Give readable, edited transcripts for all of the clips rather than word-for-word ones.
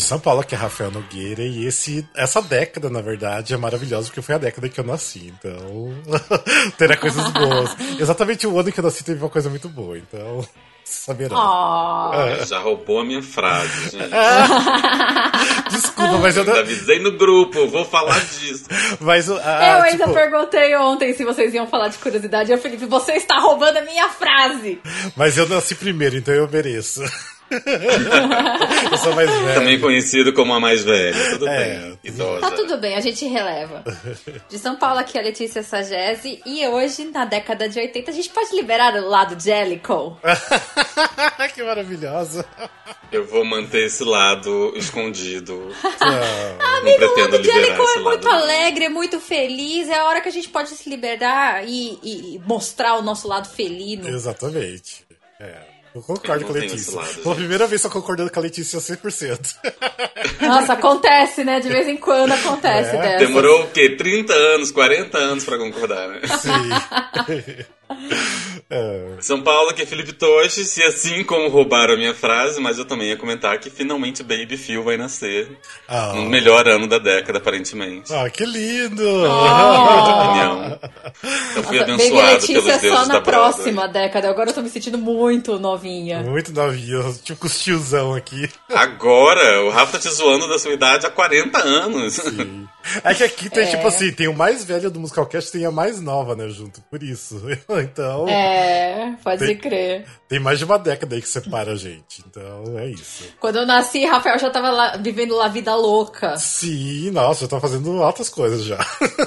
São Paulo, que é Rafael Nogueira, e essa década, na verdade, é maravilhosa, porque foi a década que eu nasci, então terá coisas boas. Exatamente o ano que eu nasci teve uma coisa muito boa, então saberão. Já roubou a minha frase, gente. Desculpa, mas eu não... avisei no grupo, vou falar disso. Mas, eu ainda perguntei ontem se vocês iam falar de curiosidade, e eu falei, você está roubando a minha frase. Mas eu nasci primeiro, então eu mereço. Eu sou mais velho. Também conhecido como a mais velha. Tudo bem, idosa. Tá tudo bem, a gente releva. De São Paulo, aqui é a Letícia Sagese. E hoje, na década de 80, a gente pode liberar o lado Jellicle. Que maravilhosa. Eu vou manter esse lado escondido. Amigo, o lado Jellicle é muito alegre, é muito feliz. É a hora que a gente pode se liberar e mostrar o nosso lado felino. Exatamente. Eu concordo com a Letícia. Pela primeira vez tô concordando com a Letícia 100%. Nossa, acontece, né? De vez em quando acontece dessa. Demorou o quê? 30 anos, 40 anos pra concordar, né? Sim. São Paulo, que é Felipe Toches, e assim como roubaram a minha frase, mas eu também ia comentar que finalmente Baby Phil vai nascer no melhor ano da década, aparentemente. Que lindo! Opinião. Eu fui abençoado pelos deuses só na da próxima década. Agora eu tô me sentindo muito novinha. Muito novinha, tipo com os tiozão aqui. Agora, o Rafa tá te zoando da sua idade há 40 anos. Sim. É que aqui tem, tipo assim, tem o mais velho do Musicalcast e tem a mais nova, né, junto. Por isso. Então... pode crer. Tem mais de uma década aí que separa a gente. Então, é isso. Quando eu nasci, Rafael já tava lá, vivendo lá vida louca. Sim, nossa, eu tô fazendo altas coisas já.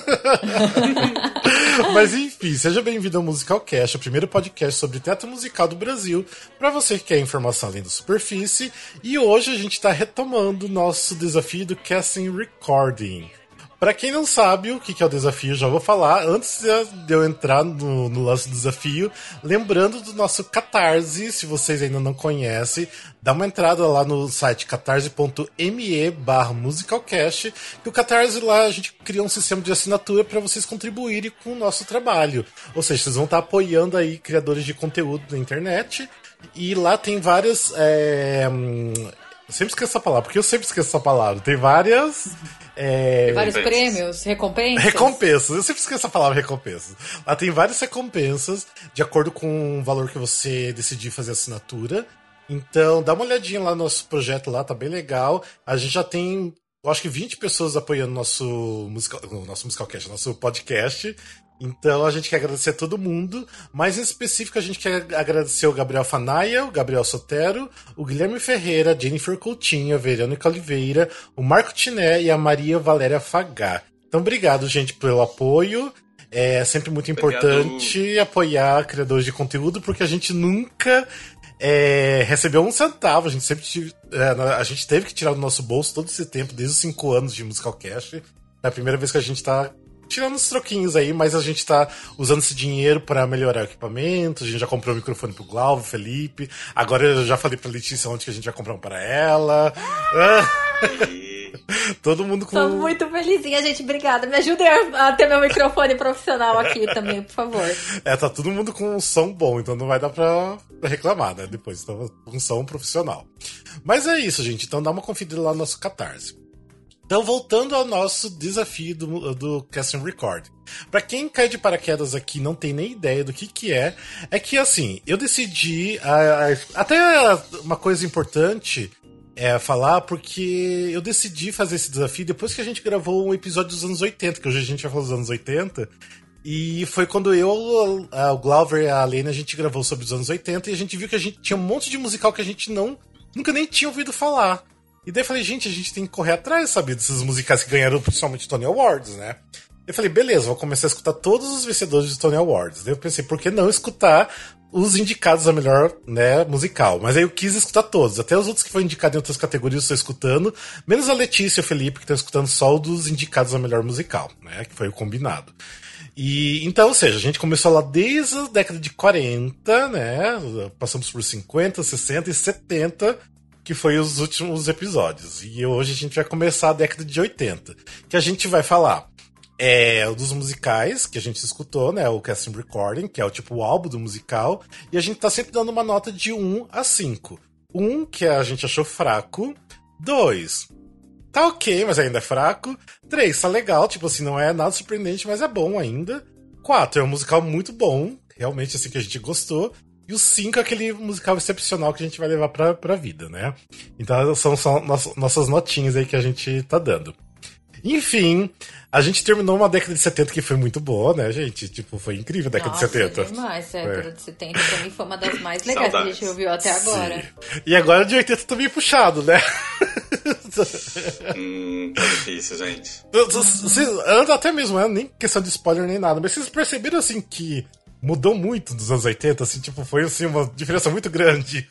Mas enfim, seja bem-vindo ao Musicalcast, o primeiro podcast sobre teatro musical do Brasil, pra você que quer informação além da superfície. E hoje a gente tá retomando o nosso desafio do Casting Recording. Pra quem não sabe o que é o desafio, já vou falar. Antes de eu entrar no lance do desafio, lembrando do nosso Catarse, se vocês ainda não conhecem, dá uma entrada lá no site catarse.me/musicalcast, que o Catarse lá a gente criou um sistema de assinatura para vocês contribuírem com o nosso trabalho. Ou seja, vocês vão estar apoiando aí criadores de conteúdo na internet, e lá tem várias... Eu sempre esqueço essa palavra, porque eu sempre esqueço essa palavra. Tem várias... vários prêmios, recompensas. Recompensas, eu sempre esqueço a palavra recompensas. Lá tem várias recompensas, de acordo com o valor que você decidir fazer assinatura. Então, dá uma olhadinha lá no nosso projeto lá, tá bem legal. A gente já tem, eu acho que 20 pessoas apoiando o nosso Musicalcast, nosso podcast. Então a gente quer agradecer a todo mundo, mas em específico a gente quer agradecer o Gabriel Fanaia, o Gabriel Sotero, o Guilherme Ferreira, a Jennifer Coutinho, a Verônica Oliveira, o Marco Tiné e a Maria Valéria Fagá. Então obrigado, gente, pelo apoio. É sempre muito importante apoiar criadores de conteúdo, porque a gente nunca recebeu um centavo. A gente sempre a gente teve que tirar do nosso bolso todo esse tempo, desde os 5 anos de Musicalcast. É a primeira vez que a gente tá tirando uns troquinhos aí, mas a gente tá usando esse dinheiro pra melhorar o equipamento. A gente já comprou o microfone pro Glauco, Felipe. Agora eu já falei pra Letícia onde que a gente vai comprar um pra ela. Todo mundo com... Tô muito felizinha, gente. Obrigada. Me ajudem a ter meu microfone profissional aqui também, por favor. Tá todo mundo com um som bom, então não vai dar pra reclamar, né? Depois, então, com um som profissional. Mas é isso, gente. Então dá uma conferida lá no nosso Catarse. Então, voltando ao nosso desafio do Casting Recording. Pra quem cai de paraquedas aqui e não tem nem ideia do que é que assim, eu decidi... até uma coisa importante falar, porque eu decidi fazer esse desafio depois que a gente gravou um episódio dos anos 80, que hoje a gente vai falar dos anos 80, e foi quando eu, o Glauber e a Lena, a gente gravou sobre os anos 80, e a gente viu que a gente tinha um monte de musical que a gente nunca nem tinha ouvido falar. E daí eu falei, gente, a gente tem que correr atrás, sabe, desses musicais que ganharam principalmente Tony Awards, né? Eu falei, beleza, vou começar a escutar todos os vencedores de Tony Awards. Daí eu pensei, por que não escutar os indicados a melhor, né, musical? Mas aí eu quis escutar todos, até os outros que foram indicados em outras categorias eu estou escutando, menos a Letícia e o Felipe, que estão escutando só o dos indicados a melhor musical, né, que foi o combinado. E então, ou seja, a gente começou lá desde a década de 40, né, passamos por 50, 60 e 70, que foi os últimos episódios. E hoje a gente vai começar a década de 80, que a gente vai falar dos musicais que a gente escutou, né, o Casting Recording, que é o tipo o álbum do musical, e a gente tá sempre dando uma nota de 1 a 5. 1 que a gente achou fraco, 2, tá ok, mas ainda é fraco. 3, tá legal, tipo assim, não é nada surpreendente, mas é bom ainda. 4, é um musical muito bom, realmente assim que a gente gostou. E o 5 é aquele musical excepcional que a gente vai levar pra vida, né? Então são só nossas notinhas aí que a gente tá dando. Enfim, a gente terminou uma década de 70 que foi muito boa, né, gente? Tipo, foi incrível a década de 70. Demais, a década de 70 pra mim foi uma das mais legais que a gente ouviu até agora. Sim. E agora de 80 tá meio puxado, né? Tá difícil, gente. Até mesmo, não é nem questão de spoiler nem nada, mas vocês perceberam assim que mudou muito dos anos 80, assim, tipo, foi assim uma diferença muito grande.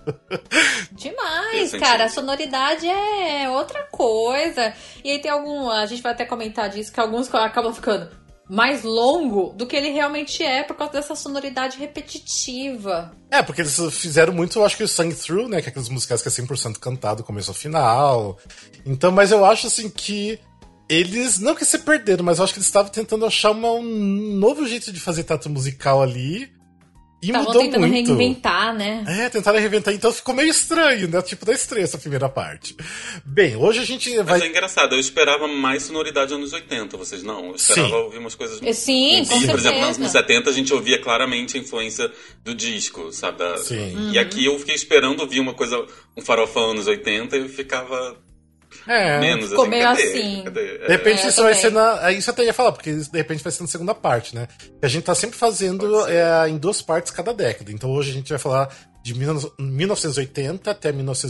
Demais, cara, a sonoridade é outra coisa. E aí tem a gente vai até comentar disso, que alguns acabam ficando mais longo do que ele realmente é por causa dessa sonoridade repetitiva. Porque eles fizeram muito, eu acho que o Sing Through, né, que é aqueles musicais que é 100% cantado, começo ao final. Então, mas eu acho assim que eles, não que se perderam, mas eu acho que eles estavam tentando achar um novo jeito de fazer teatro musical ali. E estavam mudou tentando muito. Reinventar, né? Tentaram reinventar, então ficou meio estranho, né? Tipo da estreia essa primeira parte. Bem, hoje a gente vai... Mas é engraçado, eu esperava mais sonoridade anos 80, vocês não? Eu esperava ouvir umas coisas... Sim, com certeza. Por exemplo, nos 70 a gente ouvia claramente a influência do disco, sabe? Sim. E aqui eu fiquei esperando ouvir uma coisa, um farofão anos 80 e eu ficava... menos ficou assim, meio assim. De repente isso vai ser isso eu até ia falar, porque de repente vai ser na segunda parte, né? A gente tá sempre fazendo em 2 partes cada década. Então hoje a gente vai falar de 1980 até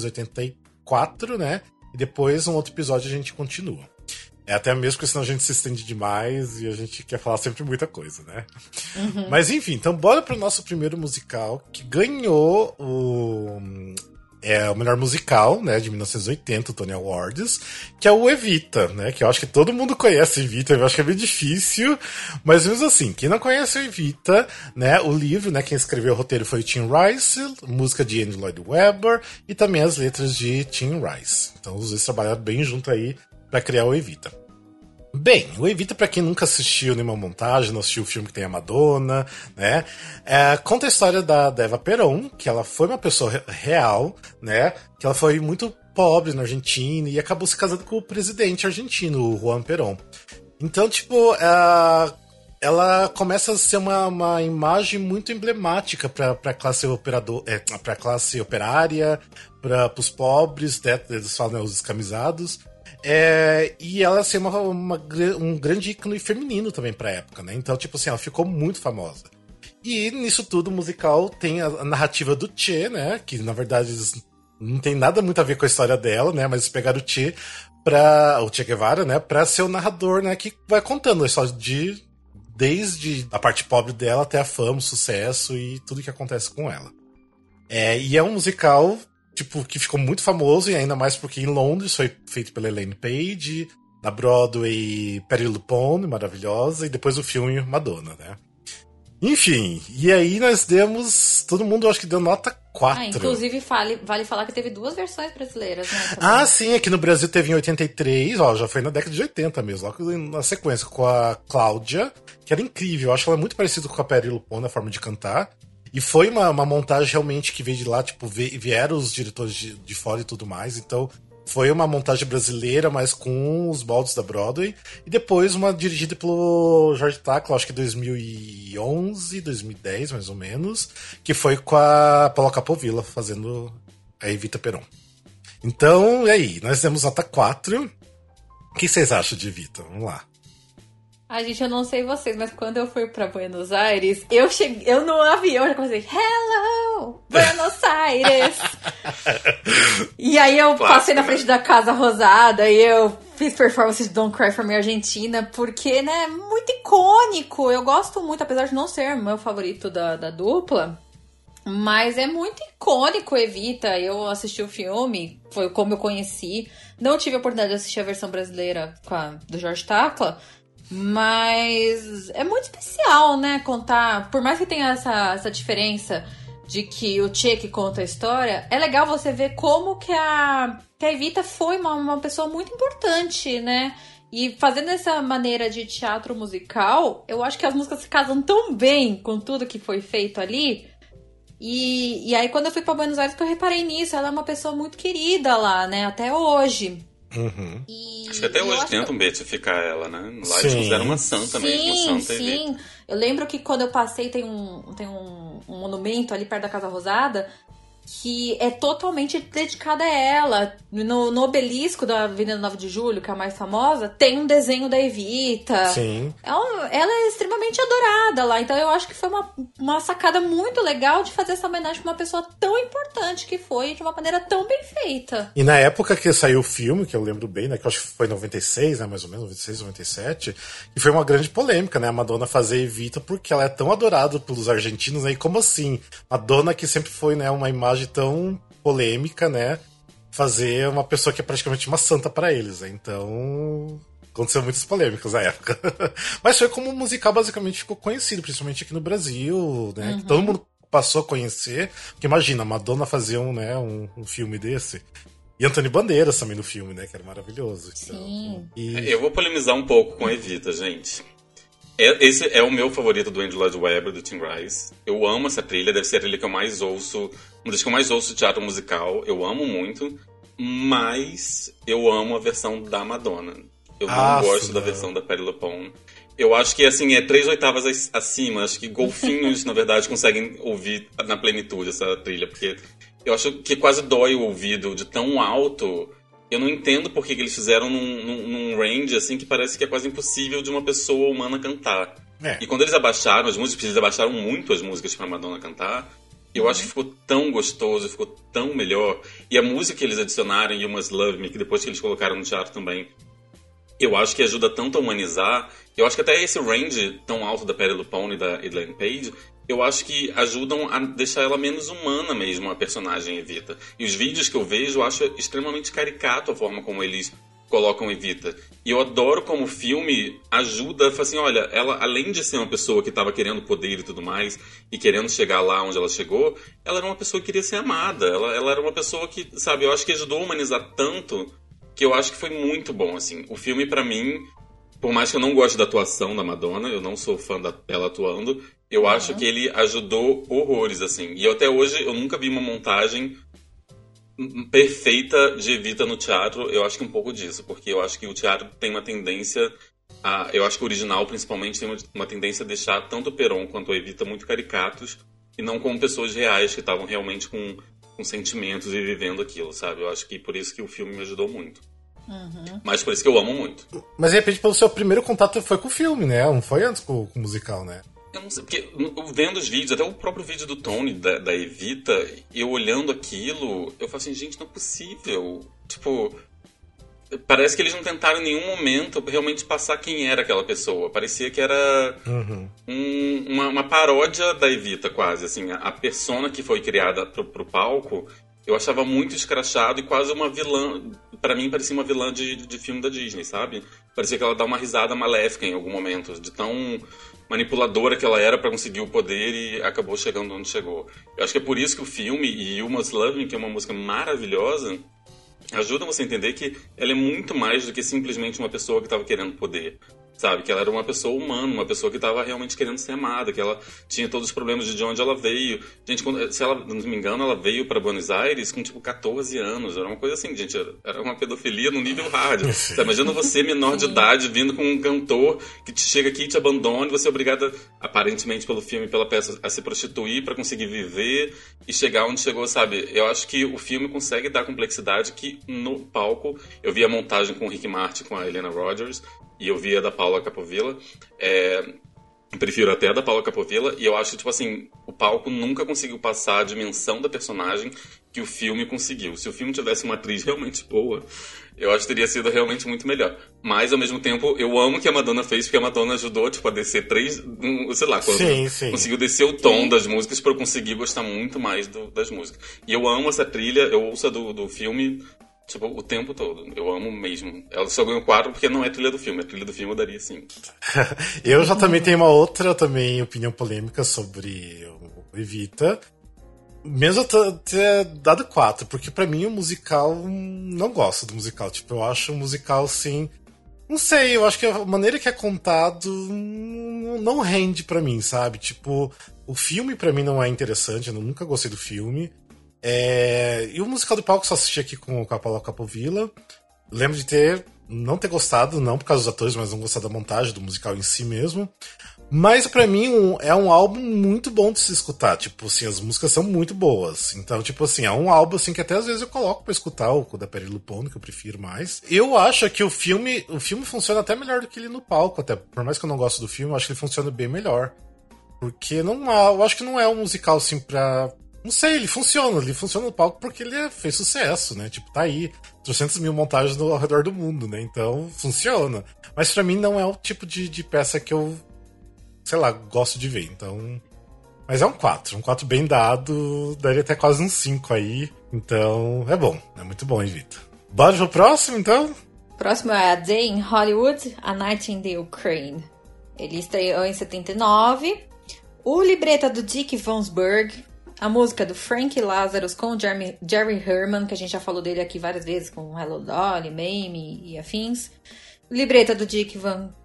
1984, né? E depois um outro episódio a gente continua. Até mesmo porque senão a gente se estende demais e a gente quer falar sempre muita coisa, né? Uhum. Mas enfim, então bora pro nosso primeiro musical que ganhou o melhor musical, né, de 1980, o Tony Awards, que é o Evita, né, que eu acho que todo mundo conhece Evita, eu acho que é bem difícil, mas mesmo assim, quem não conhece o Evita, né, o livro, né, quem escreveu o roteiro foi o Tim Rice, música de Andrew Lloyd Webber e também as letras de Tim Rice. Então os dois trabalharam bem junto aí para criar o Evita. Bem, o Evita, pra quem nunca assistiu nenhuma montagem, não assistiu o filme que tem a Madonna, né? Conta a história da Eva Perón, que ela foi uma pessoa real, né? Que ela foi muito pobre na Argentina e acabou se casando com o presidente argentino, o Juan Perón. Então, tipo, ela começa a ser uma imagem muito emblemática pra classe pra classe operária, pros pobres, né? Eles falam, né, os descamisados. E ela ser um grande ícone feminino também pra época, né? Então, tipo assim, ela ficou muito famosa. E nisso tudo, o musical tem a narrativa do Che, né? Que, na verdade, não tem nada muito a ver com a história dela, né? Mas eles pegaram o Che Guevara, né? Pra ser o narrador, né? Que vai contando a história desde a parte pobre dela até a fama, o sucesso e tudo que acontece com ela. E é um musical... tipo, que ficou muito famoso, e ainda mais porque em Londres foi feito pela Elaine Page, na Broadway Patti LuPone, maravilhosa, e depois o filme Madonna, né? Enfim, e aí nós demos... todo mundo acho que deu nota 4. Inclusive vale falar que teve 2 versões brasileiras, né? Sim, aqui no Brasil teve em 83, já foi na década de 80 mesmo, logo na sequência, com a Cláudia, que era incrível, eu acho ela muito parecida com a Patti LuPone na forma de cantar. E foi uma montagem realmente que veio de lá, tipo, vieram os diretores de fora e tudo mais. Então, foi uma montagem brasileira, mas com os moldes da Broadway. E depois uma dirigida pelo George Takla, acho que 2011, 2010, mais ou menos. Que foi com a Paula Capovilla, fazendo a Evita Perón. Então, e aí? Nós temos nota 4. O que vocês acham de Evita? Vamos lá. Gente, eu não sei vocês, mas quando eu fui pra Buenos Aires, eu no avião já comecei, hello, Buenos Aires. E aí eu passei na frente da Casa Rosada e eu fiz performance de Don't Cry For Me Argentina, porque, né, muito icônico. Eu gosto muito, apesar de não ser meu favorito da dupla, mas é muito icônico, Evita. Eu assisti o filme, foi como eu conheci. Não tive a oportunidade de assistir a versão brasileira do George Takla, mas é muito especial, né, contar, por mais que tenha essa diferença de que o Che que conta a história, é legal você ver como que a Evita foi uma pessoa muito importante, né, e fazendo essa maneira de teatro musical, eu acho que as músicas se casam tão bem com tudo que foi feito ali, E aí, quando eu fui pra Buenos Aires, que eu reparei nisso. Ela é uma pessoa muito querida lá, né? Até hoje. Uhum. Acho que até hoje tentam beatificar ela, né? Lá eles fizeram uma santa mesmo, uma santa Sim. Eu lembro que quando eu passei, tem um monumento ali perto da Casa Rosada que é totalmente dedicada a ela. No obelisco da Avenida 9 de Julho, que é a mais famosa, tem um desenho da Evita. Sim. Ela é extremamente adorada lá. Então eu acho que foi uma sacada muito legal de fazer essa homenagem pra uma pessoa tão importante que foi, de uma maneira tão bem feita. E na época que saiu o filme, que eu lembro bem, né, que eu acho que foi em 96, né, mais ou menos, 96, 97, e foi uma grande polêmica, né, a Madonna fazer Evita porque ela é tão adorada pelos argentinos, né, e como assim? Madonna que sempre foi, né, uma imagem tão polêmica, né, fazer uma pessoa que é praticamente uma santa pra eles, né? Então aconteceu muitas polêmicas na época. Mas foi como o musical basicamente ficou conhecido, principalmente aqui no Brasil, né, que todo mundo passou a conhecer, porque imagina, Madonna fazer um filme desse. E Antônio Bandeiras também no filme, né, que era maravilhoso. Sim. Então, eu vou polemizar um pouco com Evita, gente. Esse é o meu favorito do Andrew Lloyd Webber, do Tim Rice. Eu amo essa trilha, deve ser a trilha que eu mais ouço, uma das que eu mais ouço de teatro musical. Eu amo muito, mas eu amo a versão da Madonna. Eu não gosto da versão da Patti LuPone. Eu acho que, assim, é 3 oitavas acima. Acho que golfinhos, na verdade, conseguem ouvir na plenitude essa trilha, porque eu acho que quase dói o ouvido de tão alto. Eu não entendo por que eles fizeram num range, assim, que parece que é quase impossível de uma pessoa humana cantar. E quando eles abaixaram as músicas, eles abaixaram muito as músicas pra Madonna cantar, eu acho que ficou tão gostoso, ficou tão melhor. E a música que eles adicionaram, You Must Love Me, que depois que eles colocaram no teatro também, eu acho que ajuda tanto a humanizar. Eu acho que até esse range tão alto da Patti LuPone e da Elaine Paige, eu acho que ajudam a deixar ela menos humana mesmo, a personagem Evita. E os vídeos que eu vejo, eu acho extremamente caricato a forma como eles colocam Evita. E eu adoro como o filme ajuda, assim, olha, ela, além de ser uma pessoa que estava querendo poder e tudo mais, e querendo chegar lá onde ela chegou, ela era uma pessoa que queria ser amada. Ela era uma pessoa que, sabe, eu acho que ajudou a humanizar tanto, que eu acho que foi muito bom, assim. O filme, pra mim, por mais que eu não goste da atuação da Madonna, eu não sou fã dela atuando, eu acho que ele ajudou horrores, assim. E até hoje eu nunca vi uma montagem perfeita de Evita no teatro. Eu acho que um pouco disso, porque eu acho que o teatro tem uma tendência eu acho que o original, principalmente, tem uma tendência a deixar tanto o Perón quanto a Evita muito caricatos e não como pessoas reais que estavam realmente com sentimentos e vivendo aquilo, sabe? Eu acho que por isso que o filme me ajudou muito. Mas por isso que eu amo muito. Mas de repente, pelo seu primeiro contato foi com o filme, né? Não foi antes com o musical, né? Eu não sei, porque vendo os vídeos, até o próprio vídeo do Tony, da Evita, eu olhando aquilo, eu falo assim, gente, não é possível. Tipo, parece que eles não tentaram em nenhum momento realmente passar quem era aquela pessoa. Parecia que era uma paródia da Evita, quase. Assim, a persona que foi criada pro palco, eu achava muito escrachado e quase uma vilã. Pra mim, parecia uma vilã de filme da Disney, sabe? Parecia que ela dá uma risada maléfica em algum momento, de tão manipuladora que ela era pra conseguir o poder e acabou chegando onde chegou. Eu acho que é por isso que o filme e You Must Love Me, que é uma música maravilhosa, ajudam você a entender que ela é muito mais do que simplesmente uma pessoa que estava querendo poder. Sabe? Que ela era uma pessoa humana, uma pessoa que estava realmente querendo ser amada, que ela tinha todos os problemas de onde ela veio. Gente, se ela, não me engano, ela veio para Buenos Aires com, tipo, 14 anos. Era uma coisa assim, gente, era uma pedofilia no nível hard. Você imagina você, menor de idade, vindo com um cantor que te chega aqui e te abandona, e você é obrigada, aparentemente pelo filme e pela peça, a se prostituir para conseguir viver e chegar onde chegou, sabe? Eu acho que o filme consegue dar complexidade que no palco, eu vi a montagem com o Rick Martin, com a Helena Rogers, e eu vi a da Paula Capovilla, prefiro até a da Paula Capovilla, e eu acho que, tipo assim, o palco nunca conseguiu passar a dimensão da personagem que o filme conseguiu. Se o filme tivesse uma atriz realmente boa, eu acho que teria sido realmente muito melhor. Mas, ao mesmo tempo, eu amo o que a Madonna fez, porque a Madonna ajudou, tipo, a descer sei lá, quando conseguiu descer o tom das músicas pra eu conseguir gostar muito mais das músicas. E eu amo essa trilha, eu ouço a do filme, tipo, o tempo todo. Eu amo mesmo. Ela só ganhou 4 porque não é trilha do filme. A trilha do filme eu daria 5. Eu já também tenho uma outra opinião polêmica sobre o Evita. Mesmo eu ter dado 4, porque pra mim o musical, não gosto do musical. Tipo, eu acho o musical, assim, não sei, eu acho que a maneira que é contado não rende pra mim, sabe? Tipo, O filme, pra mim, não é interessante, eu nunca gostei do filme. E o musical de palco só assisti aqui com a Paula Capovilla. Lembro de não ter gostado, não por causa dos atores, mas não gostar da montagem do musical em si mesmo. Mas pra mim é um álbum muito bom de se escutar. Tipo assim, as músicas são muito boas. Então, tipo assim, é um álbum assim que até às vezes eu coloco pra escutar o da Peri Lupone, que eu prefiro mais. Eu acho que o filme funciona até melhor do que ele no palco, até. Por mais que eu não goste do filme, eu acho que ele funciona bem melhor. Porque eu acho que não é um musical assim pra... Não sei, ele funciona no palco porque ele fez sucesso, né? Tipo, tá aí, 300 mil montagens ao redor do mundo, né? Então, funciona. Mas pra mim não é o tipo de peça que eu, sei lá, gosto de ver, então... Mas é um 4 bem dado, daria até quase um 5 aí, então é bom, é muito bom, Evita. Bora pro próximo, então? Próximo é A Day in Hollywood, A Night in the Ukraine. Ele estreou em 79. O libreto é do Dick Vansberg. A música do Frank Lazarus com o Jerry Herman, que a gente já falou dele aqui várias vezes, com Hello Dolly, Mamie e afins. O libreto é do Dick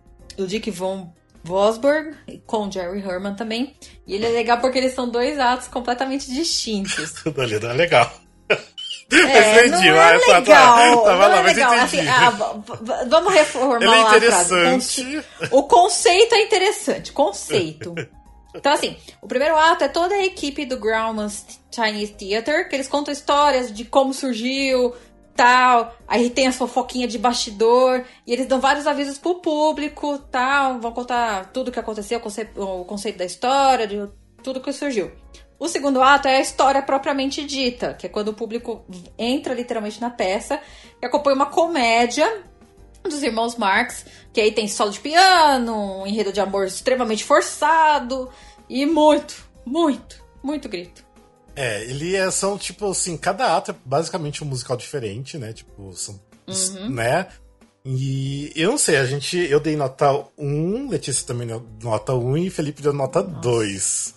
Von Vosberg, com o Jerry Herman também. E ele é legal porque eles são dois atos completamente distintos. Tudo ali não é legal. Não é legal. Não é legal. Assim, vamos reformular a frase. O conceito é interessante. Conceito. Então, assim, o primeiro ato é toda a equipe do Grauman's Chinese Theatre, que eles contam histórias de como surgiu, tal. Aí tem as fofoquinhas de bastidor, e eles dão vários avisos pro público, tal. Vão contar tudo o que aconteceu, o conceito da história, de tudo que surgiu. O segundo ato é a história propriamente dita, que é quando o público entra literalmente na peça, e acompanha uma comédia dos irmãos Marx, que aí tem solo de piano, um enredo de amor extremamente forçado e muito grito. São tipo assim, cada ato é basicamente um musical diferente, né? Tipo, são, né? E eu não sei, eu dei nota 1, Letícia também deu nota 1 e Felipe deu nota 2.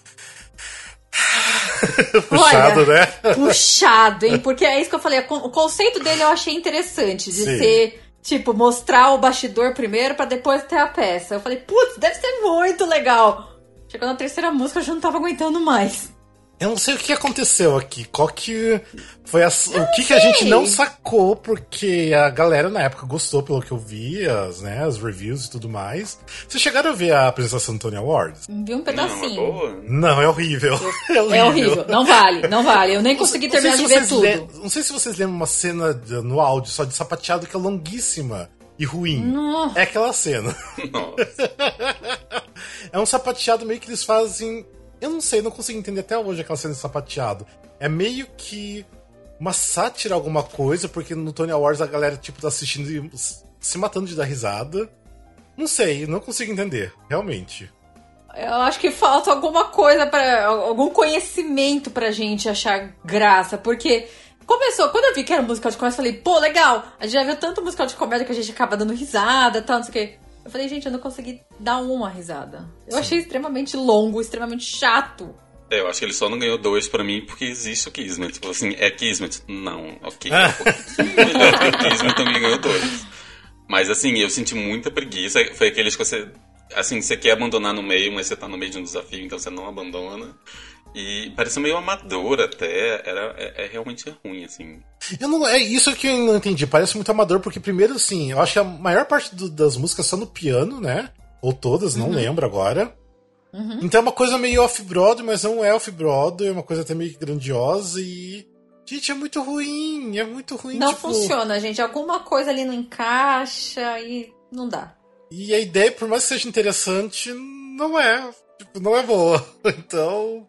Puxado, olha, né? Puxado, hein? Porque é isso que eu falei, o conceito dele eu achei interessante, de ser... Tipo, mostrar o bastidor primeiro pra depois ter a peça. Eu falei, putz, deve ser muito legal. Chegou na terceira música, eu já não tava aguentando mais. Eu não sei o que aconteceu aqui. Qual que foi o que a gente não sacou, porque a galera na época gostou, pelo que eu vi, as reviews e tudo mais. Vocês chegaram a ver a apresentação do Tony Awards? Vi um pedacinho. Não, é horrível. É horrível. Não vale. Eu nem consegui terminar de ver tudo. Não sei se vocês lembram uma cena no áudio só de sapateado que é longuíssima e ruim. Nossa. É aquela cena. É um sapateado meio que eles fazem... Eu não sei, não consigo entender até hoje aquela cena de sapateado. É meio que uma sátira alguma coisa, porque no Tony Awards a galera tipo tá assistindo e se matando de dar risada. Não sei, não consigo entender, realmente. Eu acho que falta alguma coisa, algum conhecimento pra gente achar graça, porque começou, quando eu vi que era um musical de comédia, eu falei, pô, legal, a gente já viu tanto musical de comédia que a gente acaba dando risada, tal, não sei o quê. Eu falei, gente, eu não consegui dar uma risada. Eu achei extremamente longo, extremamente chato. Eu acho que ele só não ganhou 2 pra mim porque existe o Kismet. Tipo assim, é Kismet? Não, ok. É um pouquinho melhor que o Kismet, também ganhou 2. Mas assim, eu senti muita preguiça. Foi aqueles que você... Assim, você quer abandonar no meio, mas você tá no meio de um desafio, então você não abandona. E pareceu meio amador até. É realmente ruim, assim. É isso que eu não entendi. Parece muito amador, porque primeiro, assim, eu acho que a maior parte das músicas são no piano, né? Ou todas, não lembro agora. Então é uma coisa meio off-Broadway, mas não é off-Broadway, é uma coisa até meio grandiosa e... Gente, é muito ruim. Não tipo... funciona, gente. Alguma coisa ali não encaixa e não dá. E a ideia, por mais que seja interessante, não é. Tipo, não é boa. Então...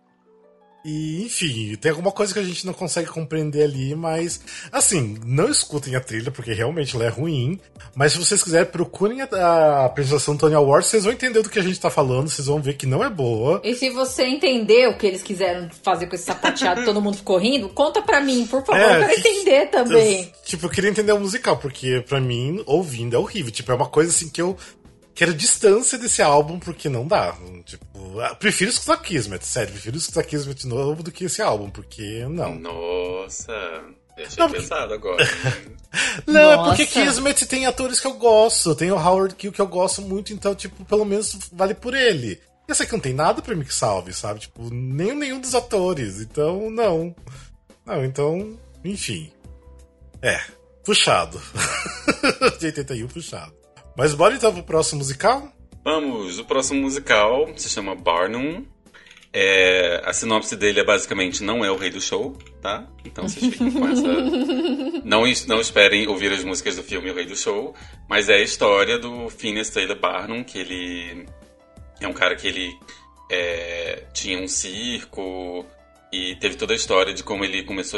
E, enfim, tem alguma coisa que a gente não consegue compreender ali, mas, assim, não escutem a trilha, porque realmente ela é ruim, mas se vocês quiserem, procurem a apresentação do Tony Awards, vocês vão entender do que a gente tá falando, vocês vão ver que não é boa. E se você entender o que eles quiseram fazer com esse sapateado, todo mundo ficou rindo, conta pra mim, por favor, eu quero entender também. Tipo, eu queria entender o musical, porque pra mim, ouvindo, é horrível, tipo, é uma coisa assim que eu quero distância desse álbum, porque não dá. Tipo, prefiro escutar Kismet, sério. Prefiro escutar Kismet novo do que esse álbum, porque não. Nossa, eu achei pesado agora. Não, é porque Kismet tem atores que eu gosto. Tem o Howard Keel que eu gosto muito, então, tipo, pelo menos vale por ele. Eu sei que não tem nada pra mim que salve, sabe? Tipo, nenhum dos atores. Então, não. Não, então, enfim. Puxado. De 81, puxado. Mas bora então pro próximo musical? Vamos, o próximo musical se chama Barnum. A sinopse dele é basicamente não é o rei do show, tá? Então vocês fiquem com essa... Não esperem ouvir as músicas do filme O Rei do Show, mas é a história do Phineas Taylor Barnum, que ele é um cara que ele tinha um circo e teve toda a história de como ele começou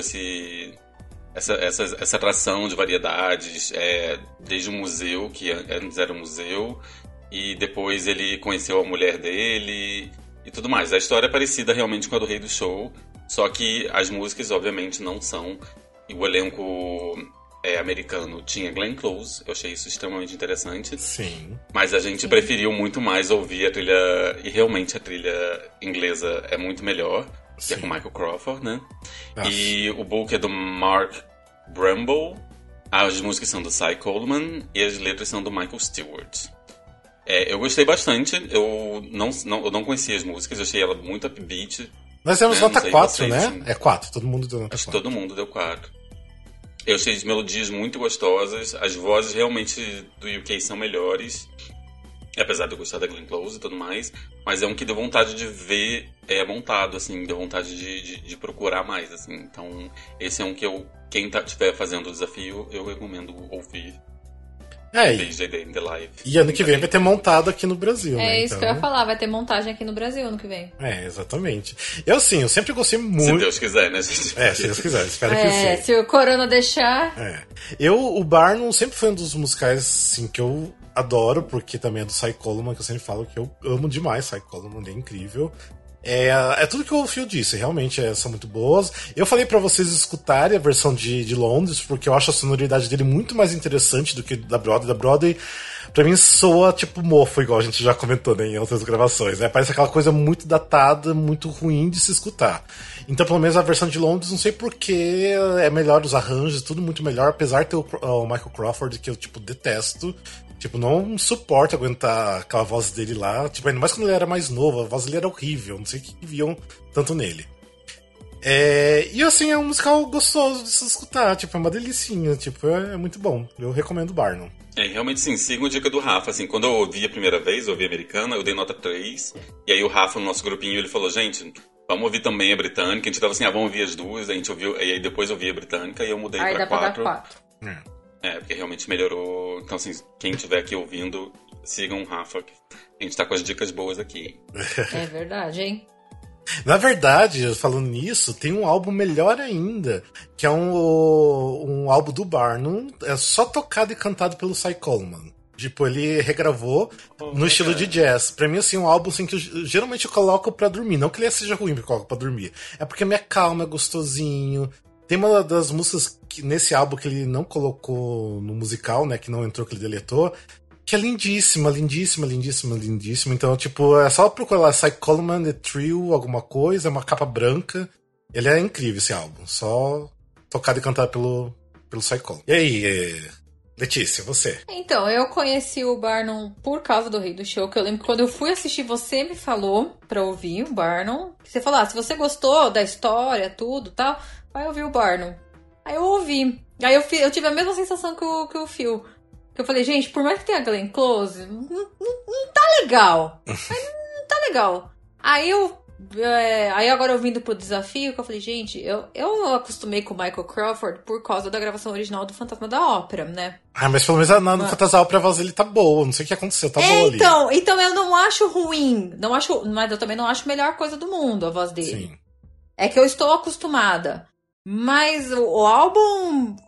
essa atração de variedades, desde o museu, que antes era um museu, e depois ele conheceu a mulher dele e tudo mais. A história é parecida realmente com a do Rei do Show, só que as músicas, obviamente, não são. E o elenco americano tinha Glenn Close, eu achei isso extremamente interessante. Sim. Mas a gente preferiu muito mais ouvir a trilha, e realmente a trilha inglesa é muito melhor, que é com Michael Crawford, né? Nossa. E o book é do Mark Bramble, as músicas são do Cy Coleman e as letras são do Michael Stewart. Eu gostei bastante, eu não conhecia as músicas, eu achei ela muito upbeat. Nós temos nota 4, né? Assim, É 4, todo mundo deu nota 4. Acho que todo mundo deu 4. Eu achei as melodias muito gostosas, as vozes realmente do UK são melhores, apesar de eu gostar da Glenn Close e tudo mais, mas é um que deu vontade de ver montado, assim, deu vontade de procurar mais, assim. Então, esse é um que quem estiver fazendo o desafio, eu recomendo ouvir. Desde The Live. E ano que vem vai ter montado aqui no Brasil, né? É isso que eu ia falar, vai ter montagem aqui no Brasil ano que vem. Exatamente. Eu sempre gostei muito... Se Deus quiser, né, gente? Se Deus quiser, espero que sim. Se o Corona deixar... O Barnum sempre foi um dos musicais, assim, que eu adoro, porque também é do Cy Coleman, que eu sempre falo que eu amo demais Cy Coleman, ele é incrível. É tudo que o Phil disse, realmente são muito boas. Eu falei pra vocês escutarem a versão de Londres, porque eu acho a sonoridade dele muito mais interessante do que da Broadway. Da Broadway, pra mim, soa tipo mofo, igual a gente já comentou, né, em outras gravações. Parece aquela coisa muito datada, muito ruim de se escutar. Então, pelo menos a versão de Londres, não sei porquê, é melhor, os arranjos, tudo muito melhor, apesar de ter o Michael Crawford, que eu, detesto. Não suporto aguentar aquela voz dele lá. Ainda mais quando ele era mais novo, a voz dele era horrível. Não sei o que viam tanto nele. E assim, é um musical gostoso de se escutar. É uma delicinha. É muito bom. Eu recomendo Barnum. Realmente sim, siga a dica do Rafa. Assim, quando eu ouvi a primeira vez, eu ouvi a americana, eu dei nota 3. E aí o Rafa, no nosso grupinho, ele falou, gente, vamos ouvir também a britânica. A gente tava assim, vamos ouvir as duas. A gente ouviu, e aí depois eu ouvi a britânica e eu mudei pra 4. Porque realmente melhorou. Então, assim, quem estiver aqui ouvindo, sigam o Rafa. A gente tá com as dicas boas aqui. É verdade, hein? Na verdade, falando nisso, tem um álbum melhor ainda, que é um álbum do Barnum, só tocado e cantado pelo Cy Coleman. Ele regravou no estilo de jazz. Pra mim, assim, um álbum assim, que geralmente eu coloco pra dormir. Não que ele seja ruim, eu coloco pra dormir. É porque me acalma, é gostosinho. Tem uma das músicas nesse álbum que ele não colocou no musical, né? Que não entrou, que ele deletou. Que é lindíssima, lindíssima, lindíssima, lindíssima. Então, é só procurar lá, Cy Coleman, The Trio, alguma coisa, uma capa branca. Ele é incrível, esse álbum. Só tocado e cantado pelo Cy Coleman. E aí, Letícia, você? Então, eu conheci o Barnum por causa do Rei do Show, que eu lembro que quando eu fui assistir, você me falou pra ouvir o Barnum. Você falou, se você gostou da história, tudo tal, vai ouvir o Barnum. Aí eu ouvi. Aí eu tive a mesma sensação que o Phil. Que eu falei, gente, por mais que tenha Glenn Close, não tá legal. Não tá legal. Aí aí agora eu vindo pro desafio, que eu falei, gente, eu acostumei com o Michael Crawford por causa da gravação original do Fantasma da Ópera, né? Mas pelo menos no Fantasma da Ópera a voz dele tá boa, não sei o que aconteceu, tá boa ali. Então eu não acho ruim, mas eu também não acho a melhor coisa do mundo a voz dele. Sim. É que eu estou acostumada. Mas o álbum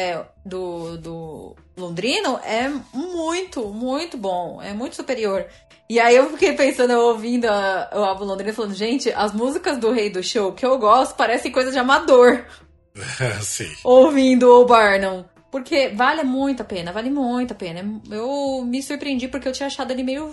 do Londrino é muito, muito bom. É muito superior. E aí eu fiquei pensando, eu ouvindo o álbum Londrino, falando, gente, as músicas do Rei do Show que eu gosto parecem coisa de amador. Sim. Ouvindo o Barnum. Porque vale muito a pena, vale muito a pena. Eu me surpreendi porque eu tinha achado ele meio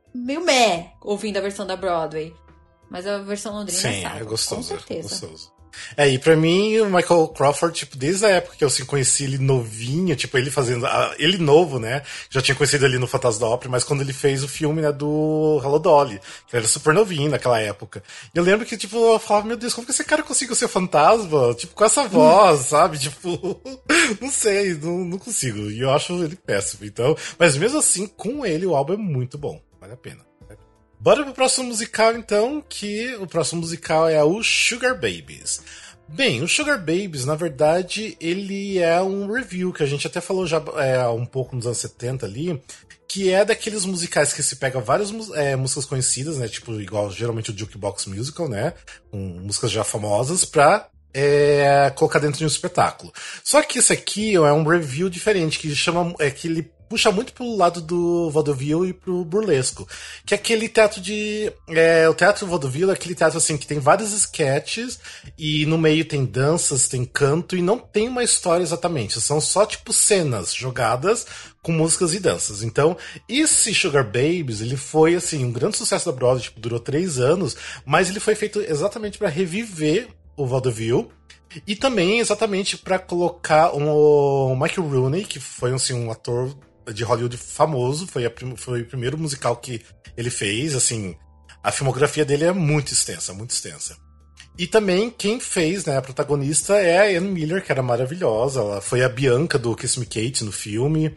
meh, ouvindo a versão da Broadway. Mas a versão londrina é gostoso, com certeza. É gostoso. E pra mim, o Michael Crawford, tipo, desde a época que eu assim, conheci ele novinho, tipo, ele fazendo. Ele novo, né? Já tinha conhecido ele no Fantasma da Ópera, mas quando ele fez o filme, né, do Hello Dolly, que ele era super novinho naquela época. E eu lembro que, tipo, eu falava, meu Deus, como que esse cara conseguiu ser fantasma? Tipo, com essa voz, sabe? Tipo, não sei, não consigo. E eu acho ele péssimo. Então, mas mesmo assim, com ele, o álbum é muito bom. Vale a pena. Bora pro próximo musical, então, que o próximo musical é o Sugar Babies. Bem, o Sugar Babies, na verdade, ele é um review, que a gente até falou já um pouco nos anos 70 ali, que é daqueles musicais que se pega várias músicas conhecidas, né, tipo, igual geralmente o Jukebox Musical, né, com músicas já famosas, pra colocar dentro de um espetáculo. Só que esse aqui é um review diferente, que chama, que ele puxa muito pro lado do vaudeville e pro burlesco. Que é aquele teatro de... o teatro vaudeville é aquele teatro assim que tem vários sketches e no meio tem danças, tem canto e não tem uma história exatamente. São só tipo cenas jogadas com músicas e danças. Então, esse Sugar Babies, ele foi assim um grande sucesso da Broadway, tipo, durou 3 anos, mas ele foi feito exatamente para reviver o vaudeville. E também exatamente para colocar o Michael Rooney, que foi assim, um ator de Hollywood famoso, foi o primeiro musical que ele fez, assim, a filmografia dele é muito extensa, muito extensa. E também quem fez, né, a protagonista é a Ann Miller, que era maravilhosa, ela foi a Bianca do Kiss Me Kate no filme.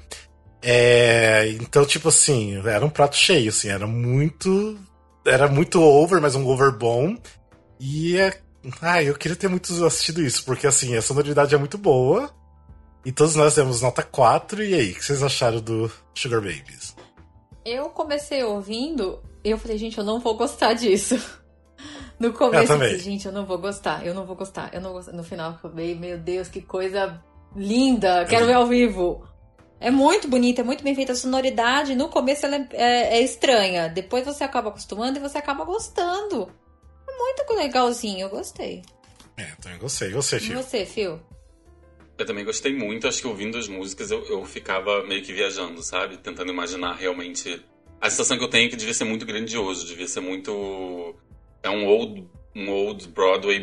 Então, tipo assim, era um prato cheio, assim, era muito over, mas um over bom. E eu queria ter muito assistido isso, porque assim, a sonoridade é muito boa. E todos nós demos nota 4. E aí, o que vocês acharam do Sugar Babies? Eu comecei ouvindo e eu falei, gente, eu não vou gostar disso. No começo eu falei, gente, eu não vou gostar. No final eu falei, meu Deus, que coisa linda, quero ver ao vivo. É muito bonita, é muito bem feita a sonoridade. No começo ela é estranha. Depois você acaba acostumando e você acaba gostando. É muito legalzinho, eu gostei. Também gostei. E você, Phil? E você, Phil? Eu também gostei muito, acho que ouvindo as músicas eu ficava meio que viajando, sabe? Tentando imaginar realmente... A sensação que eu tenho é que devia ser muito grandioso, devia ser muito... É um old Broadway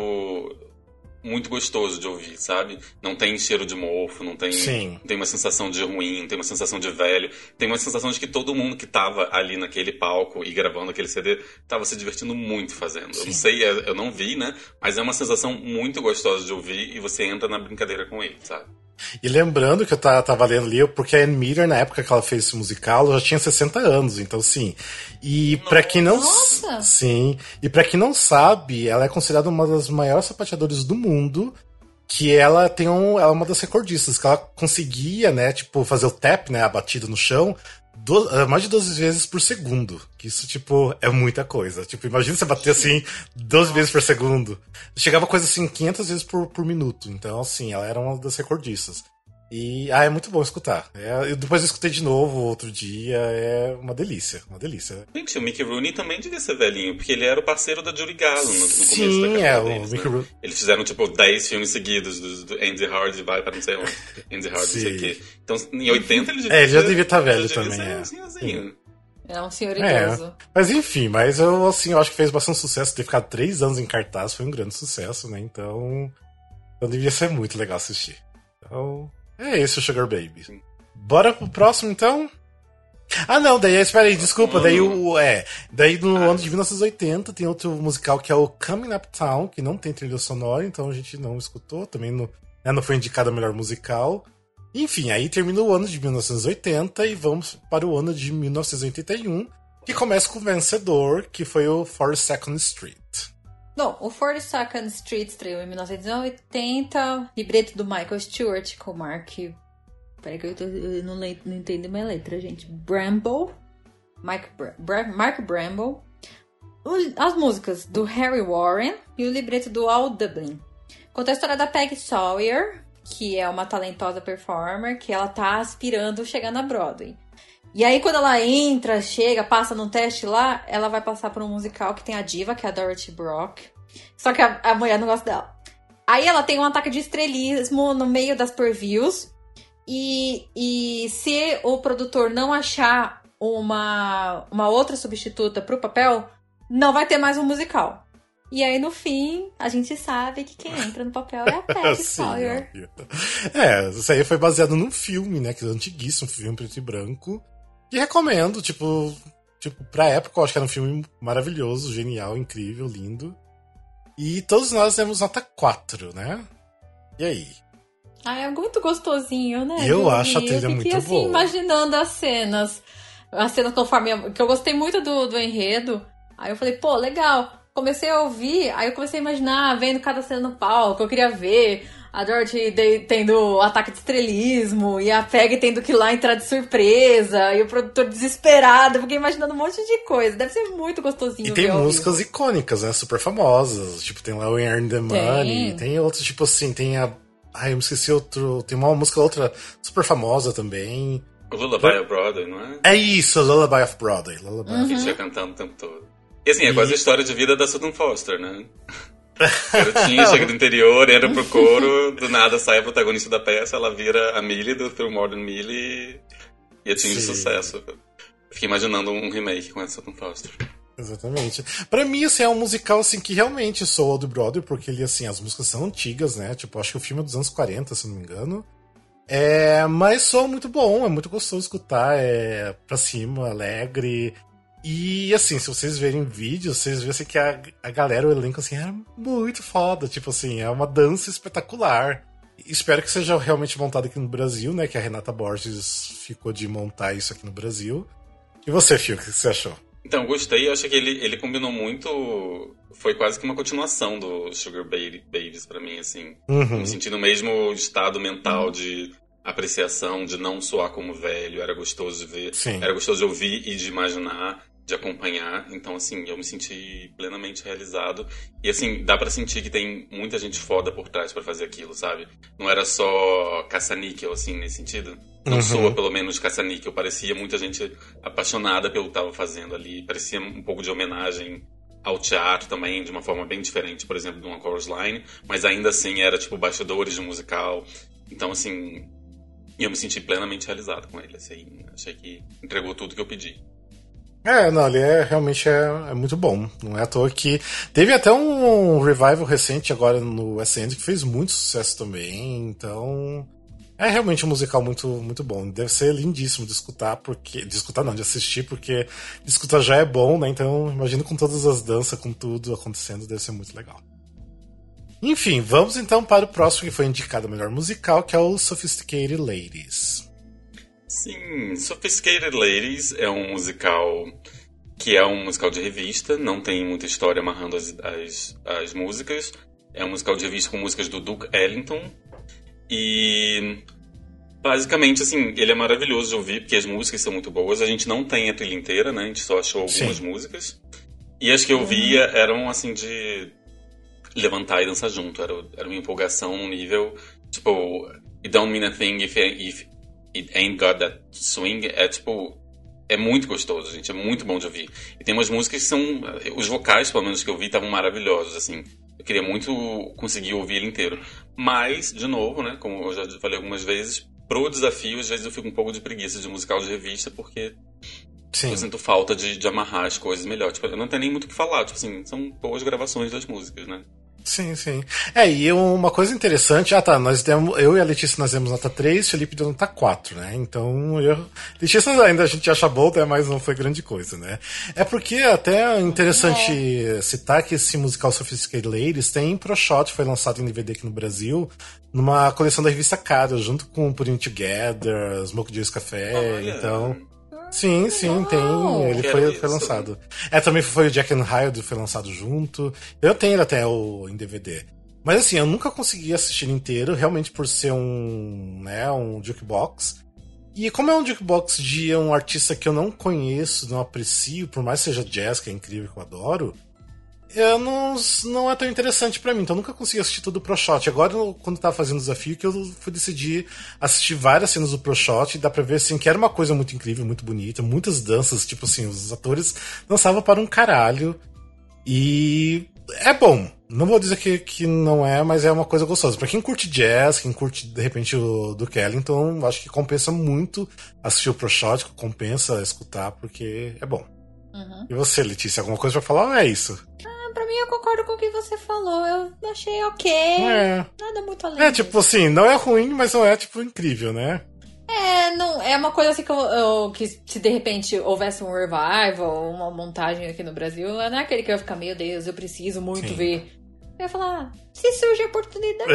muito gostoso de ouvir, sabe? Não tem cheiro de mofo, não tem uma sensação de ruim, não tem uma sensação de velho. Tem uma sensação de que todo mundo que tava ali naquele palco e gravando aquele CD tava se divertindo muito fazendo. Sim. Eu não sei, eu não vi, né? Mas é uma sensação muito gostosa de ouvir e você entra na brincadeira com ele, sabe? E lembrando que eu tava lendo ali, porque a Ann Miller, na época que ela fez esse musical, ela já tinha 60 anos, então sim. E pra quem não... Nossa! Sim. E pra quem não sabe, ela é considerada uma das maiores sapateadoras do mundo, que ela ela é uma das recordistas, que ela conseguia, né, tipo, fazer o tap, né, a batida no chão, mais de 12 vezes por segundo. Que isso, tipo, é muita coisa. Tipo, imagina você bater assim 12 vezes por segundo. Chegava coisa assim 500 vezes por minuto. Então, assim, ela era uma das recordistas. E, é muito bom escutar. Depois eu escutei de novo outro dia. É uma delícia, uma delícia. Gente, o Mickey Rooney também devia ser velhinho, porque ele era o parceiro da Judy Garland no começo da carreira deles, né? Rooney. Eles fizeram, tipo, 10 filmes seguidos do Andy Hard vai para não sei onde. Andy Hard, não sei o quê. Então, em 80 ele já devia estar velho também. É um senhor idoso. Mas enfim, eu acho que fez bastante sucesso. Ter ficado 3 anos em cartaz foi um grande sucesso, né? Então devia ser muito legal assistir. Então, é esse o Sugar Baby. Sim. Bora pro próximo, então? Não, espera aí, desculpa. Daí no ano de 1980 tem outro musical que é o Coming Uptown, que não tem trilha sonora, então a gente não escutou. Também não foi indicado a melhor musical. Enfim, aí termina o ano de 1980 e vamos para o ano de 1981, que começa com o vencedor, que foi o 42nd Street. Bom, o 42nd Street estreou em 1980, libreto do Michael Stewart com Mark... Peraí que eu não entendo minha letra, gente. Mark Bramble. As músicas do Harry Warren e o libreto do Al Dublin. Conta a história da Peggy Sawyer, que é uma talentosa performer, que ela tá aspirando chegar na Broadway. E aí, quando ela passa num teste lá, ela vai passar por um musical que tem a diva, que é a Dorothy Brock. Só que a mulher não gosta dela. Aí ela tem um ataque de estrelismo no meio das previews. E se o produtor não achar uma outra substituta pro papel, não vai ter mais um musical. E aí, no fim, a gente sabe que quem entra no papel é a Peggy Sawyer. Isso aí foi baseado num filme, né? Que é antiguíssimo, um filme preto e branco. E recomendo, tipo, pra época eu acho que era um filme maravilhoso, genial, incrível, lindo. E todos nós demos nota 4, né? E aí? É muito gostosinho, né? Eu acho a trilha muito assim, boa. Imaginando as cenas conforme... Que eu gostei muito do enredo. Aí eu falei, pô, legal. Comecei a ouvir, aí eu comecei a imaginar, vendo cada cena no palco, eu queria ver a Dorothy tendo ataque de estrelismo, e a Peggy tendo que ir lá entrar de surpresa, e o produtor desesperado, eu fiquei imaginando um monte de coisa. Deve ser muito gostosinho. E tem músicas icônicas, né? Super famosas. Tipo, tem lá o Earn the Money, tem outros, tipo assim, tem a... eu me esqueci outro... Tem uma música outra super famosa também. O Lullaby of Broadway, não é? É isso, Lullaby of Broadway. Que tinha cantando o tempo todo. E assim, é quase a história de vida da Sutton Foster, né? Garotinha, chega do interior, entra pro coro, do nada sai a protagonista da peça, ela vira a Millie do Through More Than Millie e atinge sucesso. Fiquei imaginando um remake com a Sutton Foster. Exatamente. Pra mim, assim, é um musical, assim, que realmente soa do Broadway, porque ele, assim, as músicas são antigas, né? Tipo, acho que o filme é dos anos 40, se não me engano. Mas soa muito bom, é muito gostoso escutar, é pra cima, alegre. E, assim, se vocês verem vídeos, vocês veem assim, que a galera, o elenco, assim, era muito foda. Tipo assim, é uma dança espetacular. Espero que seja realmente montado aqui no Brasil, né? Que a Renata Borges ficou de montar isso aqui no Brasil. E você, Fio, o que você achou? Então, gostei. Eu achei que ele combinou muito... Foi quase que uma continuação do Sugar Babies pra mim, assim. Me senti no mesmo estado mental de apreciação, de não soar como velho. Era gostoso de ver. Sim. Era gostoso de ouvir e de imaginar, de acompanhar. Então, assim, eu me senti plenamente realizado. E, assim, dá pra sentir que tem muita gente foda por trás pra fazer aquilo, sabe? Não era só caça-níquel, assim, nesse sentido. Não soa, pelo menos, caça-níquel. Parecia muita gente apaixonada pelo que tava fazendo ali. Parecia um pouco de homenagem ao teatro também, de uma forma bem diferente, por exemplo, de uma chorus line. Mas ainda assim, era, tipo, bastidores de musical. Então, assim... E eu me senti plenamente realizado com ele, assim. Achei que entregou tudo que eu pedi. Não, ele realmente é muito bom. Não é à toa que... Teve até um revival recente agora no West End que fez muito sucesso também. Então... É realmente um musical muito, muito bom. Deve ser lindíssimo de escutar, porque... De escutar não, de assistir, porque de escutar já é bom, né? Então, imagino com todas as danças, com tudo acontecendo, deve ser muito legal. Enfim, vamos então para o próximo que foi indicado o melhor musical, que é o Sophisticated Ladies. Sim, Sophisticated Ladies é um musical que é um musical de revista, não tem muita história amarrando as músicas. É um musical de revista com músicas do Duke Ellington. E basicamente, assim, ele é maravilhoso de ouvir, porque as músicas são muito boas. A gente não tem a trilha inteira, né? A gente só achou algumas músicas. E as que eu via eram, assim, de levantar e dançar junto. Era uma empolgação num nível, tipo, It Don't Mean a Thing if It Ain't Got That Swing. É, tipo, é muito gostoso, gente. É muito bom de ouvir. E tem umas músicas que são... Os vocais, pelo menos, que eu vi, estavam maravilhosos, assim. Eu queria muito conseguir ouvir ele inteiro. Mas, de novo, né, como eu já falei algumas vezes, pro desafio, às vezes eu fico um pouco de preguiça de musical de revista, porque eu sinto falta de amarrar as coisas melhor. Tipo, eu não tenho nem muito o que falar, tipo assim, são boas gravações das músicas, né? Sim, sim. E uma coisa interessante, eu e a Letícia nós demos nota 3, o Felipe deu nota 4, né? Então, Letícia ainda a gente acha bom, né? Mas não foi grande coisa, né? É porque até é interessante citar que esse musical Sophisticated Ladies tem ProShot, foi lançado em DVD aqui no Brasil, numa coleção da revista Cara, junto com Putting Together, Smoke Juice Café, então... Sim, tem. Ele foi lançado. Também foi o Jack and Hyde, foi lançado junto. Eu tenho ele até em DVD. Mas assim, eu nunca consegui assistir inteiro, realmente por ser um jukebox. E como é um jukebox de um artista que eu não conheço, não aprecio, por mais que seja jazz, que é incrível, que eu adoro, não é tão interessante pra mim, então eu nunca consegui assistir tudo do ProShot. Agora, quando eu tava fazendo o desafio, que eu fui decidir assistir várias cenas do ProShot, e dá pra ver, assim, que era uma coisa muito incrível, muito bonita, muitas danças, tipo assim, os atores dançavam para um caralho, e é bom. Não vou dizer que não é, mas é uma coisa gostosa. Pra quem curte jazz, quem curte, de repente, o Duke Ellington, acho que compensa muito assistir o ProShot, compensa escutar, porque é bom. E você, Letícia, alguma coisa pra falar ou é isso? Pra mim mim, eu concordo com o que você falou. Eu achei ok. Nada muito além disso. Tipo assim, não é ruim, mas não é, tipo, incrível, né? Não, é uma coisa assim que se de repente houvesse um revival, uma montagem aqui no Brasil, não é aquele que eu ia ficar, meu Deus, eu preciso muito ver. Eu ia falar, se surge a oportunidade,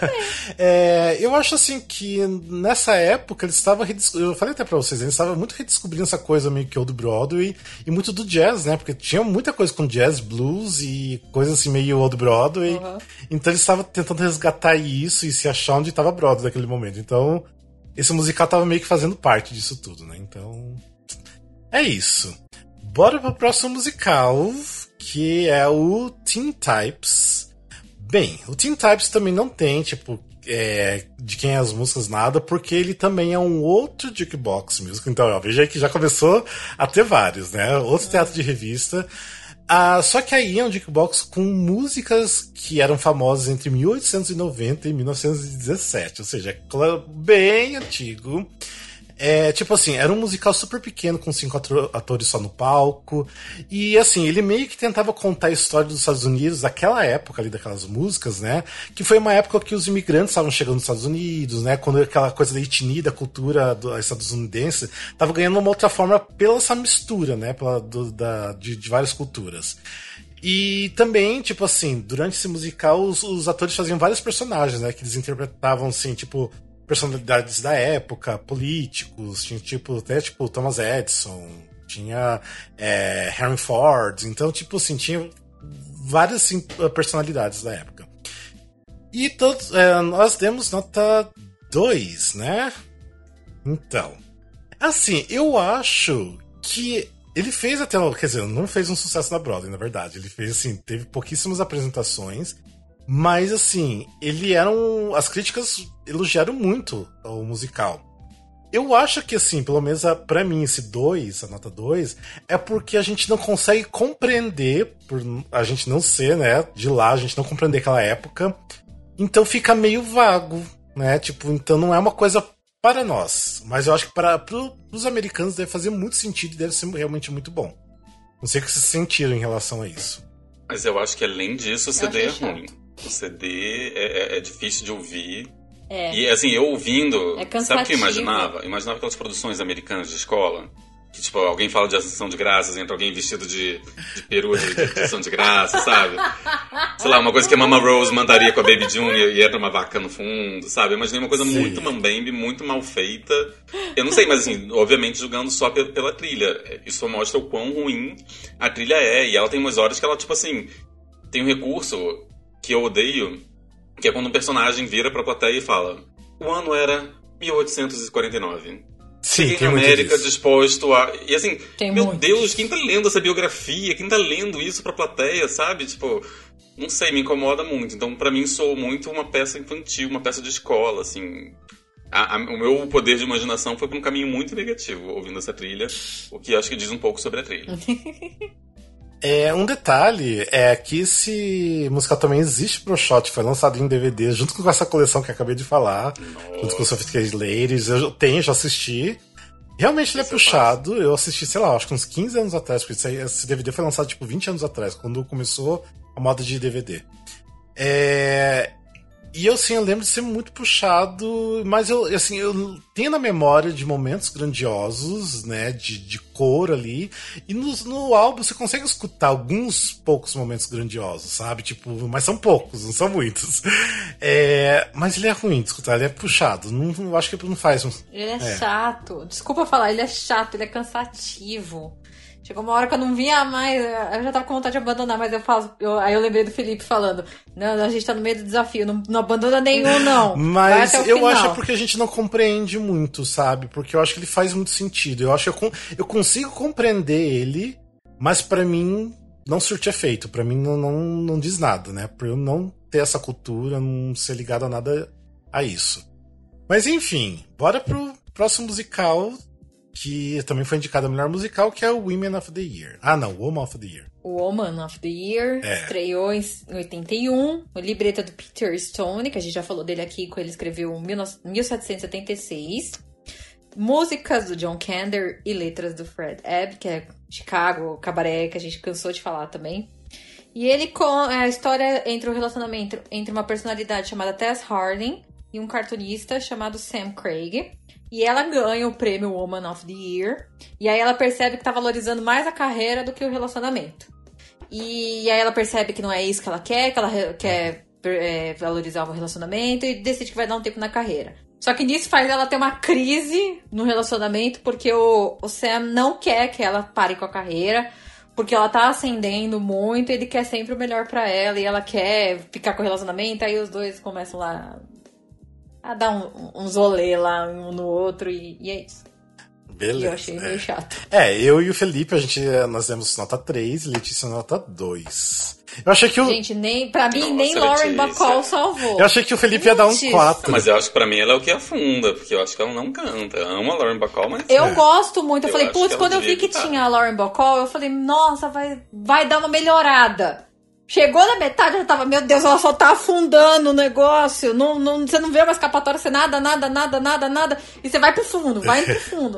eu acho assim que nessa época eles estavam eu falei até pra vocês, eles estavam muito redescobrindo essa coisa meio que old Broadway e muito do jazz, né? Porque tinha muita coisa com jazz, blues e coisas assim meio old Broadway. Então eles estavam tentando resgatar isso e se achar onde estava Broadway naquele momento. Então esse musical tava meio que fazendo parte disso tudo, né? Então é isso. Bora pro próximo musical, que é o Teen Types. Bem, o Teen Types também não tem, tipo, de quem é as músicas nada, porque ele também é um outro jukebox musical. Então, ó, veja aí que já começou a ter vários, né? Outro teatro de revista. Só que aí é um jukebox com músicas que eram famosas entre 1890 e 1917, ou seja, bem antigo. Tipo assim, era um musical super pequeno, com 5 atores só no palco. E assim, ele meio que tentava contar a história dos Estados Unidos daquela época ali, daquelas músicas, né? Que foi uma época que os imigrantes estavam chegando nos Estados Unidos, né? Quando aquela coisa da etnia, da cultura estadunidense, tava ganhando uma outra forma pela essa mistura, né? De várias culturas. E também, tipo assim, durante esse musical, os atores faziam vários personagens, né? Que eles interpretavam, assim, tipo, personalidades da época, políticos, tinha até Thomas Edison, tinha Henry Ford, então tipo assim, tinha várias assim, personalidades da época. E todos, nós demos nota 2, né? Então, assim, eu acho que ele fez até, quer dizer, não fez um sucesso na Broadway, na verdade, ele fez assim, teve pouquíssimas apresentações. Mas, assim, as críticas elogiaram muito o musical. Eu acho que, assim, pelo menos pra mim, a nota 2, é porque a gente não consegue compreender, por a gente não ser, né, de lá, a gente não compreender aquela época. Então fica meio vago, né? Tipo, então não é uma coisa para nós. Mas eu acho que pros americanos deve fazer muito sentido e deve ser realmente muito bom. Não sei o que vocês sentiram em relação a isso. Mas eu acho que, além disso, o CD é ruim. O CD é difícil de ouvir. E assim, eu ouvindo, sabe o que eu imaginava? Eu imaginava aquelas produções americanas de escola, que tipo, alguém fala de ação de graças, entra alguém vestido de peru de ação de graças, sabe? Sei lá, uma coisa que a Mama Rose mandaria com a Baby Junior e entra uma vaca no fundo, sabe? Eu imaginei uma coisa muito mambembe, muito mal feita. Eu não sei, mas assim, obviamente julgando só pela trilha. Isso mostra o quão ruim a trilha é. E ela tem umas horas que ela, tipo assim, tem um recurso que eu odeio, que é quando um personagem vira pra plateia e fala: o ano era 1849. Sim, Cheguei na América disposto a... E assim, meu Deus, quem tá lendo essa biografia? Quem tá lendo isso pra plateia, sabe? Tipo, não sei, me incomoda muito. Então, pra mim, soou muito uma peça infantil, uma peça de escola, assim. O meu poder de imaginação foi pra um caminho muito negativo ouvindo essa trilha, o que acho que diz um pouco sobre a trilha. Um detalhe é que esse musical também existe pro Shot, foi lançado em DVD junto com essa coleção que eu acabei de falar. Nossa. Junto com o Sophisticated Ladies. Já assisti. Realmente ele é puxado. Eu assisti, sei lá, acho que uns 15 anos atrás, porque esse DVD foi lançado tipo 20 anos atrás, quando começou a moda de DVD. E eu lembro de ser muito puxado, mas eu tenho na memória de momentos grandiosos, né, de cor ali, e no álbum você consegue escutar alguns poucos momentos grandiosos, sabe, tipo, mas são poucos, não são muitos. Mas ele é ruim de escutar, ele é puxado, eu acho que ele não faz... Ele é chato, desculpa falar, ele é chato, ele é cansativo. Chegou uma hora que eu não vinha mais, eu já tava com vontade de abandonar, mas aí eu lembrei do Felipe falando: não, a gente tá no meio do desafio, não abandona nenhum, não. Mas eu acho porque a gente não compreende muito, sabe? Porque eu acho que ele faz muito sentido. Eu acho que eu consigo compreender ele, mas pra mim não surte efeito. Pra mim não diz nada, né? Pra eu não ter essa cultura, não ser ligado a nada a isso. Mas enfim, bora pro próximo musical, que também foi indicado a melhor musical, que é o Women of the Year. Woman of the Year. Woman of the Year estreou em 81, o libreto do Peter Stone, que a gente já falou dele aqui, que ele escreveu em 1776. Músicas do John Kander e letras do Fred Ebb, que é Chicago, Cabaré, que a gente cansou de falar também. E ele é a história entre o relacionamento entre uma personalidade chamada Tess Harding e um cartunista chamado Sam Craig. E ela ganha o prêmio Woman of the Year. E aí ela percebe que tá valorizando mais a carreira do que o relacionamento. E aí ela percebe que não é isso que ela quer valorizar o relacionamento e decide que vai dar um tempo na carreira. Só que nisso faz ela ter uma crise no relacionamento, porque o Sam não quer que ela pare com a carreira, porque ela tá ascendendo muito, ele quer sempre o melhor pra ela, e ela quer ficar com o relacionamento, aí os dois começam lá a dar uns olê lá um no outro, e é isso. Beleza. E eu achei meio chato. Eu e o Felipe, nós demos nota 3 e Letícia nota 2. Eu achei que Gente, pra mim, nem Lauren Bacall salvou. Eu achei que o Felipe ia dar um 4. Mas eu acho que pra mim ela é o que afunda, porque eu acho que ela não canta. Eu amo a Lauren Bacall, mas... Eu gosto muito. Eu falei, putz, quando eu vi que evitar. tinha a Lauren Bacall, eu falei, nossa, vai dar uma melhorada. Chegou na metade, eu já tava, meu Deus, ela só tá afundando o negócio. Você não vê uma escapatória, você nada. E você vai pro fundo, vai pro fundo.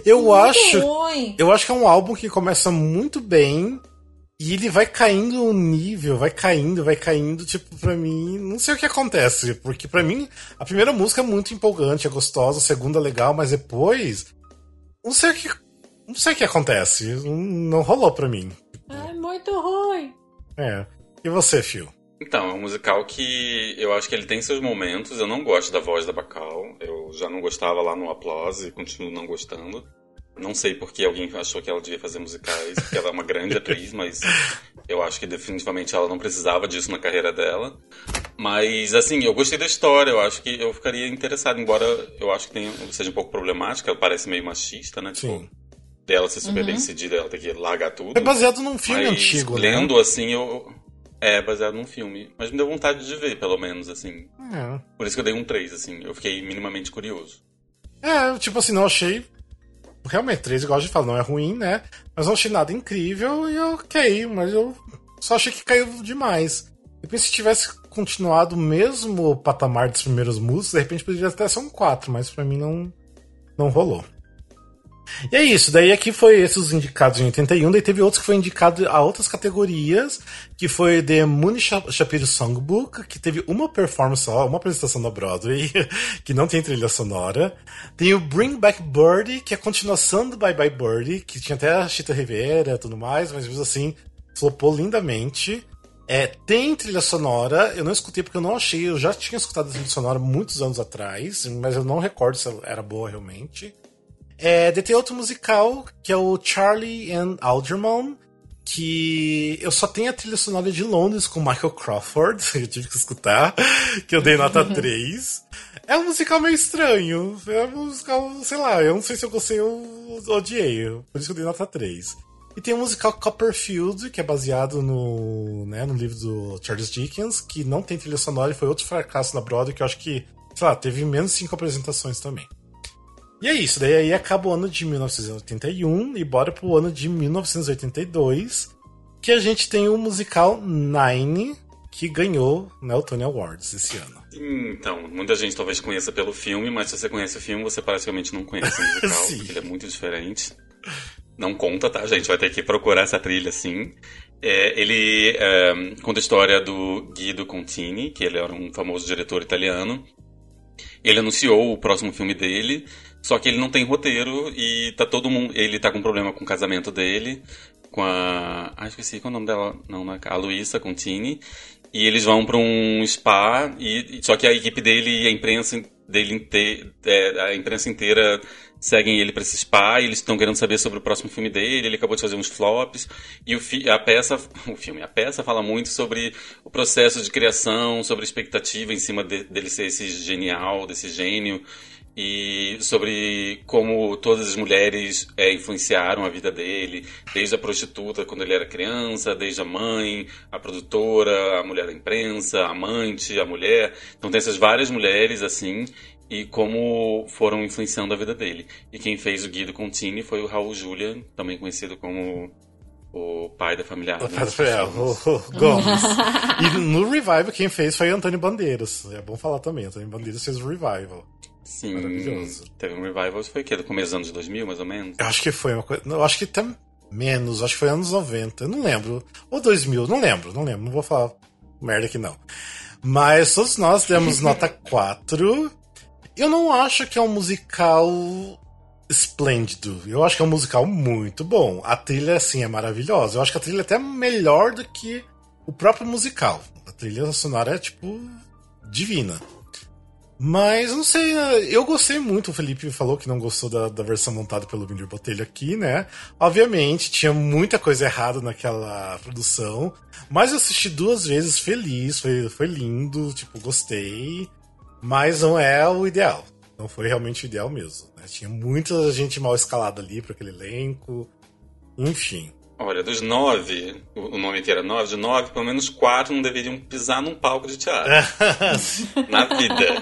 Ruim. Eu acho que é um álbum que começa muito bem e ele vai caindo o nível, vai caindo, tipo, pra mim, não sei o que acontece, porque pra mim a primeira música é muito empolgante, é gostosa, a segunda é legal, mas depois não sei o que acontece, não rolou pra mim. É muito ruim. E você, Phil? Então, é um musical que eu acho que ele tem seus momentos. Eu não gosto da voz da Bacall. Eu já não gostava lá no Applause e continuo não gostando. Não sei porque alguém achou que ela devia fazer musicais, porque ela é uma grande atriz, mas eu acho que definitivamente ela não precisava disso na carreira dela. Mas, assim, eu gostei da história. Eu acho que eu ficaria interessado, embora eu acho que seja um pouco problemática. Ela parece meio machista, né? Sim. Tipo, dela ser super bem cedida, ela ter que largar tudo. É baseado num filme mas, antigo, lendo, né? assim, É baseado num filme. Mas me deu vontade de ver, pelo menos, assim. Por isso que eu dei um 3, assim. Eu fiquei minimamente curioso. Tipo assim, não achei... Realmente, 3, igual a gente fala, não é ruim, né? Mas não achei nada incrível e mas eu só achei que caiu demais. Eu pensei que se tivesse continuado o mesmo patamar dos primeiros músicos, de repente poderia até ser um 4, mas pra mim não rolou. E é isso, daí aqui foi esses os indicados em 81, daí teve outros que foi indicado a outras categorias, que foi The Mooney Shapiro Songbook, que teve uma performance só, uma apresentação na Broadway, que não tem trilha sonora. Tem o Bring Back Birdie, que é a continuação do Bye Bye Birdie, que tinha até a Chita Rivera e tudo mais, mas mesmo assim, flopou lindamente. Tem trilha sonora, eu não escutei porque eu não achei, eu já tinha escutado a trilha sonora muitos anos atrás, mas eu não recordo se ela era boa realmente. Tem outro musical, que é o Charlie and Algernon, que eu só tenho a trilha sonora de Londres com Michael Crawford, eu tive que escutar, que eu dei nota 3. É um musical meio estranho, é um musical, sei lá, eu não sei se eu gostei ou odiei, por isso que eu dei nota 3. E tem o musical Copperfield, que é baseado no livro do Charles Dickens, que não tem trilha sonora e foi outro fracasso na Broadway, que eu acho que, sei lá, teve menos 5 apresentações também. E é isso, daí aí acaba o ano de 1981 e bora pro ano de 1982, que a gente tem o musical Nine, que ganhou, né, o Tony Awards esse ano. Então, muita gente talvez conheça pelo filme, mas se você conhece o filme, você praticamente não conhece o musical, porque ele é muito diferente. Não conta, tá, gente? Vai ter que procurar essa trilha, sim. Ele conta a história do Guido Contini, que ele era um famoso diretor italiano. Ele anunciou o próximo filme dele, só que ele não tem roteiro e tá todo mundo... Ele tá com problema com o casamento dele, com a... esqueci qual é o nome dela. Não, a Luisa Contini. E eles vão pra um spa, só que a equipe dele e a imprensa a imprensa inteira seguem ele pra esse spa, e eles estão querendo saber sobre o próximo filme dele. Ele acabou de fazer uns flops, e a peça fala muito sobre o processo de criação, sobre a expectativa em cima dele ser esse genial, desse gênio, e sobre como todas as mulheres influenciaram a vida dele, desde a prostituta quando ele era criança, desde a mãe, a produtora, a mulher da imprensa, a amante, a mulher. Então tem essas várias mulheres, assim, e como foram influenciando a vida dele. E quem fez o Guido Contini foi o Raul Julia, também conhecido como o pai da família Adams. O Gomes. E no Revival quem fez foi Antônio Bandeiras. É bom falar também, Antônio Bandeiras fez o Revival. Sim, teve um revival, foi o quê? Do começo dos anos 2000, mais ou menos? Eu acho que foi uma coisa... Eu acho que Menos, acho que foi anos 90, eu não lembro. Ou 2000, não lembro, não vou falar merda aqui não. Mas todos nós demos nota 4. Eu não acho que é um musical esplêndido. Eu acho que é um musical muito bom. A trilha, assim, é maravilhosa. Eu acho que a trilha é até melhor do que o próprio musical. A trilha sonora é, tipo, divina. Mas, não sei, eu gostei muito. O Felipe falou que não gostou da versão montada pelo Miller Botelho aqui, né? Obviamente, tinha muita coisa errada naquela produção. Mas eu assisti 2 vezes feliz, foi lindo, tipo, gostei. Mas não é o ideal. Não foi realmente o ideal mesmo, né? Tinha muita gente mal escalada ali para aquele elenco. Enfim. Olha, dos 9, o nome inteiro é 9, de 9, pelo menos 4 não deveriam pisar num palco de teatro. Na vida.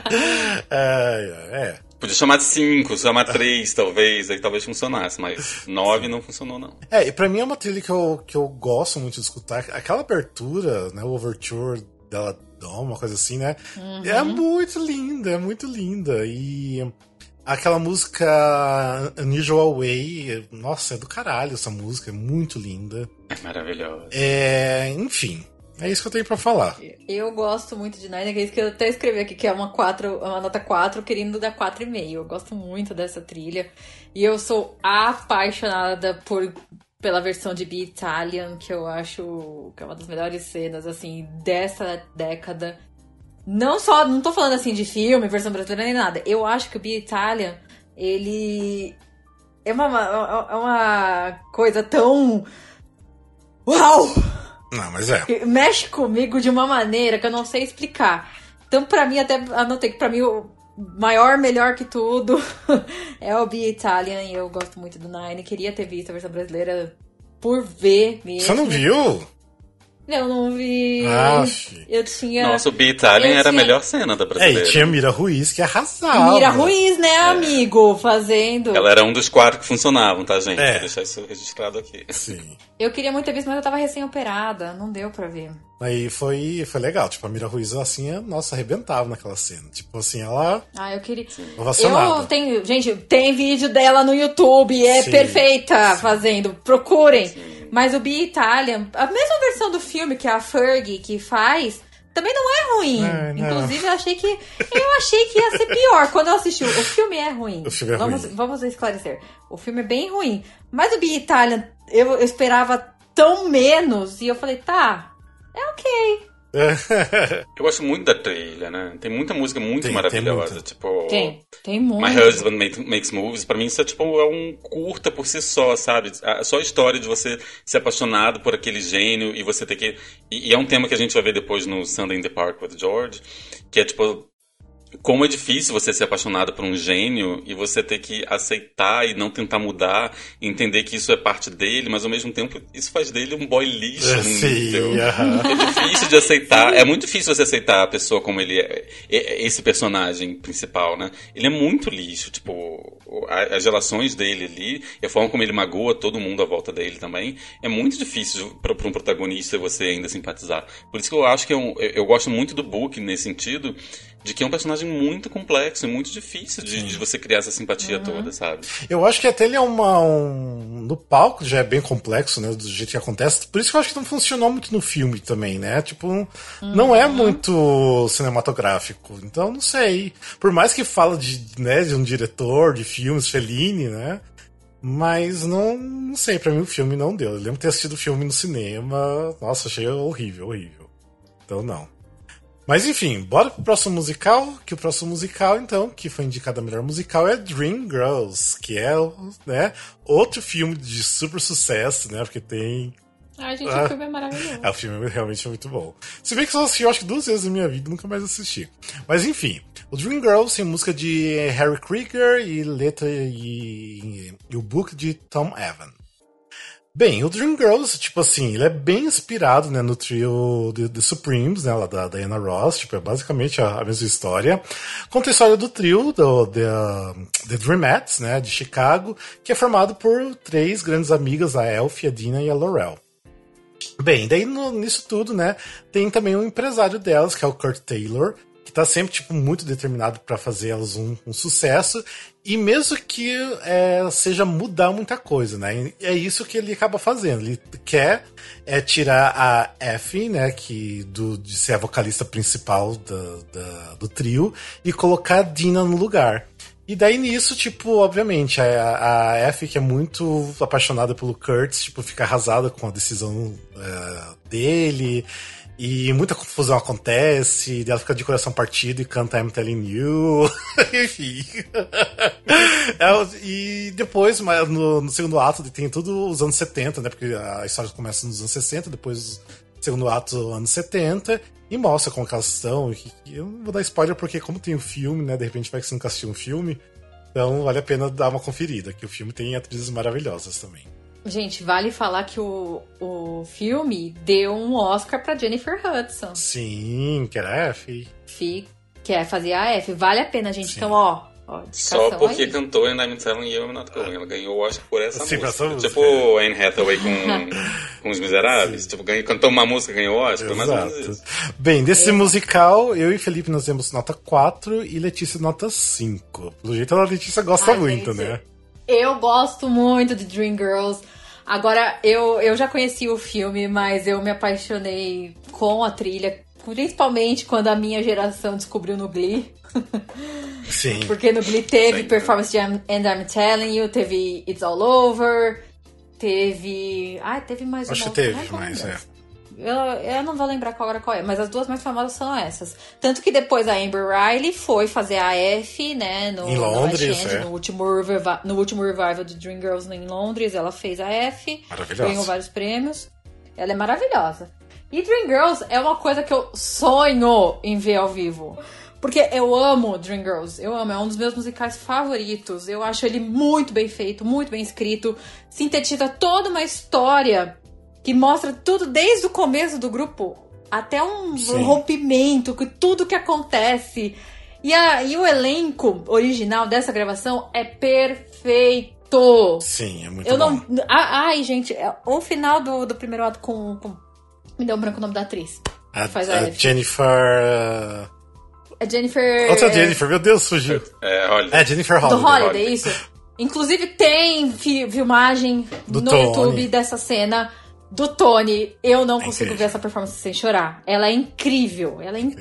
Podia chamar de 5, chamar 3, talvez, aí talvez funcionasse, mas 9 não funcionou, não. E pra mim é uma trilha que eu gosto muito de escutar. Aquela abertura, né, o overture dela, uma coisa assim, né? Uhum. É muito linda. E aquela música Unusual Way, nossa, é do caralho essa música, é muito linda. É maravilhosa. Enfim, é isso que eu tenho pra falar. Eu gosto muito de Nine, é isso que eu até escrevi aqui, que é uma nota 4, querendo dar 4,5. Eu gosto muito dessa trilha. E eu sou apaixonada pela versão de Be Italian, que eu acho que é uma das melhores cenas, assim, dessa década. Não tô falando, assim, de filme, versão brasileira, nem nada. Eu acho que o Be Italian, ele é uma coisa tão... Uau! Não, mas é. Mexe comigo de uma maneira que eu não sei explicar. Então, pra mim, até anotei que pra mim o maior, melhor que tudo é o Be Italian, e eu gosto muito do Nine. Queria ter visto a versão brasileira por ver mesmo. Você não viu? Eu não vi. Eu tinha. Nossa, o Be Italian era a melhor cena da brasileira. E tinha Mira Ruiz que arrasava. Mira Ruiz, né, amigo? Fazendo. Ela era um dos 4 que funcionavam, tá, gente? Vou deixar isso registrado aqui. Sim. Eu queria muito ter visto, mas eu tava recém-operada. Não deu pra ver. Aí foi legal. Tipo, a Mira Ruiz, assim, nossa, arrebentava naquela cena. Tipo assim, ela... eu queria... Ovacionada. Gente, tem vídeo dela no YouTube. É perfeita fazendo. Procurem. Sim. Mas o Be Italian, a mesma versão do filme que a Fergie que faz, também não é ruim. Inclusive, eu achei que ia ser pior quando eu assisti. O filme é ruim. O filme é ruim. Vamos esclarecer. O filme é bem ruim. Mas o Be Italian, eu esperava tão menos. E eu falei, tá, é ok. Eu gosto muito da trilha, né? Tem muita música muito maravilhosa. Tipo, tem muito. My Husband Makes Movies. Pra mim isso é um curta por si só, sabe? Só a história de você ser apaixonado por aquele gênio e você ter que... E é um tema que a gente vai ver depois no Sunday in the Park with George, que é tipo... Como é difícil você ser apaixonado por um gênio e você ter que aceitar e não tentar mudar, e entender que isso é parte dele, mas ao mesmo tempo isso faz dele um boy lixo. É difícil de aceitar. É muito difícil você aceitar a pessoa como ele é, esse personagem principal, né? Ele é muito lixo, tipo, as relações dele ali, e a forma como ele magoa todo mundo à volta dele também, é muito difícil para um protagonista você ainda simpatizar. Por isso que eu acho que eu gosto muito do Book nesse sentido, de que é um personagem muito complexo e muito difícil de você criar essa simpatia toda, sabe? Eu acho que até ele é no palco já é bem complexo, né? Do jeito que acontece. Por isso que eu acho que não funcionou muito no filme também, né? Tipo, não é muito cinematográfico. Então, não sei. Por mais que fala de um diretor de filmes, Fellini, né? Mas não sei, pra mim o filme não deu. Eu lembro de ter assistido o filme no cinema. Nossa, achei horrível. Então, não. Mas enfim, bora pro próximo musical, que o próximo musical, então, que foi indicado a melhor musical, é Dreamgirls, que é, né, outro filme de super sucesso, né, porque tem... Gente, o filme é maravilhoso. O filme realmente é muito bom. Se bem que só assisti, eu acho que 2 vezes na minha vida, nunca mais assisti. Mas enfim, o Dreamgirls tem música de Harry Krieger e letra e o book de Tom Evan. Bem, o Dreamgirls, tipo assim, ele é bem inspirado, né, no trio The Supremes, né, lá da Diana Ross, tipo, é basicamente a mesma história. Conta a história do trio, The Dreamettes, né, de Chicago, que é formado por 3 grandes amigas, a Elfie, a Dina e a Laurel. Bem, daí nisso tudo, né, tem também um empresário delas, que é o Kurt Taylor, que tá sempre, tipo, muito determinado pra fazer elas um sucesso, e mesmo que seja mudar muita coisa, né? E é isso que ele acaba fazendo. Ele quer tirar a Effie, né, de ser a vocalista principal do trio, e colocar a Dina no lugar. E daí nisso, tipo, obviamente, a Effie, que é muito apaixonada pelo Kurtz, tipo, fica arrasada com a decisão dele, e muita confusão acontece, e ela fica de coração partido e canta I'm Telling You, enfim. E depois, no segundo ato, tem tudo os anos 70, né, porque a história começa nos anos 60, depois segundo ato, anos 70, e mostra como que elas estão. Eu não vou dar spoiler porque, como tem o filme, né? De repente vai que você nunca assistiu um filme, então vale a pena dar uma conferida, que o filme tem atrizes maravilhosas também. Gente, vale falar que o filme deu um Oscar pra Jennifer Hudson. Sim, que era a Effie. Que fazia a F. Vale a pena, gente. Sim. Então, ó só porque aí. Cantou em I'm Telling You, I'm Not Going. Ela ganhou o Oscar por essa música. Essa música. Tipo Anne Hathaway com Os Miseráveis. Sim. Tipo, cantou uma música e ganhou o Oscar. Exato. Mais ou menos isso. Bem, desse musical, eu e Felipe nós demos nota 4 e Letícia nota 5. Pelo jeito, a Letícia gosta muito, gente, né? Eu gosto muito de Dreamgirls. Agora, eu já conheci o filme, mas eu me apaixonei com a trilha, principalmente quando a minha geração descobriu no Glee. Sim. Porque no Glee teve performance de And I'm Telling You, teve It's All Over, teve mais uma. Acho que teve mais, Eu não vou lembrar agora qual é, mas as duas mais famosas são essas. Tanto que depois a Amber Riley foi fazer a F, né, em Londres, no último revival de Dreamgirls em Londres, ela fez a F, ganhou vários prêmios. Ela é maravilhosa. E Dreamgirls é uma coisa que eu sonho em ver ao vivo. Porque eu amo Dreamgirls, é um dos meus musicais favoritos. Eu acho ele muito bem feito, muito bem escrito, sintetiza toda uma história que mostra tudo desde o começo do grupo até um rompimento, tudo que acontece. E o elenco original dessa gravação é perfeito. Sim, é muito bom. Ai, gente, o final do primeiro ato com... Me deu um branco o nome da atriz. Faz a Jennifer... É Jennifer... Outra Jennifer, meu Deus, fugiu. Jennifer Holiday. Do Holiday, isso. Inclusive tem filmagem no YouTube dessa cena do Tony. Eu não consigo ver essa performance sem chorar. Ela é incrível,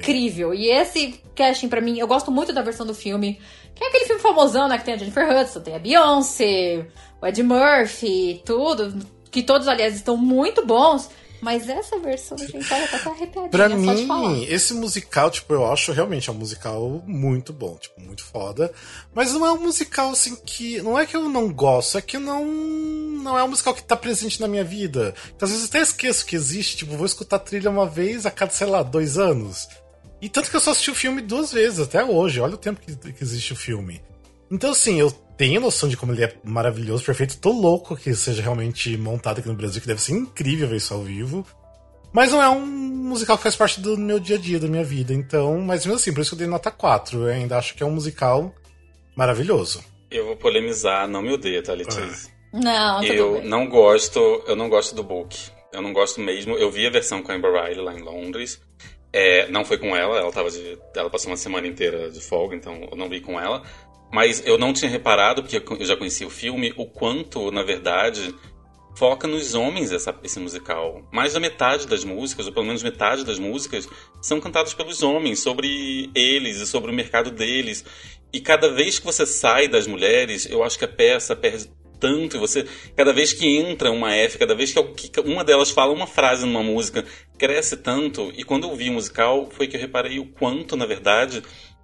E esse casting, pra mim, eu gosto muito da versão do filme, que é aquele filme famosão, né? Que tem a Jennifer Hudson, tem a Beyoncé, o Ed Murphy, tudo. Que todos, aliás, estão muito bons. Mas essa versão, gente, olha, tá até arrepiadinha. Pra mim, esse musical, tipo, eu acho realmente um musical muito bom, tipo, muito foda. Mas não é um musical, assim, que... Não é que eu não gosto, é que não é um musical que tá presente na minha vida. Então, às vezes eu até esqueço que existe, tipo, vou escutar a trilha uma vez a cada, sei lá, 2 anos. E tanto que eu só assisti o filme 2 vezes, até hoje. Olha o tempo que existe o filme. Então, assim, eu tenho noção de como ele é maravilhoso, perfeito. Tô louco que seja realmente montado aqui no Brasil, que deve ser incrível ver isso ao vivo. Mas não é um musical que faz parte do meu dia a dia, da minha vida. Então, mas mesmo assim, por isso que eu dei nota 4. Eu ainda acho que é um musical maravilhoso. Eu vou polemizar, não me odeia, tá, Letícia? Não, eu não gosto do book. Eu não gosto mesmo. Eu vi a versão com a Amber Riley lá em Londres. Não foi com ela, ela passou uma semana inteira de folga, então eu não vi com ela. Mas eu não tinha reparado, porque eu já conhecia o filme, o quanto, na verdade, foca nos homens esse musical. Mais da metade das músicas, ou pelo menos metade das músicas, são cantadas pelos homens, sobre eles e sobre o mercado deles. E cada vez que você sai das mulheres, eu acho que a peça perde tanto. E cada vez que entra uma F, cada vez que uma delas fala uma frase numa música, cresce tanto. E quando eu vi o musical, foi que eu reparei o quanto, na verdade...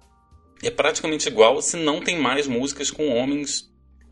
é praticamente igual, se não tem mais músicas com homens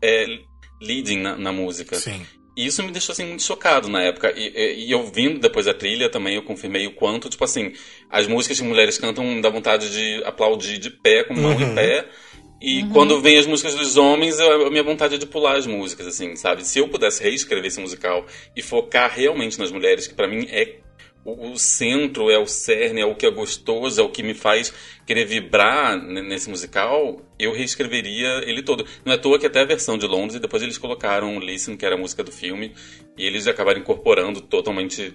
leading na música. Sim. E isso me deixou assim, muito chocado na época. E eu vindo depois da trilha também, eu confirmei o quanto, tipo assim, as músicas que mulheres cantam dá vontade de aplaudir de pé, com mão em pé. E quando vem as músicas dos homens, a minha vontade é de pular as músicas, assim, sabe? Se eu pudesse reescrever esse musical e focar realmente nas mulheres, que pra mim é o centro, é o cerne, é o que é gostoso, é o que me faz querer vibrar nesse musical, eu reescreveria ele todo. Não é à toa que até a versão de Londres, e depois eles colocaram o Listen, que era a música do filme, e eles acabaram incorporando totalmente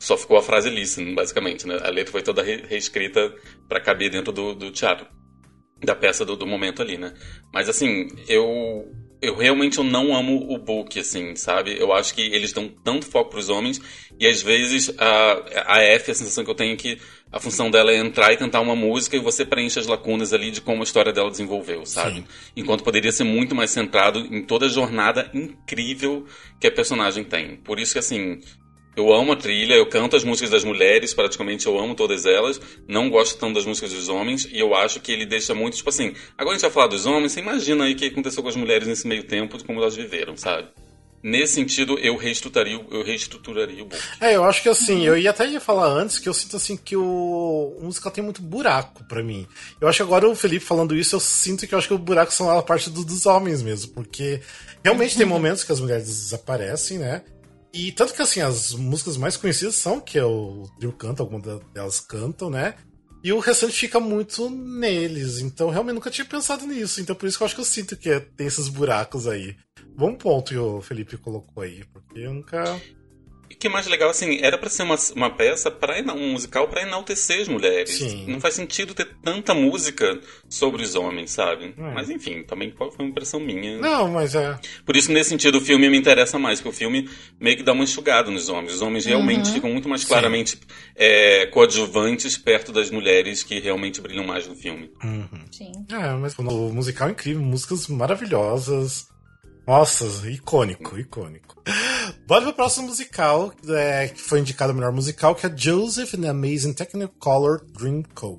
Só ficou a frase listen, basicamente, né? A letra foi toda reescrita pra caber dentro do teatro, da peça do momento ali, né? Mas, assim, eu realmente não amo o book, assim, sabe? Eu acho que eles dão tanto foco pros homens e, às vezes, a F, a sensação que eu tenho é que a função dela é entrar e cantar uma música e você preenche as lacunas ali de como a história dela desenvolveu, sabe? Sim. Enquanto poderia ser muito mais centrado em toda a jornada incrível que a personagem tem. Por isso que, assim, eu amo a trilha, eu canto as músicas das mulheres, praticamente eu amo todas elas, não gosto tanto das músicas dos homens, e eu acho que ele deixa muito, tipo assim, agora a gente vai falar dos homens, você imagina aí o que aconteceu com as mulheres nesse meio tempo, de como elas viveram, sabe? Nesse sentido, eu reestruturaria o book. Eu acho que assim, eu ia falar antes que eu sinto assim que o musical tem muito buraco pra mim. Eu acho que agora o Felipe falando isso, eu sinto que eu acho que o buraco são a parte dos homens mesmo, porque realmente tem momentos que as mulheres desaparecem, né? E tanto que assim, as músicas mais conhecidas são que o Drew canta, algumas delas cantam, né? E o restante fica muito neles. Então realmente nunca tinha pensado nisso. Então por isso que eu acho que eu sinto que tem esses buracos aí. Bom ponto que o Felipe colocou aí, porque eu nunca... E o que é mais legal, assim, era pra ser uma peça, um musical pra enaltecer as mulheres. Sim. Não faz sentido ter tanta música sobre os homens, sabe? Mas enfim, também foi uma impressão minha. Não, mas é... Por isso, nesse sentido, o filme me interessa mais, porque o filme meio que dá uma enxugada nos homens. Os homens realmente ficam muito mais claramente coadjuvantes perto das mulheres que realmente brilham mais no filme. Sim. Mas o musical é incrível, músicas maravilhosas. Nossa, icônico. Bora pro próximo musical, que foi indicado o melhor musical, que é Joseph and the Amazing Technicolor Dreamcoat.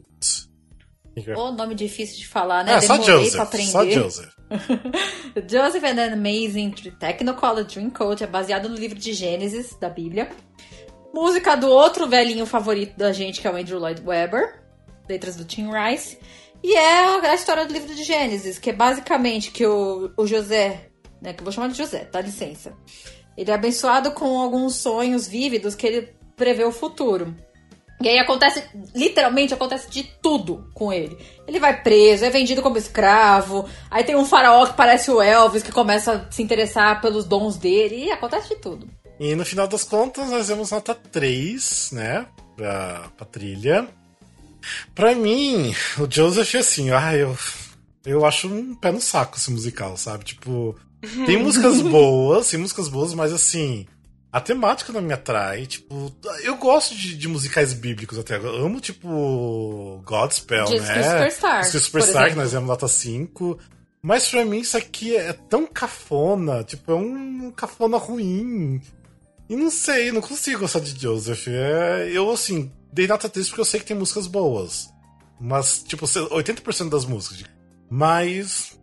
O nome difícil de falar, né? Só Demorei Joseph, pra aprender. só Joseph. Joseph and the Amazing Technicolor Dreamcoat é baseado no livro de Gênesis, da Bíblia. Música do outro velhinho favorito da gente, que é o Andrew Lloyd Webber. Letras do Tim Rice. E é a história do livro de Gênesis, que é basicamente que o José... Né, que eu vou chamar de José, dá licença. Ele é abençoado com alguns sonhos vívidos que ele prevê o futuro. E aí literalmente acontece de tudo com ele. Ele vai preso, é vendido como escravo. Aí tem um faraó que parece o Elvis, que começa a se interessar pelos dons dele. E acontece de tudo. E no final das contas, nós demos nota 3, né? Pra trilha. Pra mim, o Joseph, assim, eu acho um pé no saco esse musical, sabe? Tipo... Tem músicas boas, mas assim, a temática não me atrai. Tipo, eu gosto de musicais bíblicos até. Eu amo, tipo, Godspell, né? Superstar, que nós demos nota 5. Mas pra mim isso aqui é tão cafona. Tipo, é um cafona ruim. E não sei, não consigo gostar de Joseph. Eu, assim, dei nota 3 porque eu sei que tem músicas boas. Mas, tipo, 80% das músicas. Mas,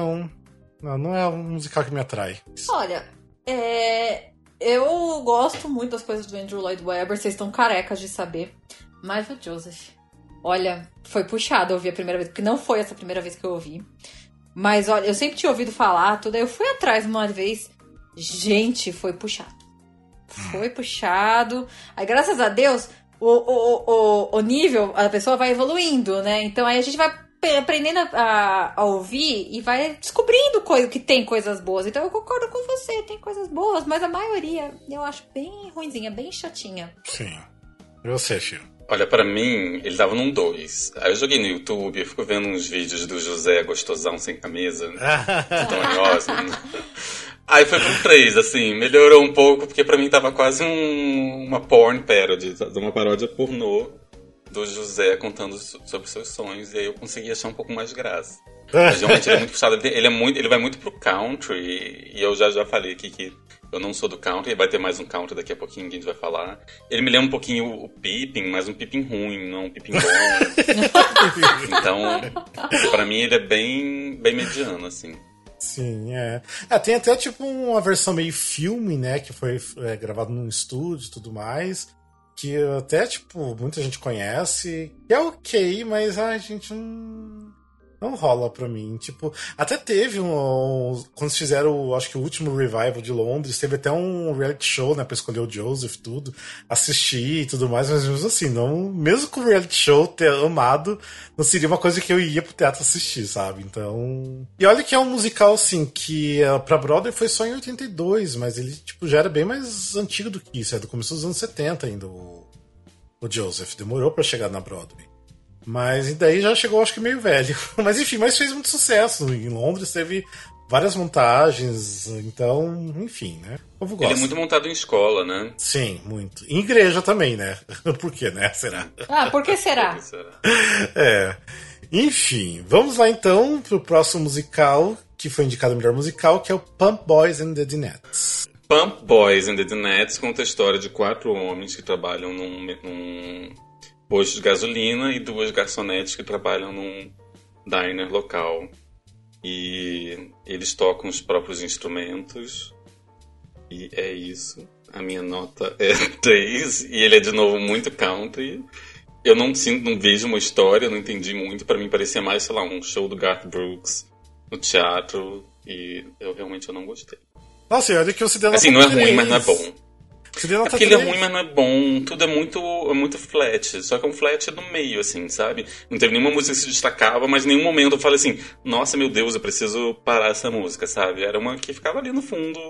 não é um musical que me atrai. Olha, eu gosto muito das coisas do Andrew Lloyd Webber, vocês estão carecas de saber. Mas o Joseph, olha, foi puxado eu ouvi a primeira vez, porque não foi essa primeira vez que eu ouvi. Mas olha, eu sempre tinha ouvido falar, tudo, aí eu fui atrás uma vez. Gente, foi puxado. Foi puxado. Aí, graças a Deus, o nível, a pessoa vai evoluindo, né? Então aí a gente vai aprendendo a ouvir e vai descobrindo que tem coisas boas. Então eu concordo com você, tem coisas boas, mas a maioria eu acho bem ruinzinha, bem chatinha. Sim. E você, Chico? Olha, pra mim, ele tava num 2. Aí eu joguei no YouTube, eu fico vendo uns vídeos do José gostosão sem camisa, Tony Osmond. Aí foi pro 3, assim, melhorou um pouco, porque pra mim tava quase uma porn parody, uma paródia pornô do José contando sobre seus sonhos, e aí eu consegui achar um pouco mais de graça. Mas realmente ele é muito puxado, ele vai muito pro country, e eu já falei aqui que eu não sou do country, vai ter mais um country daqui a pouquinho que a gente vai falar. Ele me lembra um pouquinho o Pippin, mas um Pippin ruim, não um Pippin bom. Então, pra mim ele é bem mediano, assim. Sim, tem até tipo uma versão meio filme, né, que foi gravado num estúdio e tudo mais, que até, tipo, muita gente conhece, que é ok, mas a gente Não rola pra mim. Tipo, até teve quando eles fizeram, acho que o último revival de Londres, teve até um reality show, né, pra escolher o Joseph, tudo, assistir e tudo mais, mas mesmo assim, não, mesmo com o reality show ter amado, não seria uma coisa que eu ia pro teatro assistir, sabe? Então. E olha que é um musical, assim, que pra Broadway foi só em 82, mas ele, tipo, já era bem mais antigo do que isso, é do começo dos anos 70 ainda, o Joseph. Demorou pra chegar na Broadway. Mas e daí já chegou, acho que meio velho. Mas enfim, mas fez muito sucesso. Em Londres teve várias montagens, então, enfim, né? O povo gosta. Ele é muito montado em escola, né? Sim, muito. Em igreja também, né? Por quê, né? Será? Por que será? Por que será? Enfim, vamos lá então pro próximo musical, que foi indicado melhor musical, que é o Pump Boys and the Dinettes. Pump Boys and the Dinettes conta a história de 4 homens que trabalham num posto de gasolina e 2 garçonetes que trabalham num diner local. E eles tocam os próprios instrumentos. E é isso. A minha nota é 3. E ele é, de novo, muito country. Eu não vejo uma história, não entendi muito. Pra mim parecia mais, sei lá, um show do Garth Brooks no teatro. E eu realmente não gostei. Nossa, olha que você deu nota assim, não é 3. ruim, mas não é bom. É porque ele é ruim, mas não é bom. Tudo é muito flat. Só que é um flat do meio, assim, sabe? Não teve nenhuma música que se destacava, mas em nenhum momento eu falei assim, nossa, meu Deus, eu preciso parar essa música, sabe? Era uma que ficava ali no fundo.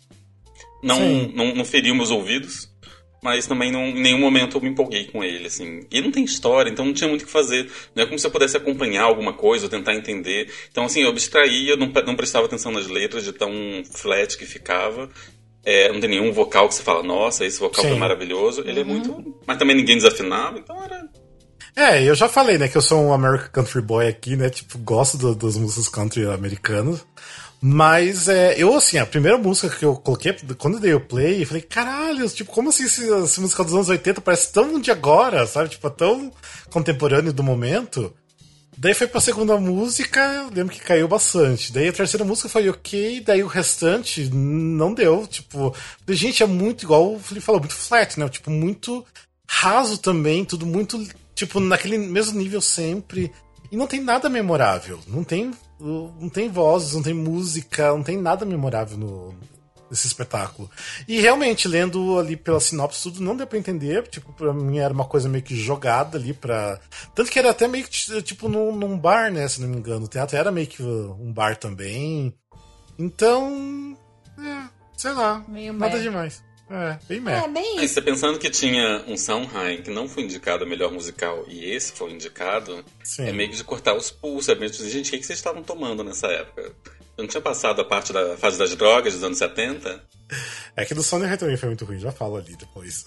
Não feria meus ouvidos, mas também em nenhum momento eu me empolguei com ele, assim. E não tem história, então não tinha muito o que fazer. Não é como se eu pudesse acompanhar alguma coisa, ou tentar entender. Então, assim, eu abstraía, não prestava atenção nas letras de tão flat que ficava. Não tem nenhum vocal que você fala, nossa, esse vocal foi maravilhoso. Ele é muito... Mas também ninguém desafinava, então era... eu já falei, né, que eu sou um American Country Boy aqui, né, tipo, gosto das músicas country americanas. Mas, eu, assim, a primeira música que eu coloquei, quando eu dei o play, eu falei, caralho, tipo, como assim esse musical dos anos 80 parece tão de agora, sabe? Tipo, tão contemporâneo do momento. Daí foi pra segunda música, eu lembro que caiu bastante. Daí a terceira música foi ok, daí o restante não deu. Tipo, gente, é muito igual o Felipe falou, muito flat, né? Tipo, muito raso também, tudo muito, tipo, naquele mesmo nível sempre. E não tem nada memorável. Não tem vozes, não tem música, não tem nada memorável nesse espetáculo. E realmente, lendo ali pela sinopse, tudo não deu pra entender. Tipo, pra mim era uma coisa meio que jogada ali pra... Tanto que era até meio que, tipo, num bar, né? Se não me engano. O teatro era meio que um bar também. Então... sei lá. Meio nada merda. Demais. Bem merda. Bem Aí isso. você pensando que tinha um Sondheim que não foi indicado a melhor musical e esse foi indicado, Sim. é meio que de cortar os pulsos. É mesmo de dizer, gente, o que vocês estavam tomando nessa época? Eu não tinha passado a parte da fase das drogas dos anos 70? É que do Sondheim também foi muito ruim, já falo ali depois.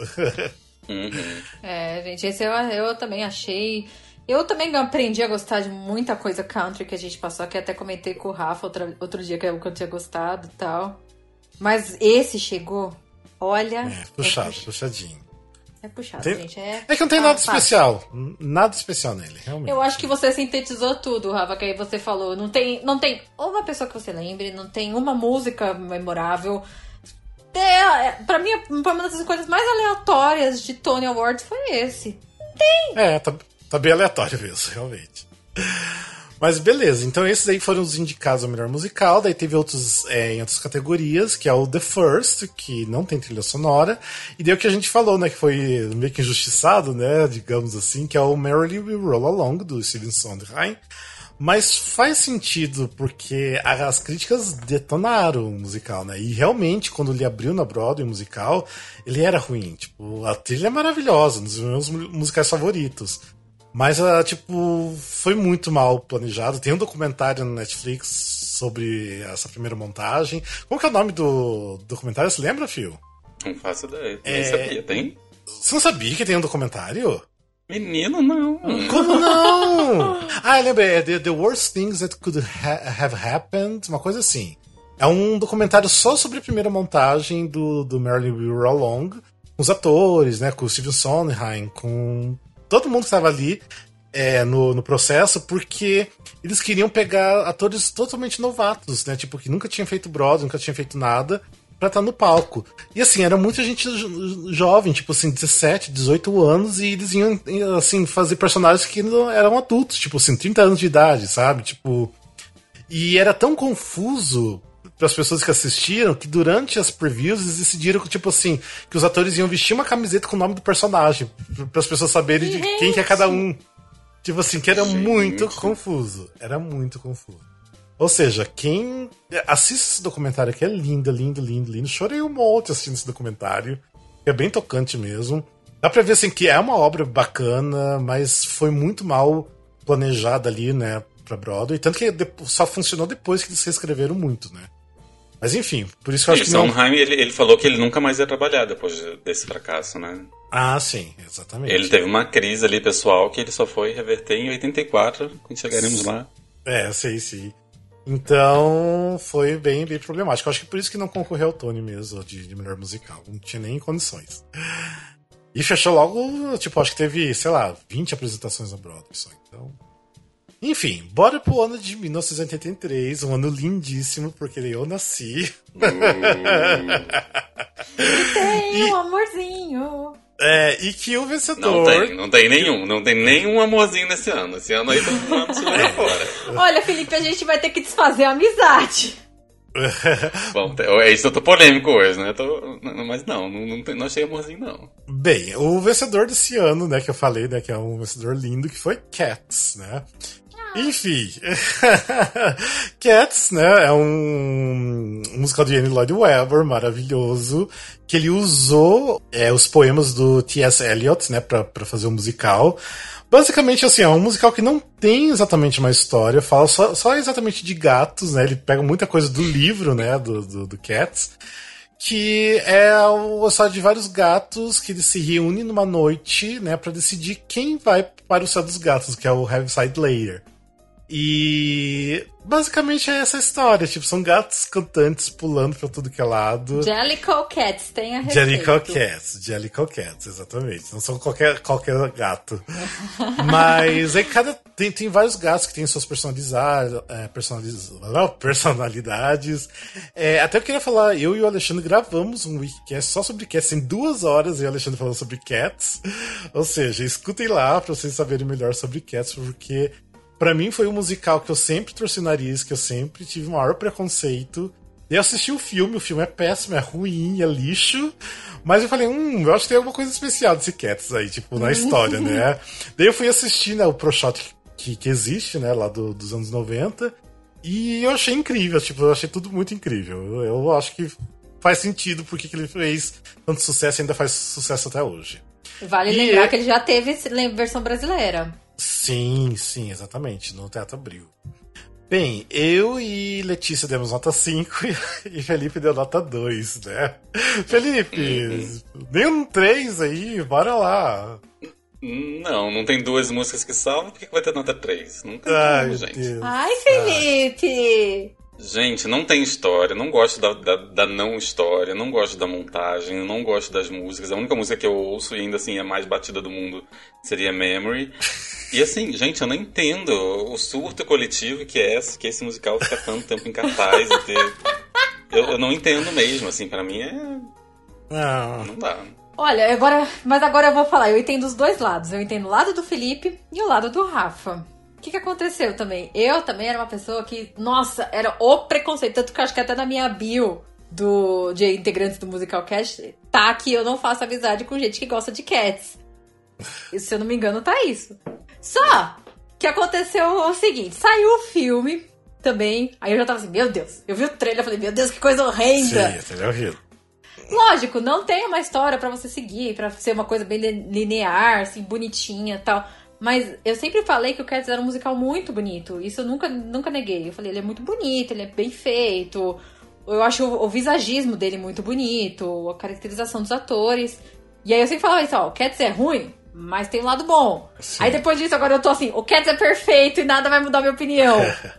Gente, esse eu também achei... Eu também aprendi a gostar de muita coisa country que a gente passou, que até comentei com o Rafa outro dia que eu tinha gostado e tal. Mas esse chegou... Olha... puxadinho. É puxado, Tem... gente. É que não tem nada especial. Nada especial nele, realmente. Eu acho que você sintetizou tudo, Rafa, que aí você falou. Não tem uma pessoa que você lembre, não tem uma música memorável. Pra mim, uma das coisas mais aleatórias de Tony Awards foi esse. Não tem! Tá bem aleatório mesmo, realmente. Mas beleza, então esses aí foram os indicados ao melhor musical. Daí teve outros em outras categorias, que é o The First, que não tem trilha sonora. E daí o que a gente falou, né, que foi meio que injustiçado, né, digamos assim, que é o Merrily We Roll Along, do Stephen Sondheim. Mas faz sentido, porque as críticas detonaram o musical, né? E realmente, quando ele abriu na Broadway o musical, ele era ruim. Tipo, a trilha é maravilhosa, um dos meus musicais favoritos. Mas, tipo, foi muito mal planejado. Tem um documentário no Netflix sobre essa primeira montagem. Como que é o nome do documentário? Você lembra, Fio? Não faço ideia. Nem sabia, tem? Você não sabia que tem um documentário? Menino, não. Como não? Eu lembro. É The Worst Things That Could Have Happened. Uma coisa assim. É um documentário só sobre a primeira montagem do Merrily We Roll Along. Com os atores, né? Com o Stephen Sondheim, com... todo mundo que estava ali no processo, porque eles queriam pegar atores totalmente novatos, né? Tipo, que nunca tinham feito Broadway, nunca tinham feito nada, pra estar no palco. E assim, era muita gente jovem, tipo assim, 17, 18 anos, e eles iam, assim, fazer personagens que não eram adultos, tipo assim, 30 anos de idade, sabe? Tipo. E era tão confuso para as pessoas que assistiram que durante as previews eles decidiram que, tipo assim, que os atores iam vestir uma camiseta com o nome do personagem, para as pessoas saberem de quem que é cada um. Tipo assim, que era muito confuso. Era muito confuso. Ou seja, quem assiste esse documentário aqui é lindo, lindo, lindo, lindo. Chorei um monte assistindo esse documentário. É bem tocante mesmo. Dá pra ver assim que é uma obra bacana, mas foi muito mal planejada ali, né, pra Broadway. Tanto que só funcionou depois que eles reescreveram muito, né. Mas enfim, por isso que eu acho que não... Sondheim, ele falou que ele nunca mais ia trabalhar depois desse fracasso, né? Ah, sim, exatamente. Ele teve uma crise ali pessoal que ele só foi reverter em 84, quando chegaremos lá. Sim. Então, foi bem, bem problemático. Eu acho que por isso que não concorreu ao Tony mesmo, de melhor musical. Não tinha nem condições. E fechou logo, tipo, acho que teve, sei lá, 20 apresentações na Broadway só. Então... Enfim, bora pro ano de 1983, um ano lindíssimo, porque eu nasci. E tem um amorzinho. E que o vencedor... Não tem nenhum amorzinho nesse ano. Esse ano aí todo mundo se joga fora. Olha, Felipe, a gente vai ter que desfazer a amizade. Bom, é isso, eu tô polêmico hoje, né? Mas não achei amorzinho, não. Bem, o vencedor desse ano, né, que eu falei, né, que é um vencedor lindo, que foi Cats, né? Enfim, Cats, né, é um musical de Andrew Lloyd Webber, maravilhoso, que ele usou os poemas do T.S. Eliot, né, pra fazer o musical. Basicamente, assim, é um musical que não tem exatamente uma história, fala só exatamente de gatos, né, ele pega muita coisa do livro, né, do Cats, que é a história de vários gatos que eles se reúnem numa noite, né, pra decidir quem vai para o céu dos gatos, que é o Heaviside Layer. E basicamente é essa história, tipo, são gatos cantantes pulando pra tudo que é lado. Jellicle Cats, tem a respeito. Jellicle Cats, exatamente. Não são qualquer gato. Mas aí tem vários gatos que têm suas personalidades. Até eu queria falar, eu e o Alexandre gravamos um Wikicast só sobre Cats, em 2 horas, eu e o Alexandre falando sobre Cats. Ou seja, escutem lá pra vocês saberem melhor sobre Cats, porque pra mim foi um musical que eu sempre torci o nariz, que eu sempre tive o maior preconceito. Eu assisti o filme é péssimo, é ruim, é lixo. Mas eu falei, eu acho que tem alguma coisa especial desse Cats aí, tipo, na história, né? Daí eu fui assistir, né, o Pro Shot que existe, né, lá dos anos 90. E eu achei incrível, tipo, eu achei tudo muito incrível. Eu acho que faz sentido porque que ele fez tanto sucesso e ainda faz sucesso até hoje. Vale lembrar que ele já teve versão brasileira. Sim, exatamente, no Teatro Abril. Bem, eu e Letícia demos nota 5 e Felipe deu nota 2, né? Felipe, dê um 3 aí, bora lá. Não tem 2 músicas que salvam, por que vai ter nota 3? Não tem como, gente. Deus. Ai, Felipe! Gente, não tem história, não gosto da não história, não gosto da montagem, não gosto das músicas. A única música que eu ouço e ainda assim é mais batida do mundo seria Memory. E assim, gente, eu não entendo o surto coletivo que é esse musical fica tanto tempo em cartaz e ter... Eu não entendo mesmo, assim, pra mim não dá. Olha, mas agora eu vou falar, eu entendo os dois lados. Eu entendo o lado do Felipe e o lado do Rafa. O que aconteceu também? Eu também era uma pessoa que, nossa, era o preconceito. Tanto que eu acho que até na minha bio de integrantes do Musical Cast tá que eu não faço amizade com gente que gosta de Cats. E, se eu não me engano, tá isso. Só que aconteceu o seguinte, saiu o filme também, aí eu já tava assim, meu Deus. Eu vi o trailer e falei, meu Deus, que coisa horrenda. Sim, é horrível. Lógico, não tem uma história pra você seguir, pra ser uma coisa bem linear, assim, bonitinha e tal. Mas eu sempre falei que o Cats era um musical muito bonito. Isso eu nunca neguei. Eu falei, ele é muito bonito, ele é bem feito. Eu acho o visagismo dele muito bonito, a caracterização dos atores. E aí eu sempre falava isso, ó, o Cats é ruim, mas tem um lado bom. Sim. Aí depois disso, agora eu tô assim, o Cats é perfeito e nada vai mudar minha opinião.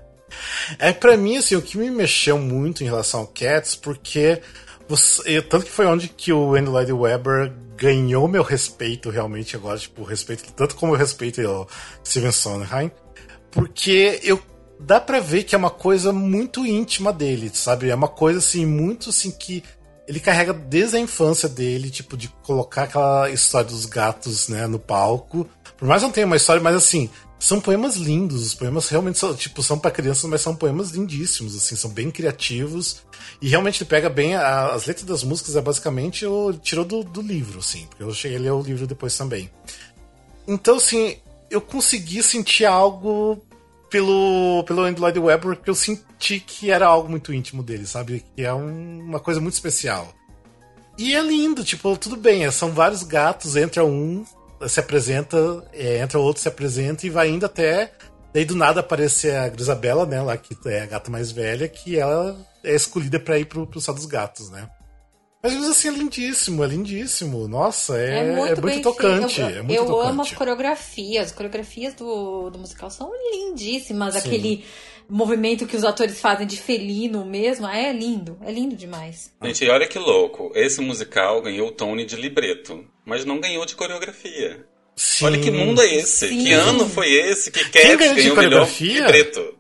Pra mim, assim, o que me mexeu muito em relação ao Cats, porque... tanto que foi onde que o Andrew Lloyd Webber ganhou meu respeito realmente agora, tipo, respeito tanto como eu respeito o Stephen Sondheim, porque dá pra ver que é uma coisa muito íntima dele, sabe? É uma coisa assim, muito assim que ele carrega desde a infância dele, tipo, de colocar aquela história dos gatos, né, no palco. Por mais que não tenha uma história, mas assim, são poemas lindos. Os poemas realmente são, tipo, são pra crianças, mas são poemas lindíssimos, assim, são bem criativos. E realmente ele pega bem. As letras das músicas tirou do livro, assim, porque eu cheguei a ler o livro depois também. Então, assim, eu consegui sentir algo pelo Andrew Lloyd Webber, porque eu senti que era algo muito íntimo dele, sabe? Que é uma coisa muito especial. E é lindo, tipo, tudo bem, são vários gatos, entra um, se apresenta, entra outro, se apresenta e vai indo até. Daí do nada aparece a Grisabella, né? Lá que é a gata mais velha, que ela é escolhida pra ir pro Sal dos Gatos, né? Mas mesmo assim é lindíssimo, é lindíssimo. Nossa, é muito tocante. Eu amo as coreografias. As coreografias do musical são lindíssimas. Sim. Aquele movimento que os atores fazem de felino mesmo. É lindo demais. Gente, olha que louco. Esse musical ganhou o Tony de libreto, mas não ganhou de coreografia. Sim. Olha que mundo é esse. Sim. Que ano foi esse? Que Cats ganhou o melhor libreto?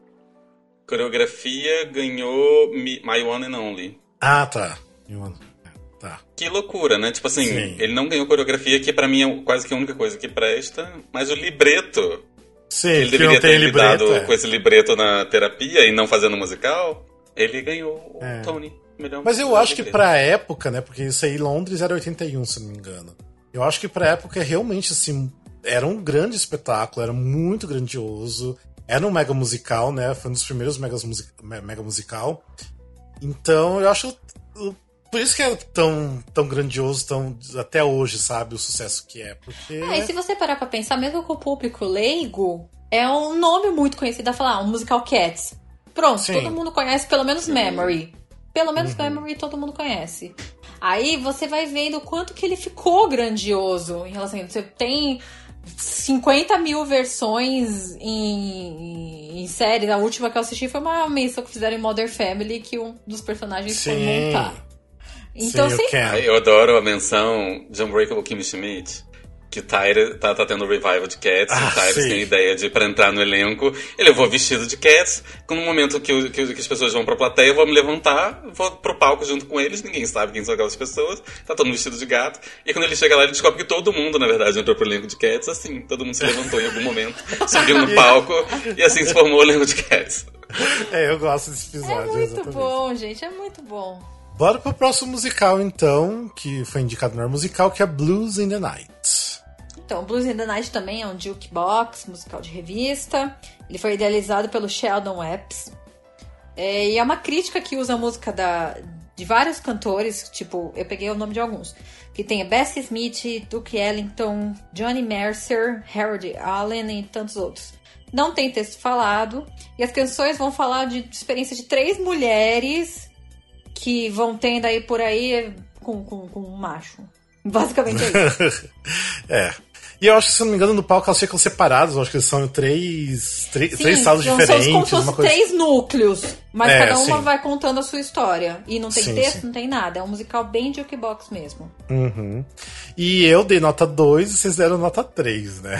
Coreografia ganhou My One and Only. Ah, tá. Tá. Que loucura, né? Tipo assim, sim. Ele não ganhou coreografia, que pra mim é quase que a única coisa que presta, mas o libreto. Sim, ele deveria ter lidado com esse libreto na terapia e não fazendo musical. Ele ganhou o Tony. Mas eu acho que pra época, né? Porque isso aí, Londres era 81, se não me engano. Eu acho que pra época realmente, assim, era um grande espetáculo, era muito grandioso. Era um mega musical, né? Foi um dos primeiros mega musical. Então, eu acho. Por isso que é tão grandioso, até hoje, sabe, o sucesso que é. Porque... e se você parar pra pensar, mesmo com o público leigo, é um nome muito conhecido a falar, um musical Cats. Pronto, sim. Todo mundo conhece, pelo menos Memory. Pelo menos Memory todo mundo conhece. Aí você vai vendo o quanto que ele ficou grandioso em relação a isso. Você tem 50 mil versões em séries. A última que eu assisti foi uma menção que fizeram em Modern Family, que um dos personagens foi montar. Então, sim, eu adoro a menção de Unbreakable Kimmy Schmidt, que Tyrus tá tendo um revival de Cats, e o Tyrus tem a ideia de, pra entrar no elenco, ele eu vou vestido de Cats, no momento que as pessoas vão pra plateia, eu vou me levantar, vou pro palco junto com eles, ninguém sabe quem são aquelas pessoas, tá todo mundo vestido de gato, e quando ele chega lá, ele descobre que todo mundo, na verdade, entrou pro elenco de Cats, assim, todo mundo se levantou em algum momento, subiu no palco, e assim se formou o elenco de Cats. Eu gosto desse episódio. É muito bom, gente, é muito bom. Bora pro próximo musical, então, que foi indicado no melhor musical, que é Blues in the Night. Então, Blues in the Night também é um jukebox, musical de revista. Ele foi idealizado pelo Sheldon Epps. E é uma crítica que usa a música de vários cantores, tipo, eu peguei o nome de alguns. Que tem Bessie Smith, Duke Ellington, Johnny Mercer, Harold Allen e tantos outros. Não tem texto falado. E as canções vão falar de experiência de 3 mulheres... que vão tendo aí por aí com um macho. Basicamente é isso. E eu acho que, se não me engano, no palco elas ficam separadas. Eu acho que são três salas diferentes. São como se fossem 3 núcleos. Mas cada uma vai contando a sua história. E não tem texto, não tem nada. É um musical bem jukebox mesmo. Uhum. E eu dei nota 2 e vocês deram nota 3, né?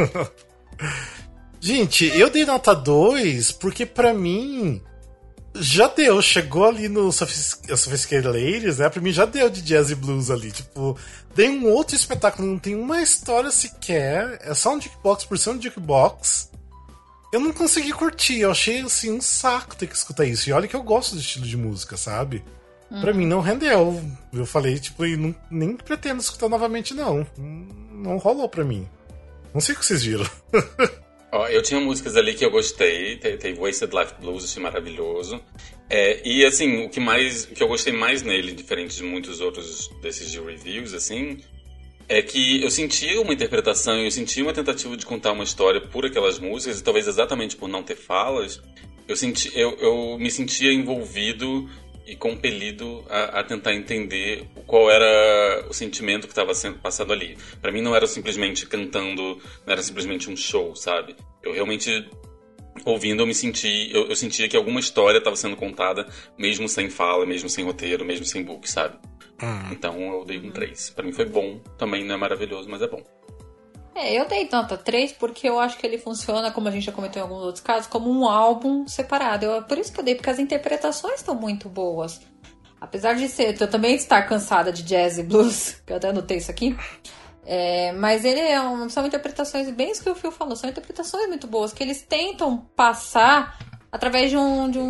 Gente, eu dei nota 2 porque, pra mim... já deu, chegou ali no Sophisticated Ladies, né? Pra mim já deu de jazz e blues ali. Tipo, dei um outro espetáculo, não tem uma história sequer. É só um jukebox por ser um jukebox. Eu não consegui curtir, eu achei assim um saco ter que escutar isso. E olha que eu gosto do estilo de música, sabe? Pra mim não rendeu. Eu falei, tipo, e nem pretendo escutar novamente, não. Não rolou pra mim. Não sei o que vocês viram. Eu tinha músicas ali que eu gostei, teve Wasted Life Blues, achei maravilhoso. E assim, o que eu gostei mais nele, diferente de muitos outros desses de reviews, assim, é que eu sentia uma interpretação, eu sentia uma tentativa de contar uma história por aquelas músicas, e talvez exatamente por não ter falas, eu me sentia envolvido e compelido a tentar entender qual era o sentimento que estava sendo passado ali. Pra mim não era simplesmente cantando, não era simplesmente um show, sabe? Eu realmente, ouvindo, eu sentia que alguma história estava sendo contada, mesmo sem fala, mesmo sem roteiro, mesmo sem book, sabe? Então eu dei um 3. Pra mim foi bom, também não é maravilhoso, mas é bom. Eu dei nota 3 porque eu acho que ele funciona, como a gente já comentou em alguns outros casos, como um álbum separado. Por isso que eu dei, porque as interpretações estão muito boas. apesar de eu também estar cansada de jazz e blues, que eu até anotei isso aqui, mas são interpretações, bem isso que o Phil falou, são interpretações muito boas, que eles tentam passar através de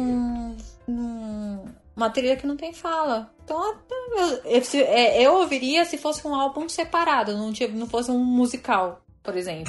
uma trilha que não tem fala. Então, eu ouviria se fosse um álbum separado, não fosse um musical, por exemplo.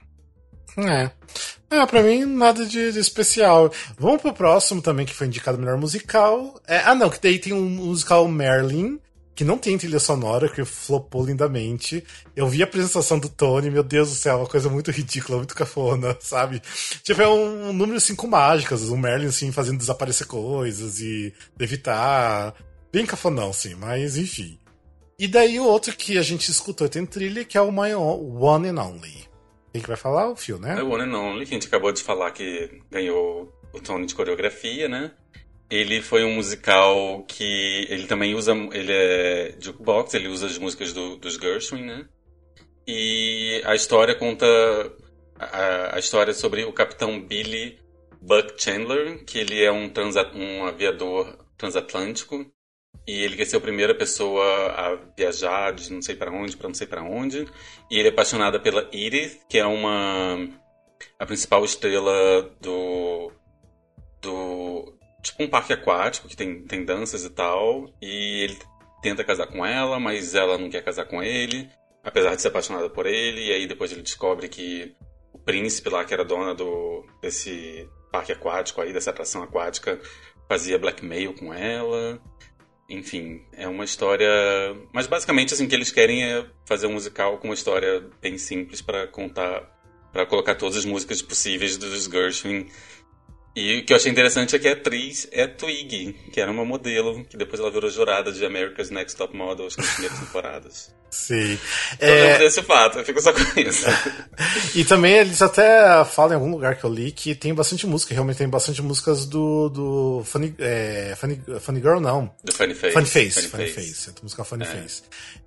Pra mim, nada de especial. Vamos pro próximo também, que foi indicado melhor musical. Que daí tem um musical Merlin, que não tem trilha sonora, que flopou lindamente. Eu vi a apresentação do Tony, meu Deus do céu, uma coisa muito ridícula, muito cafona, sabe? Tipo, é um número assim com mágicas, um Merlin assim fazendo desaparecer coisas e evitar. Bem cafonão, sim, mas enfim. E daí o outro que a gente escutou tem trilha, que é o My One and Only. Quem que vai falar? O Phil, né? É o One and Only, que a gente acabou de falar que ganhou o Tony de coreografia, né? Ele foi um musical que ele também usa... Ele é jukebox, ele usa as músicas dos Gershwin, né? E a história conta... A história sobre o capitão Billy Buck Chandler, que ele é um aviador transatlântico. E ele quer ser a primeira pessoa a viajar de não sei pra onde, pra não sei pra onde. E ele é apaixonado pela Edith, que é a principal estrela do tipo um parque aquático, que tem danças e tal. E ele tenta casar com ela, mas ela não quer casar com ele, apesar de ser apaixonada por ele. E aí depois ele descobre que o príncipe lá, que era dona desse parque aquático aí, dessa atração aquática, fazia blackmail com ela. Enfim, é uma história... Mas basicamente, assim, o que eles querem é fazer um musical com uma história bem simples para colocar todas as músicas possíveis dos Gershwin. E o que eu achei interessante é que a atriz é Twiggy, que era uma modelo, que depois ela virou jurada de America's Next Top Model, acho que nas primeiras temporadas. Sim. Eu lembro desse fato, eu fico só com isso. E também eles até falam em algum lugar que eu li que tem bastante música, realmente tem bastante músicas do Funny Girl, não. Do Funny Face. Funny Face. A música Funny Face.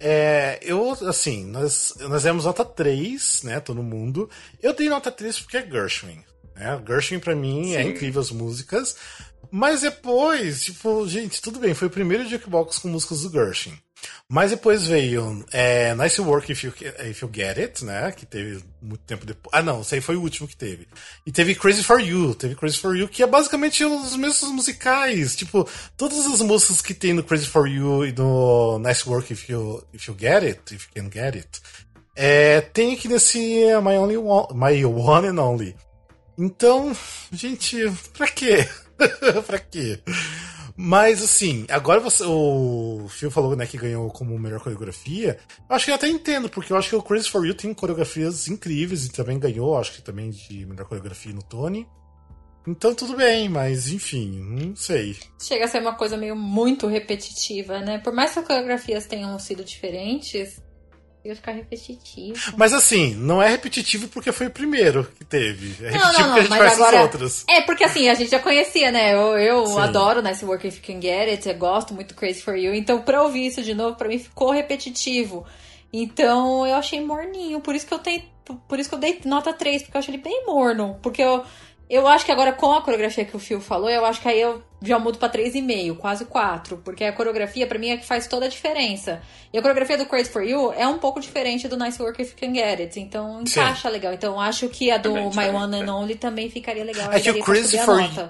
Nós demos nota 3, né, todo mundo. Eu dei nota 3 porque é Gershwin. Né? Gershwin pra mim é incrível as músicas. Mas depois, tipo, gente, tudo bem, foi o primeiro jukebox com músicas do Gershwin. Mas depois veio Nice Work If You Get It, né? Que teve muito tempo depois. Ah, não, esse aí foi o último que teve. E teve Crazy For You, que é basicamente os mesmos musicais. Tipo, todas as músicas que tem no Crazy For You e no Nice Work If You Get It, If You Can Get It, tem aqui nesse My One and Only. Então, gente, pra quê? Pra quê? Mas, assim, agora o Phil falou, né, que ganhou como melhor coreografia. Eu acho que eu até entendo, porque eu acho que o Crazy For You tem coreografias incríveis e também ganhou, acho que também de melhor coreografia no Tony. Então tudo bem, mas enfim, não sei. Chega a ser uma coisa meio muito repetitiva, né? Por mais que as coreografias tenham sido diferentes, ia ficar repetitivo. Mas assim, não é repetitivo porque foi o primeiro que teve. É repetitivo porque a gente faz os outros. É, porque assim, a gente já conhecia, né? Eu adoro Nice Work If You Can Get It, eu gosto muito Crazy For You. Então, pra ouvir isso de novo, pra mim ficou repetitivo. Então, eu achei morninho. Por isso que eu dei nota 3, porque eu achei ele bem morno. Porque eu acho que agora, com a coreografia que o Phil falou, eu acho que aí eu já mudo pra 3,5, quase 4. Porque a coreografia, pra mim, é que faz toda a diferença. E a coreografia do Crazy For You é um pouco diferente do Nice Work If You Can Get It. Então, encaixa legal. Então, acho que a do My One and Only também ficaria legal. É que o Crazy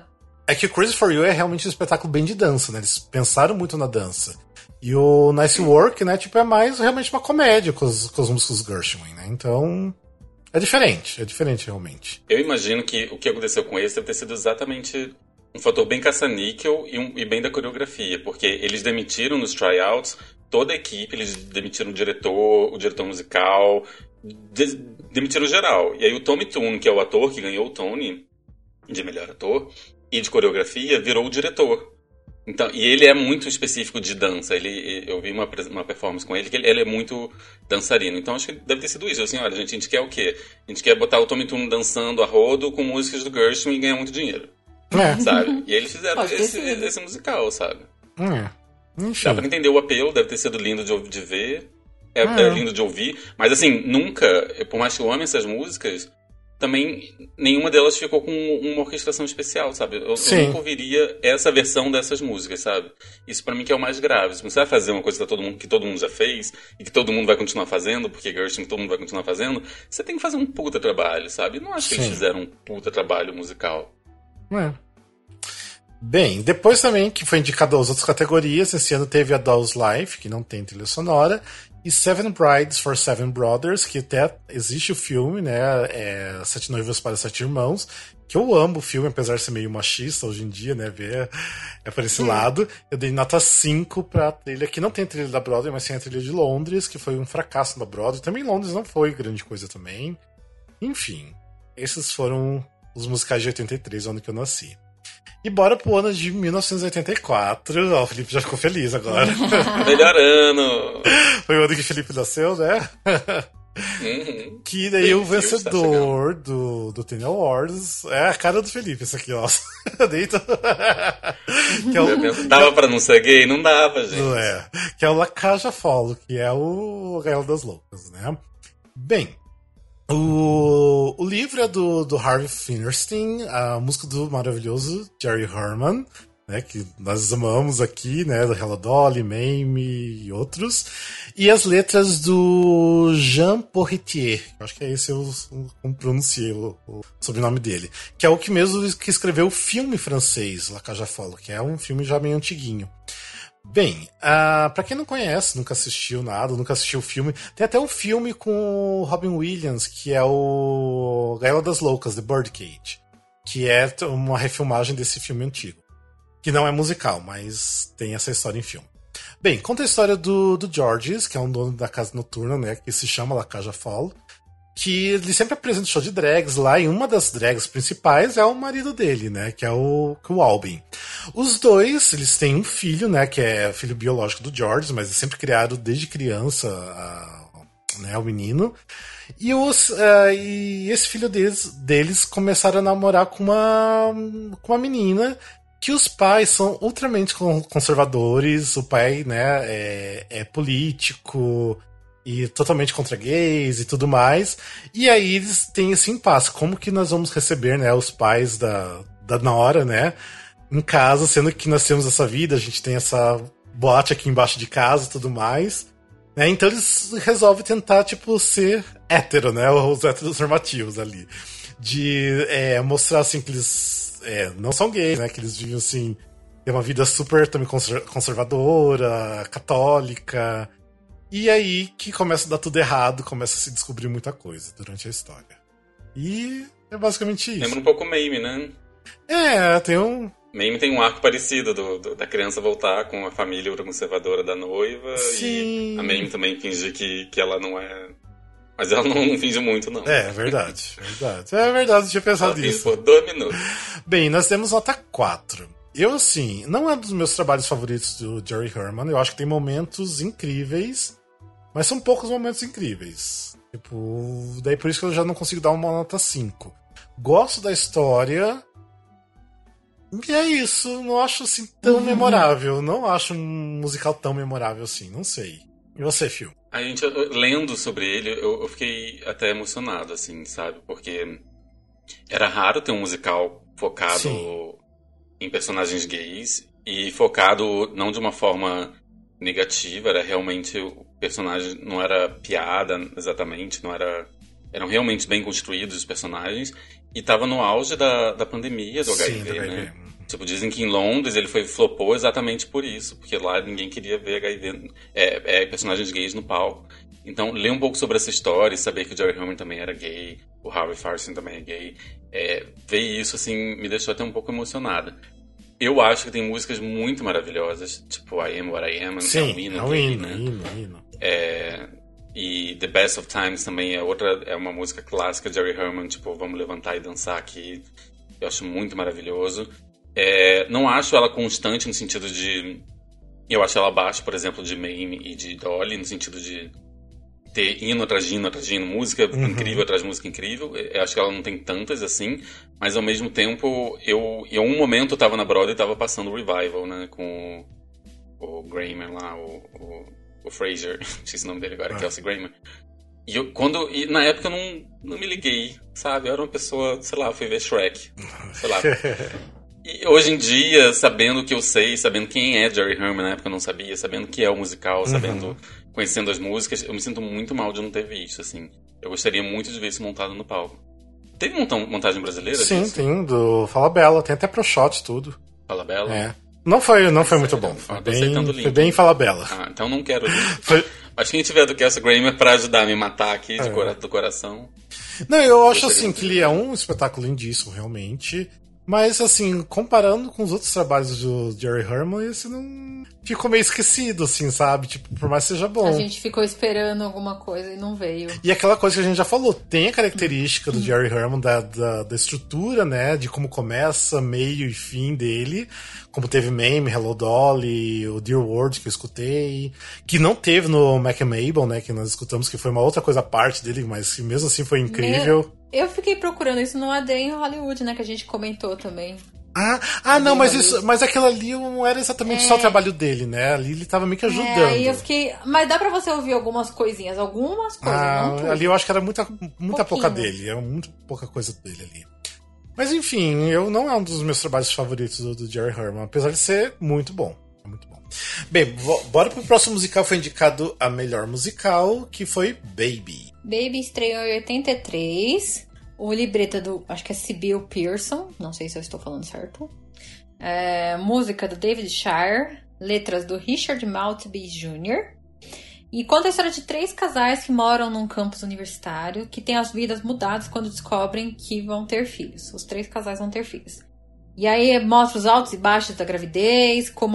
For You é realmente um espetáculo bem de dança, né? Eles pensaram muito na dança. E o Nice Work, né, tipo, é mais realmente uma comédia com os músicos Gershwin, né? Então... É diferente realmente. Eu imagino que o que aconteceu com esse deve ter sido exatamente um fator bem caça-níquel e bem da coreografia, porque eles demitiram nos tryouts toda a equipe, eles demitiram o diretor musical, demitiram geral. E aí o Tommy Tune, que é o ator que ganhou o Tony de melhor ator, e de coreografia, virou o diretor. Então, e ele é muito específico de dança. Eu vi uma performance com ele que ele é muito dançarino. Então acho que deve ter sido isso. Assim, olha, a gente quer o quê? A gente quer botar o Tommy Tune dançando a rodo com músicas do Gershwin e ganhar muito dinheiro. Sabe? E eles fizeram esse musical, sabe? Dá pra entender o apelo, deve ter sido lindo de ver. É lindo de ouvir. Mas assim, nunca, por mais que eu ame essas músicas, também nenhuma delas ficou com uma orquestração especial, sabe? Eu nunca ouviria essa versão dessas músicas, sabe? Isso pra mim que é o mais grave. Se você vai fazer uma coisa que todo mundo já fez e que todo mundo vai continuar fazendo, porque Gershwin todo mundo vai continuar fazendo, você tem que fazer um puta trabalho, sabe? Não acho que eles fizeram um puta trabalho musical. Bem, depois também que foi indicado às outras categorias, esse ano teve a Doll's Life, que não tem trilha sonora, e Seven Brides for Seven Brothers, que até existe o filme, né? Sete Noivas para Sete Irmãos, que eu amo o filme, apesar de ser meio machista hoje em dia, né? Ver por esse lado. Eu dei nota 5 pra trilha, que não tem trilha da Broadway, mas tem a trilha de Londres, que foi um fracasso da Broadway. Também Londres não foi grande coisa também. Enfim, esses foram os musicais de 83, o ano que eu nasci. E bora pro ano de 1984. Ó, o Felipe já ficou feliz agora. Melhor ano! Foi o ano que o Felipe nasceu, né? Que daí o vencedor do Teen Awards é a cara do Felipe, isso aqui, ó. Dava pra não ser gay? Não dava, gente. Não é. Que é o La Cage aux Folles, que é o Gaiola das Loucas, né? Bem, o livro é do Harvey Fierstein, a música do maravilhoso Jerry Herman, né, que nós amamos aqui, né, do Hello Dolly, Mamie e outros, e as letras do Jean Porretier, eu acho que é esse como pronunciei o sobrenome dele, que é o que mesmo que escreveu o filme francês, La Cage aux Folles, que é um filme já meio antiguinho. Bem, pra quem não conhece, nunca assistiu nada, nunca assistiu o filme, tem até um filme com o Robin Williams, que é o Gaiola das Loucas, The Birdcage, que é uma refilmagem desse filme antigo, que não é musical, mas tem essa história em filme. Bem, conta a história do Georges, que é um dono da casa noturna, né, que se chama La Cage aux Folles, que ele sempre apresenta show de drags lá, e uma das drags principais é o marido dele, né, que é o Albin. Os dois, eles têm um filho, né, que é filho biológico do George, mas eles sempre criaram desde criança né, o menino. E esse filho deles começaram a namorar com uma menina que os pais são ultramente conservadores, o pai, né, é político e totalmente contra gays e tudo mais. E aí eles têm esse impasse. Como que nós vamos receber, né, os pais da Nora, né, em casa, sendo que nós temos essa vida, a gente tem essa boate aqui embaixo de casa e tudo mais. Né? Então eles resolvem tentar, tipo, ser hétero, né, os heteronormativos ali. De mostrar, assim, que eles não são gays, né, que eles vivem, assim, tem uma vida super também conservadora, católica. E aí que começa a dar tudo errado, começa a se descobrir muita coisa durante a história. E é basicamente isso. Lembra um pouco Mamie, né? Tem um... Mamie tem um arco parecido da criança voltar com a família ultraconservadora da noiva. Sim. E a Mamie também finge que ela não é... Mas ela não finge muito, não. É verdade. É verdade, eu tinha pensado nisso. Por 2 minutos. Bem, nós temos nota 4. Eu, assim, não é um dos meus trabalhos favoritos do Jerry Herman. Eu acho que tem momentos incríveis, mas são poucos momentos incríveis. Tipo, daí por isso que eu já não consigo dar uma nota 5. Gosto da história. E é isso. Não acho assim tão memorável. Não acho um musical tão memorável assim. Não sei. E você, Phil? A gente, lendo sobre ele, eu fiquei até emocionado, assim, sabe? Porque era raro ter um musical focado... Sim. Em personagens gays e focado não de uma forma negativa, era realmente o personagem, não era piada exatamente, eram realmente bem construídos os personagens e tava no auge da pandemia do HIV, né? Tipo, dizem que em Londres ele flopou exatamente por isso, porque lá ninguém queria ver HIV, personagens gays no palco. Então, ler um pouco sobre essa história e saber que o Jerry Herman também era gay, o Harvey Fierstein também é gay, ver isso, assim, me deixou até um pouco emocionada. Eu acho que tem músicas muito maravilhosas, tipo I Am What I Am, sim, é um hino gay, né? E The Best of Times também é uma música clássica de Jerry Herman, tipo, vamos levantar e dançar aqui. Eu acho muito maravilhoso. Não acho ela constante no sentido de... Eu acho ela abaixo, por exemplo, de Mamie e de Dolly, no sentido de ter hino atrás de hino, música incrível atrás de música incrível. Eu acho que ela não tem tantas assim, mas ao mesmo tempo, em um momento eu tava na Broadway e tava passando o Revival, né, com o Grammer lá, o Fraser, não sei se o nome dele agora, Kelsey Grammer. E na época eu não me liguei, sabe? Eu era uma pessoa, sei lá, fui ver Shrek, sei lá. E hoje em dia, sabendo o que eu sei, sabendo quem é Jerry Herman, na época eu não sabia, sabendo o que é o musical, conhecendo as músicas, eu me sinto muito mal de não ter visto, assim. Eu gostaria muito de ver isso montado no palco. Teve montagem brasileira Sim, disso? tem, do Fala Bela, tem até pro shot, tudo. Fala Bela? É. Não foi muito bom. Foi bem Fala Bela. Ah, então não quero. Mas quem tiver do Kelsey Grammer pra ajudar a me matar aqui do coração. Não, eu acho assim que ele é um espetáculo lindíssimo, realmente. Mas, assim, comparando com os outros trabalhos do Jerry Herman, esse não ficou meio esquecido, assim, sabe? Tipo, por mais que seja bom. A gente ficou esperando alguma coisa e não veio. E aquela coisa que a gente já falou, tem a característica do Jerry Herman da estrutura, né? De como começa, meio e fim dele. Como teve Mame, Hello Dolly, o Dear World que eu escutei. Que não teve no Mac and Mabel, né? Que nós escutamos, que foi uma outra coisa à parte dele, mas que mesmo assim foi incrível. Eu fiquei procurando isso no AD em Hollywood, né? Que a gente comentou também. Não, mas aquilo ali não era exatamente só o trabalho dele, né? Ali ele tava meio que ajudando. Aí eu fiquei. Mas dá pra você ouvir algumas coisinhas, não tudo. Ali eu acho que era muita pouca dele, era muito pouca coisa dele ali. Mas enfim, não é um dos meus trabalhos favoritos do Jerry Herman, apesar de ser muito bom. É muito bom. Bem, bora pro próximo musical. Foi indicado a melhor musical, que foi Baby. Baby estreou em 83. O libreto do, acho que é Sybil Pearson, não sei se eu estou falando certo. Música do David Shire, letras do Richard Maltby Jr. E conta a história de 3 casais que moram num campus universitário, que têm as vidas mudadas quando descobrem que vão ter filhos. Os 3 casais vão ter filhos. E aí mostra os altos e baixos da gravidez, como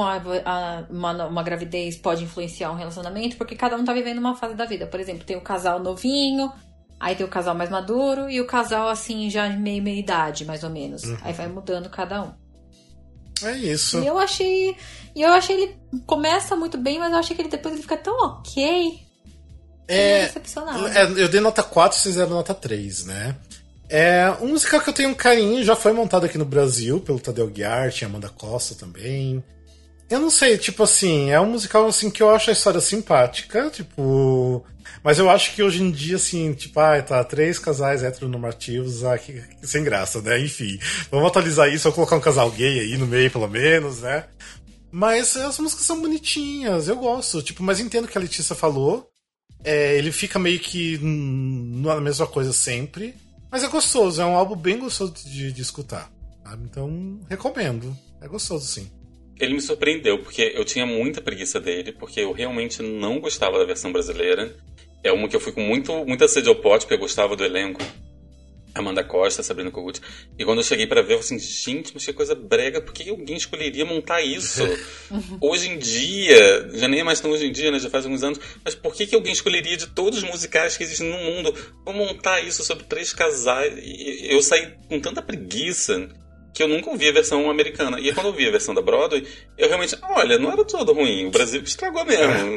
uma gravidez pode influenciar um relacionamento, porque cada um tá vivendo uma fase da vida. Por exemplo, tem o casal novinho, aí tem o casal mais maduro e o casal, assim, já meia idade, mais ou menos. Aí vai mudando cada um. É isso. E eu achei ele começa muito bem, mas eu achei que depois ele fica tão ok. Decepcionado. Eu dei nota 4, vocês deram nota 3, né? É um musical que eu tenho um carinho, já foi montado aqui no Brasil pelo Tadeu Guiar, tinha Amanda Costa também. Eu não sei, tipo assim, é um musical assim que eu acho a história simpática, tipo... Mas eu acho que hoje em dia, assim, tipo, tá, 3 casais heteronormativos, que sem graça, né? Enfim, vamos atualizar isso, vou colocar um casal gay aí no meio, pelo menos, né? Mas as músicas são bonitinhas, eu gosto, tipo, mas entendo o que a Letícia falou. Ele fica meio que na mesma coisa sempre, mas é gostoso, é um álbum bem gostoso de escutar, sabe? Então, recomendo, é gostoso, sim. Ele me surpreendeu, porque eu tinha muita preguiça dele, porque eu realmente não gostava da versão brasileira. É uma que eu fui com muita sede ao pote, porque eu gostava do elenco. Amanda Costa, Sabrina Kogut. E quando eu cheguei pra ver, eu falei assim, gente, mas que coisa brega, por que alguém escolheria montar isso? Hoje em dia, já nem é mais tão hoje em dia, né, já faz alguns anos, mas por que alguém escolheria de todos os musicais que existem no mundo, vou montar isso sobre 3 casais? E eu saí com tanta preguiça que eu nunca ouvi a versão americana. E quando eu vi a versão da Broadway, eu realmente... Olha, não era tudo ruim. O Brasil estragou mesmo.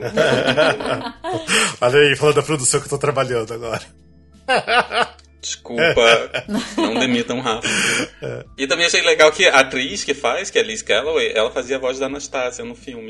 Olha aí, falando da produção que eu tô trabalhando agora. Desculpa, não demitam rápido. E também achei legal que a atriz que faz, que é Liz Calloway, ela fazia a voz da Anastasia no filme.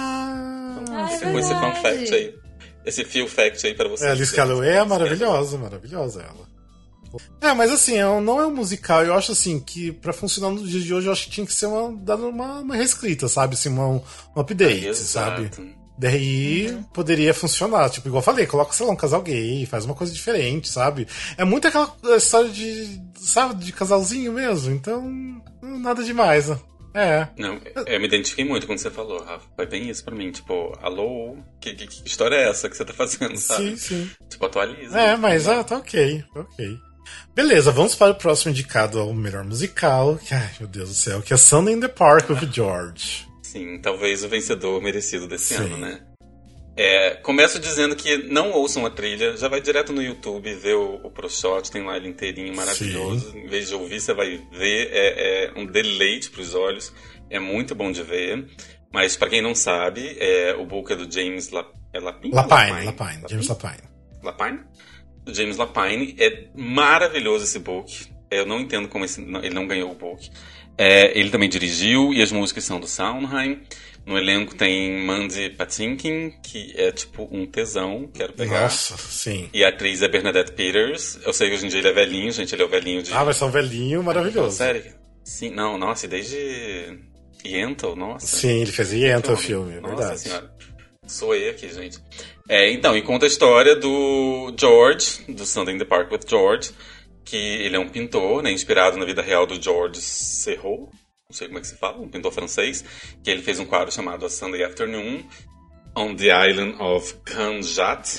Esse fun fact aí. Esse feel fact aí pra vocês. A Liz Calloway é maravilhosa ela. Mas assim, não é um musical. Eu acho assim que pra funcionar no dia de hoje, eu acho que tinha que ser dado uma reescrita, sabe? Assim, um update, sabe? Daí poderia funcionar. Tipo, igual eu falei, coloca, sei lá, um casal gay, faz uma coisa diferente, sabe? É muito aquela história de casalzinho mesmo. Então, nada demais, né? Não, eu me identifiquei muito quando você falou, Rafa. Foi bem isso pra mim. Tipo, alô, que história é essa que você tá fazendo, sabe? Sim. Tipo, atualiza. Mas tá ok. Beleza, vamos para o próximo indicado ao melhor musical. Ai, meu Deus do céu, que é Sunday in the Park with George. Sim, talvez o vencedor merecido desse ano, né? Começo dizendo que não ouçam a trilha, já vai direto no YouTube ver o Pro Shot, tem lá ele inteirinho, maravilhoso. Sim. Em vez de ouvir, você vai ver, é um deleite pros olhos, é muito bom de ver. Mas pra quem não sabe, o book é do James Lapine. James Lapine. Do James Lapine. É maravilhoso esse book. Eu não entendo como ele não ganhou o Book. Ele também dirigiu, e as músicas são do Sondheim. No elenco tem Mandy Patinkin, que é tipo um tesão, quero pegar. Nossa, sim. E a atriz é Bernadette Peters. Eu sei que hoje em dia ele é velhinho, gente, ele é o velhinho de... Ah, vai ser um velhinho maravilhoso. Sério? Sim, não, nossa, desde Yentl, nossa. Sim, ele fez Yentl o filme, é nossa verdade. Senhora. Soei aqui, gente. Então, e conta a história do George, do Sunday in the Park with George, que ele é um pintor, né, inspirado na vida real do George Seurat, não sei como é que se fala, um pintor francês, que ele fez um quadro chamado A Sunday Afternoon on the Island of Khanjat.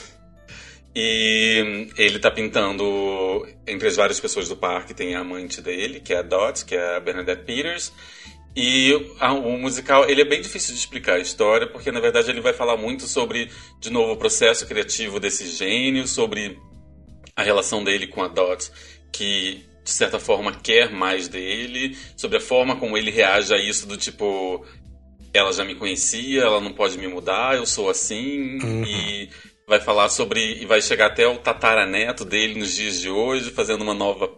E ele tá pintando, entre as várias pessoas do parque, tem a amante dele, que é a Dot, que é a Bernadette Peters. E o musical, ele é bem difícil de explicar a história, porque na verdade ele vai falar muito sobre, de novo, o processo criativo desse gênio, sobre a relação dele com a Dot, que de certa forma quer mais dele, sobre a forma como ele reage a isso do tipo, ela já me conhecia, ela não pode me mudar, eu sou assim, e vai falar sobre, e vai chegar até o tataraneto dele nos dias de hoje, fazendo um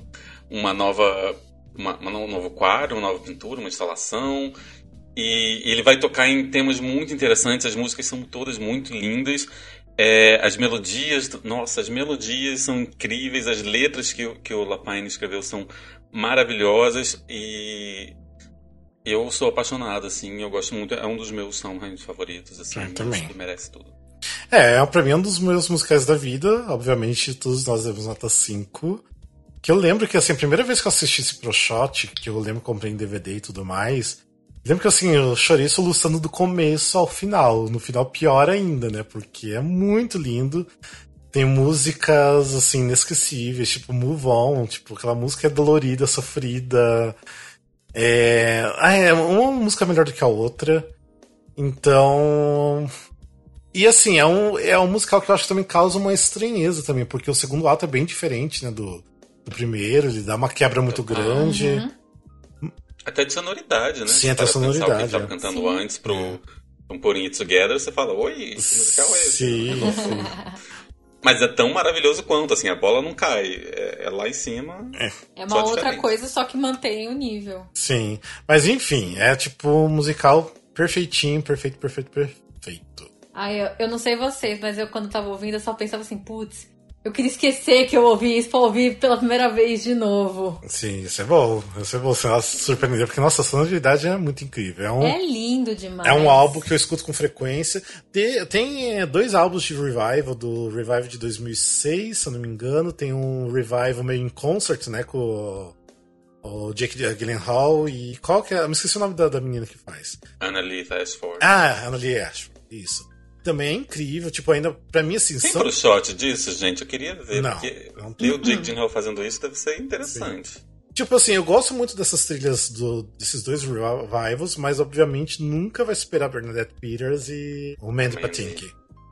novo quadro, uma nova pintura, uma instalação. E ele vai tocar em temas muito interessantes, as músicas são todas muito lindas. As melodias, nossa, as melodias são incríveis, as letras que o Lapine escreveu são maravilhosas e eu sou apaixonado, assim, eu gosto muito, é um dos meus Sondheim favoritos, assim, também. Que merece tudo. Pra mim é um dos meus musicais da vida, obviamente todos nós demos nota 5. Que eu lembro que, assim, a primeira vez que eu assisti esse Pro Shot, que eu lembro que comprei em DVD e tudo mais, lembro que, assim, eu chorei soluçando do começo ao final. No final, pior ainda, né? Porque é muito lindo. Tem músicas, assim, inesquecíveis, tipo Move On, tipo, aquela música é dolorida, sofrida. Uma música melhor do que a outra. Então... E, assim, é um musical que eu acho que também causa uma estranheza também, porque o segundo ato é bem diferente, né, do primeiro, ele dá uma quebra muito grande. Até de sonoridade, né? Sim, até sonoridade. Que ele tava cantando antes pro Putting It Together, você fala, oi, que musical é esse? Sim. Mas é tão maravilhoso quanto, assim, a bola não cai. É lá em cima. É uma outra coisa, só que mantém o nível. Sim. Mas enfim, é tipo um musical perfeitinho, perfeito. Eu não sei vocês, mas eu quando tava ouvindo, eu só pensava assim, putz, eu queria esquecer que eu ouvi isso pra ouvir pela primeira vez de novo. Sim, isso é bom. Você se surpreendeu, porque nossa, a sonoridade é muito incrível. É lindo demais. É um álbum que eu escuto com frequência. Tem 2 álbuns de revival, do Revival de 2006, se eu não me engano. Tem um revival meio em concert, né, com o Jake Gyllenhaal e qual que é? Eu me esqueci o nome da menina que faz. Annalise Ashford. Annalise Ashford, isso. Também é incrível, tipo, ainda, pra mim, assim... Tem pro shot disso, gente? Eu queria ver, não, porque ver o Jake Gyllenhaal fazendo isso deve ser interessante. Sim. Tipo assim, eu gosto muito dessas trilhas desses 2 revivals, mas obviamente nunca vai superar Bernadette Peters e o Mandy Patinkin.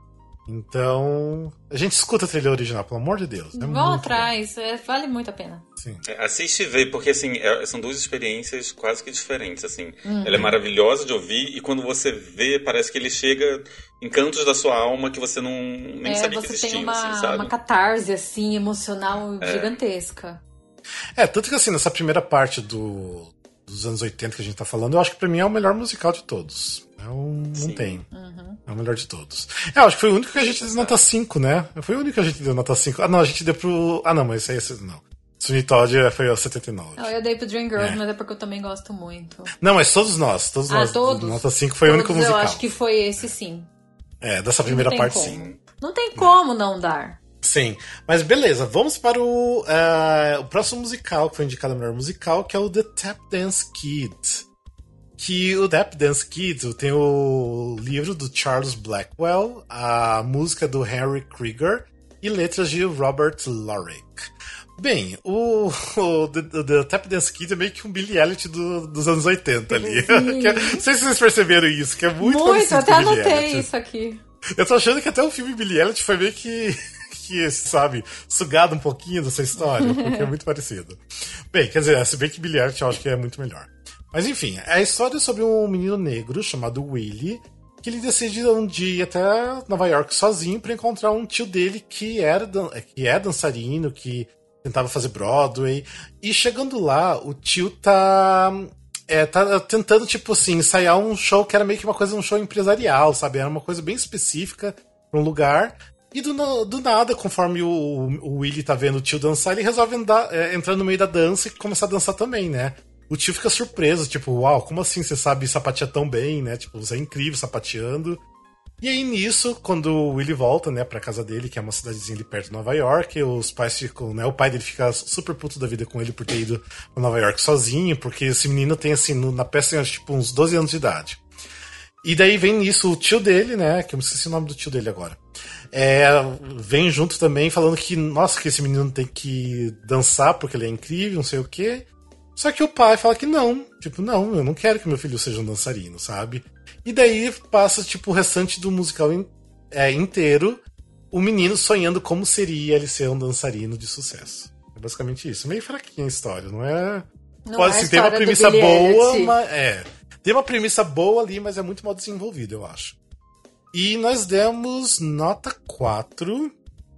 Então, a gente escuta a trilha original, pelo amor de Deus. Vão atrás, vale muito a pena. Sim. Assiste e vê, porque assim, são 2 experiências quase que diferentes, assim. Ela é maravilhosa de ouvir e quando você vê, parece que ele chega em cantos da sua alma que você nem sabia que existiam, você tem assim, sabe? uma catarse, assim, emocional gigantesca. Tanto que assim, nessa primeira parte dos anos 80 que a gente tá falando, eu acho que pra mim é o melhor musical de todos. Não tem. É o melhor de todos. Eu acho que foi o único que a gente deu nota 5, né? Foi o único que a gente deu nota 5. Não, a gente deu pro... não, mas esse aí não. Sweeney Todd foi o 79. Eu dei pro Dreamgirls, mas é porque eu também gosto muito. Não, mas todos nós. Todos? Nota 5 foi o único musical. Eu acho que foi esse sim. Dessa primeira parte sim. Não tem como não dar. Sim, mas beleza, vamos para o próximo musical que foi indicado ao melhor musical, que é o The Tap Dance Kid. Que o Tap Dance Kid tem o livro do Charles Blackwell, a música do Henry Krieger e letras de Robert Lorick. Bem, o The Tap Dance Kid é meio que um Billie Eilish dos anos 80 ali. Não sei se vocês perceberam isso, que é muito parecido até com Billie anotei Eilish. isso aqui. Eu tô achando que até o filme Billie Eilish foi meio que, sabe, sugado um pouquinho dessa história, porque é muito parecido. Bem, quer dizer, se bem que Billie Eilish eu acho que é muito melhor. Mas enfim, a história é sobre um menino negro chamado Willie, que ele decide um dia ir até Nova York sozinho para encontrar um tio dele que é dançarino, que tentava fazer Broadway. E chegando lá, o tio tá tentando, tipo assim, ensaiar um show que era meio que um show empresarial, sabe? Era uma coisa bem específica pra um lugar. E do nada, conforme o Willie tá vendo o tio dançar, ele resolve entrar no meio da dança e começar a dançar também, né? O tio fica surpreso, tipo, uau, como assim você sabe sapatear tão bem, né? Tipo, você é incrível sapateando. E aí nisso, quando o Willie volta, né, pra casa dele, que é uma cidadezinha ali perto de Nova York, os pais ficam, né, o pai dele fica super puto da vida com ele por ter ido pra Nova York sozinho, porque esse menino tem, assim, na peça tem, tipo, uns 12 anos de idade. E daí vem nisso o tio dele, né, que eu me esqueci o nome do tio dele agora. Vem junto também falando que, nossa, que esse menino tem que dançar porque ele é incrível, não sei o quê. Só que o pai fala que não, tipo, não, eu não quero que meu filho seja um dançarino, sabe? E daí passa, tipo, o restante do musical inteiro, o menino sonhando como seria ele ser um dançarino de sucesso. É basicamente isso. Meio fraquinha a história, não é? Não Pode é sim, tem uma premissa Billie boa, Eilish. mas tem uma premissa boa ali, mas é muito mal desenvolvida, eu acho. E nós demos nota 4.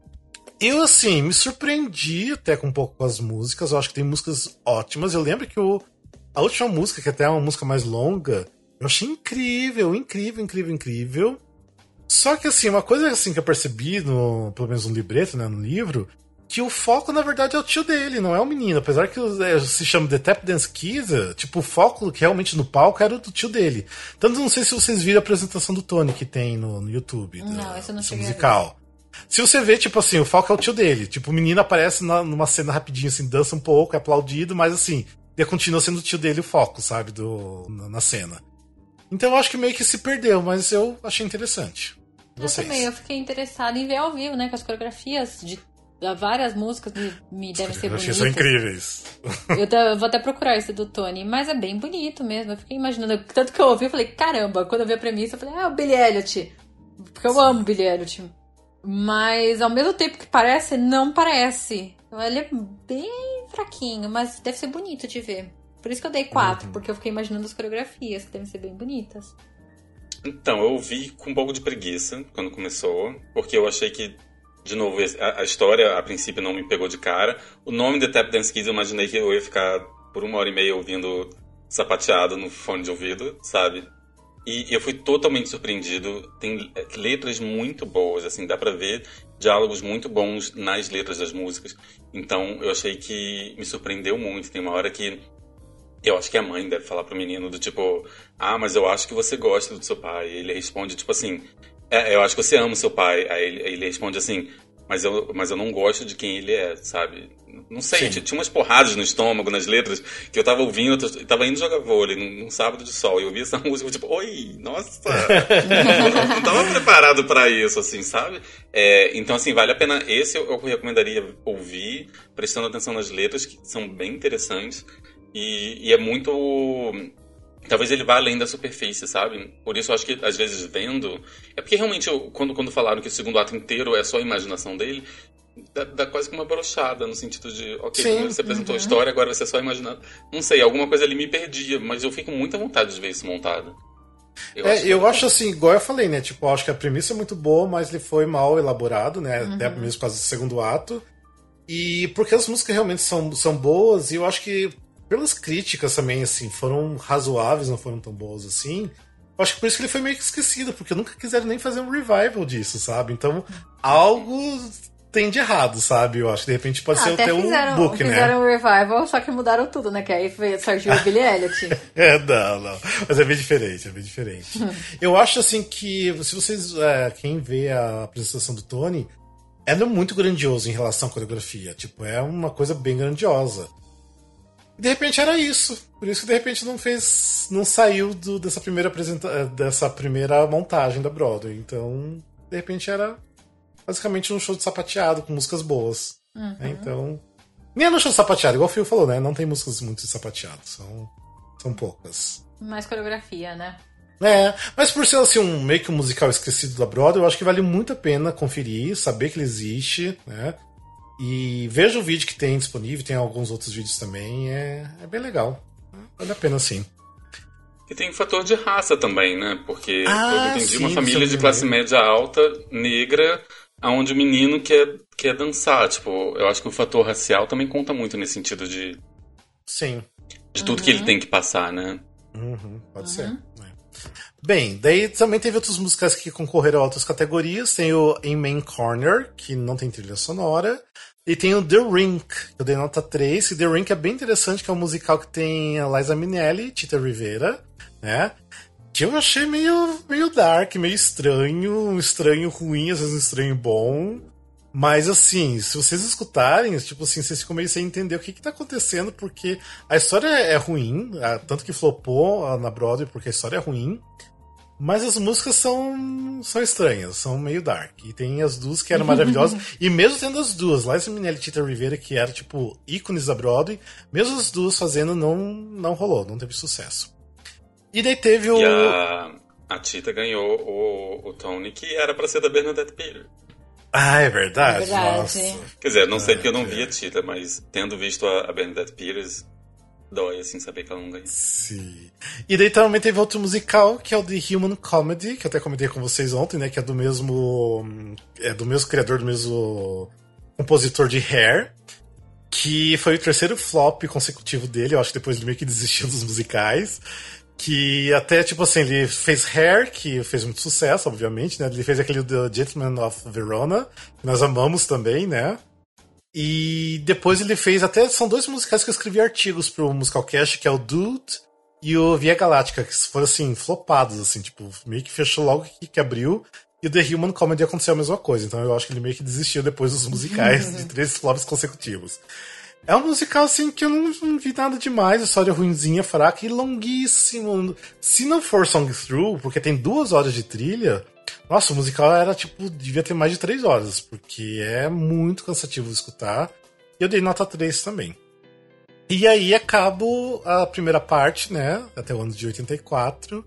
Eu, assim, me surpreendi até com um pouco com as músicas. Eu acho que tem músicas ótimas. Eu lembro que a última música, que até é uma música mais longa, eu achei incrível, incrível, incrível, incrível. Só que, assim, uma coisa assim que eu percebi, pelo menos no libreto, né, no livro, que o foco, na verdade, é o tio dele, não é o menino. Apesar que se chama The Tap Dance Kids, tipo, o foco que realmente no palco era o do tio dele. Tanto não sei se vocês viram a apresentação do Tony que tem no YouTube. Não, isso eu não cheguei musical. Se você vê, tipo assim, o foco é o tio dele. Tipo, o menino aparece numa cena rapidinho, assim, dança um pouco, é aplaudido, mas assim, ele continua sendo o tio dele o foco, sabe, na cena. Então eu acho que meio que se perdeu, mas eu achei interessante. Vocês? Eu também, eu fiquei interessada em ver ao vivo, né, com as coreografias de várias músicas me devem ser bonitas. São incríveis. Eu vou até procurar esse do Tony, mas é bem bonito mesmo. Eu fiquei imaginando, tanto que eu ouvi, eu falei, caramba, quando eu vi a premissa, eu falei, o Billy Elliot. Porque eu amo Billy Elliot. Mas ao mesmo tempo que parece, não parece. Então, ele é bem fraquinho, mas deve ser bonito de ver. Por isso que eu dei 4, porque eu fiquei imaginando as coreografias, que devem ser bem bonitas. Então, eu vi com um pouco de preguiça quando começou, porque eu achei que, de novo, a história a princípio não me pegou de cara. O nome The Tap Dance Kids eu imaginei que eu ia ficar por 1h30 ouvindo sapateado no fone de ouvido, sabe? E eu fui totalmente surpreendido. Tem letras muito boas, assim, dá pra ver diálogos muito bons nas letras das músicas. Então, eu achei que me surpreendeu muito. Tem uma hora que eu acho que a mãe deve falar pro menino do tipo, mas eu acho que você gosta do seu pai. E ele responde, tipo assim, eu acho que você ama o seu pai. Aí ele responde assim, mas eu não gosto de quem ele é, sabe? Não sei, tinha umas porradas no estômago, nas letras, que eu tava ouvindo, eu tava indo jogar vôlei num sábado de sol, e eu ouvi essa música, tipo, oi, nossa! eu não tava preparado pra isso, assim, sabe? Então, assim, vale a pena, esse eu recomendaria ouvir, prestando atenção nas letras, que são bem interessantes, e é muito... Talvez ele vá além da superfície, sabe? Por isso eu acho que, às vezes, vendo... É porque, realmente, quando falaram que o segundo ato inteiro é só a imaginação dele, dá quase que uma brochada, no sentido de... Ok, primeiro você apresentou a história, agora você só imaginar... Não sei, alguma coisa ali me perdia, mas eu fico com muita vontade de ver isso montado. Eu acho assim, igual eu falei, né? Tipo, eu acho que a premissa é muito boa, mas ele foi mal elaborado, né? Até mesmo por causa do segundo ato. E porque as músicas realmente são boas, e eu acho que pelas críticas também, assim, foram razoáveis, não foram tão boas assim. Eu acho que por isso que ele foi meio que esquecido, porque nunca quiseram nem fazer um revival disso, sabe? Então, algo tem de errado, sabe? Eu acho que de repente pode ser até um book, né? Fizeram um revival, só que mudaram tudo, né? Que aí surgiu o Billy Elliot. Não. Mas é bem diferente, Eu acho, assim, que se vocês... quem vê a apresentação do Tony, ela é muito grandioso em relação à coreografia. Tipo, é uma coisa bem grandiosa. E de repente era isso. Por isso que de repente não saiu dessa primeira montagem da Broadway. Então, de repente era basicamente um show de sapateado com músicas boas. Então, nem é no show de sapateado, igual o Phil falou, né? Não tem músicas muito de sapateado, são poucas. Mais coreografia, né? Mas por ser assim, meio que um musical esquecido da Broadway, eu acho que vale muito a pena conferir, saber que ele existe, né? E veja o vídeo que tem disponível, tem alguns outros vídeos também, é bem legal. Vale a pena, sim. E tem um fator de raça também, né? Porque, eu entendi, sim, uma família de classe média alta, negra, onde o menino quer dançar. Tipo, eu acho que o fator racial também conta muito nesse sentido de Sim. tudo que ele tem que passar, né? Pode ser. Bem, daí também teve outros musicais que concorreram a outras categorias. Tem o In Main Corner, que não tem trilha sonora. E tem o The Rink, que eu dei nota 3. E The Rink é bem interessante, que é um musical que tem a Liza Minnelli, Tita Rivera, né? Que eu achei meio dark, meio estranho. Um estranho ruim, às vezes um estranho bom. Mas assim, se vocês escutarem, tipo assim, vocês ficam meio sem entender o que tá acontecendo, porque a história é ruim, tanto que flopou na Broadway porque a história é ruim. Mas as músicas são estranhas, são meio dark. E tem as duas que eram maravilhosas. E mesmo tendo as duas, Liza Minnelli e Tita Rivera, que eram tipo ícones da Broadway, mesmo as duas fazendo, não rolou, não teve sucesso. E daí teve o... E a Tita ganhou o Tony, que era pra ser da Bernadette Peters. Ah, é verdade? É verdade. Nossa. Quer dizer, não sei porque eu não vi a Tita, mas tendo visto a Bernadette Peters, dói assim saber que ela não ganhou. Sim. E daí também teve outro musical, que é o The Human Comedy, que eu até comentei com vocês ontem, né? Que é do mesmo criador, do mesmo compositor de Hair. Que foi o terceiro flop consecutivo dele. Eu acho que depois ele meio que desistiu dos musicais. Que até, tipo assim, ele fez Hair, que fez muito sucesso, obviamente, né? Ele fez aquele The Gentleman of Verona, que nós amamos também, né? E depois ele fez até... São dois musicais que eu escrevi artigos pro Musicalcast, que é o Dude e o Via Galáctica, que foram, assim, flopados, assim, tipo, meio que fechou logo que abriu. E o The Human Comedy aconteceu a mesma coisa. Então eu acho que ele meio que desistiu depois dos musicais de 3 flops consecutivos. É um musical, assim, que eu não vi nada demais. A história ruinzinha, fraca e longuíssimo. Se não for Song Through, porque tem 2 horas de trilha... Nossa, o musical era, tipo, devia ter mais de 3 horas, porque é muito cansativo de escutar. E eu dei nota 3 também. E aí acabo a primeira parte, né? Até o ano de 84.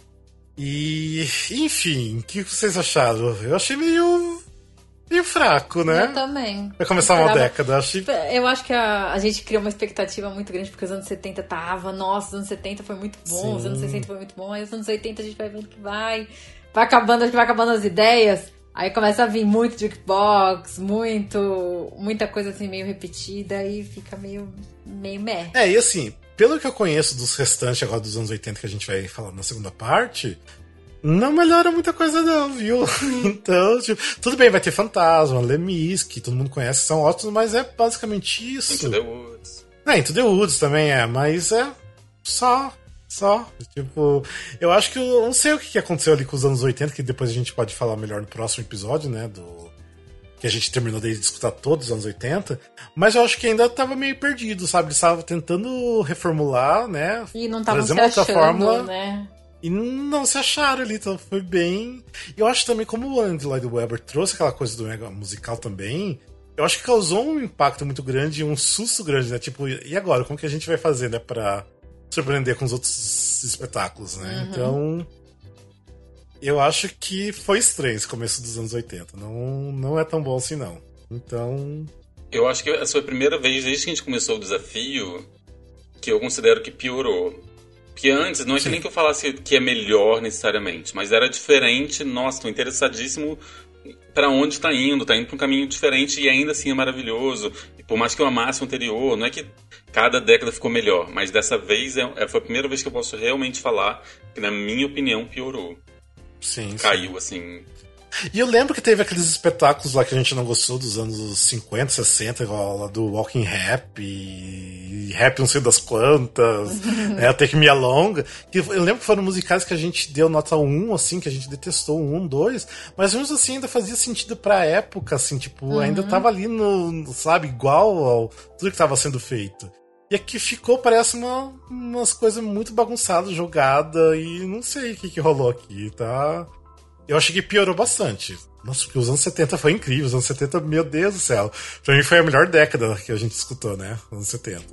E, enfim, o que vocês acharam? Eu achei meio fraco, né? Eu também. Vai começar uma década, achei... Eu acho que a gente criou uma expectativa muito grande, porque os anos 70 nossa, os anos 70 foi muito bom, Sim. os anos 60 foi muito bom, aí os anos 80 a gente vai vendo que vai acabando, acho que vai acabando as ideias, aí começa a vir muito jukebox, muita coisa assim meio repetida, e fica meio meh. E assim, pelo que eu conheço dos restantes agora dos anos 80 que a gente vai falar na segunda parte... Não melhora muita coisa não, viu? Então, tipo, tudo bem, vai ter Fantasma, Lemis, que todo mundo conhece, são ótimos, mas é basicamente isso. Into the Woods. Into the Woods também mas é só. Tipo, eu acho que eu não sei o que aconteceu ali com os anos 80, que depois a gente pode falar melhor no próximo episódio, né, que a gente terminou de escutar todos os anos 80, mas eu acho que ainda tava meio perdido, sabe? Eles estavam tentando reformular, né? E não estavam se uma outra achando, fórmula, né? E não se acharam ali, então foi bem... Eu acho também, como o Andrew Lloyd Webber trouxe aquela coisa do mega musical também, eu acho que causou um impacto muito grande, um susto grande, né? Tipo, e agora? Como que a gente vai fazer, né? Pra surpreender com os outros espetáculos, né? Então, eu acho que foi estranho esse começo dos anos 80. Não é tão bom assim, não. Então... Eu acho que essa foi a primeira vez, desde que a gente começou o desafio, que eu considero que piorou. Porque antes, não é que nem que eu falasse que é melhor necessariamente, mas era diferente. Nossa, tô interessadíssimo pra onde tá indo pra um caminho diferente e ainda assim é maravilhoso. E por mais que eu amasse o anterior, não é que cada década ficou melhor, mas dessa vez foi a primeira vez que eu posso realmente falar que, na minha opinião, piorou. Sim. Caiu, assim... E eu lembro que teve aqueles espetáculos lá que a gente não gostou dos anos 50, 60, igual lá do Walking Rap e Rap não sei das quantas, né, Take Me Along, que eu lembro que foram musicais que a gente deu nota 1, assim, que a gente detestou 1, 2, mas mesmo assim ainda fazia sentido pra época, assim, tipo, ainda tava ali sabe, igual ao tudo que tava sendo feito. E aqui ficou, parece umas coisas muito bagunçadas, jogadas, e não sei o que rolou aqui, tá... Eu achei que piorou bastante. Nossa, porque os anos 70 foi incrível. Os anos 70, meu Deus do céu. Pra mim foi a melhor década que a gente escutou, né? Os anos 70.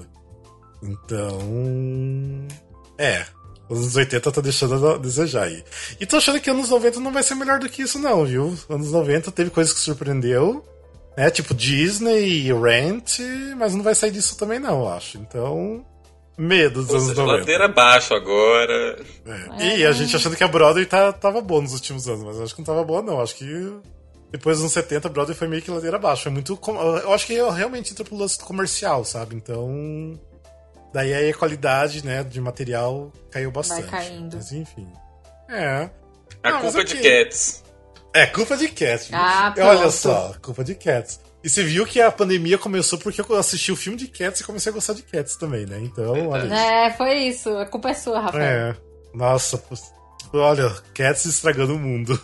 Então... Os anos 80 tá deixando a desejar aí. E tô achando que anos 90 não vai ser melhor do que isso não, viu? Anos 90 teve coisas que surpreendeu, né? Tipo Disney, Rent, mas não vai sair disso também não, eu acho. Então... Medo dos anos 90. Ladeira abaixo agora. E a gente achando que a Broadway tava boa nos últimos anos, mas eu acho que não tava boa não. Acho que depois dos 70, Broadway foi meio que ladeira abaixo. Foi muito. Eu acho que realmente entra pro lance comercial, sabe? Então. Daí aí a qualidade, né, de material caiu bastante. Vai caindo. Mas enfim. É. A culpa é de Cats. É, culpa de Cats. Ah, olha só, culpa de Cats. E você viu que a pandemia começou porque eu assisti o filme de Cats e comecei a gostar de Cats também, né? Então, olha isso. Foi isso. A culpa é sua, Rafael. É. Nossa, olha, Cats estragando o mundo.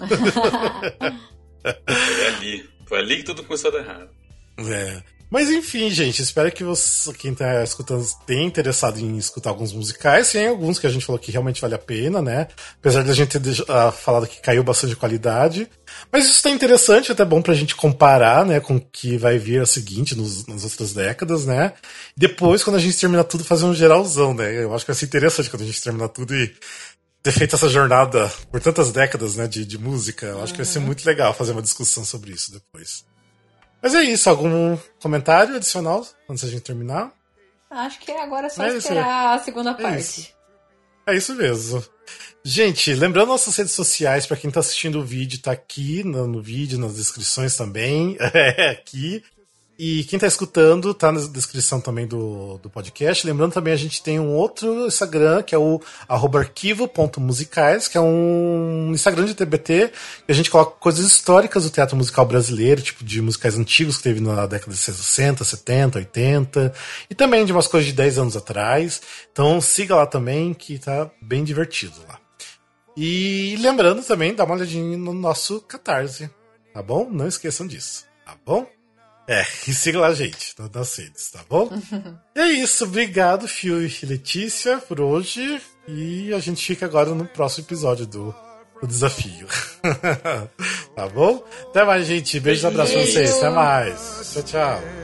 Foi ali que tudo começou a dar errado. É. Mas enfim, gente, espero que você, quem tá escutando, tenha interessado em escutar alguns musicais. Tem alguns que a gente falou que realmente vale a pena, né? Apesar de a gente ter falado que caiu bastante de qualidade. Mas isso tá interessante, até bom pra gente comparar, né, com o que vai vir a seguinte nas outras décadas, né? Depois, quando a gente terminar tudo, fazer um geralzão, né? Eu acho que vai ser interessante quando a gente terminar tudo e ter feito essa jornada por tantas décadas, né, de música. Eu acho que vai ser muito legal fazer uma discussão sobre isso depois. Mas é isso, algum comentário adicional antes da gente terminar? Acho que agora é só esperar a segunda parte. É isso mesmo. Gente, lembrando nossas redes sociais, para quem tá assistindo o vídeo, tá aqui no vídeo, nas descrições também, aqui. E quem tá escutando, tá na descrição também do podcast. Lembrando também, a gente tem um outro Instagram, que é o @arquivo.musicais, que é um Instagram de TBT, que a gente coloca coisas históricas do teatro musical brasileiro, tipo de musicais antigos que teve na década de 60, 70, 80, e também de umas coisas de 10 anos atrás. Então siga lá também, que tá bem divertido lá. E lembrando também, dá uma olhadinha no nosso Catarse, tá bom? Não esqueçam disso, tá bom? E siga lá a gente nas redes, tá bom? E é isso, obrigado, Fio e Letícia, por hoje. E a gente fica agora no próximo episódio do desafio. Tá bom? Até mais, gente. Beijos e abraços pra vocês. Até mais. Tchau, tchau.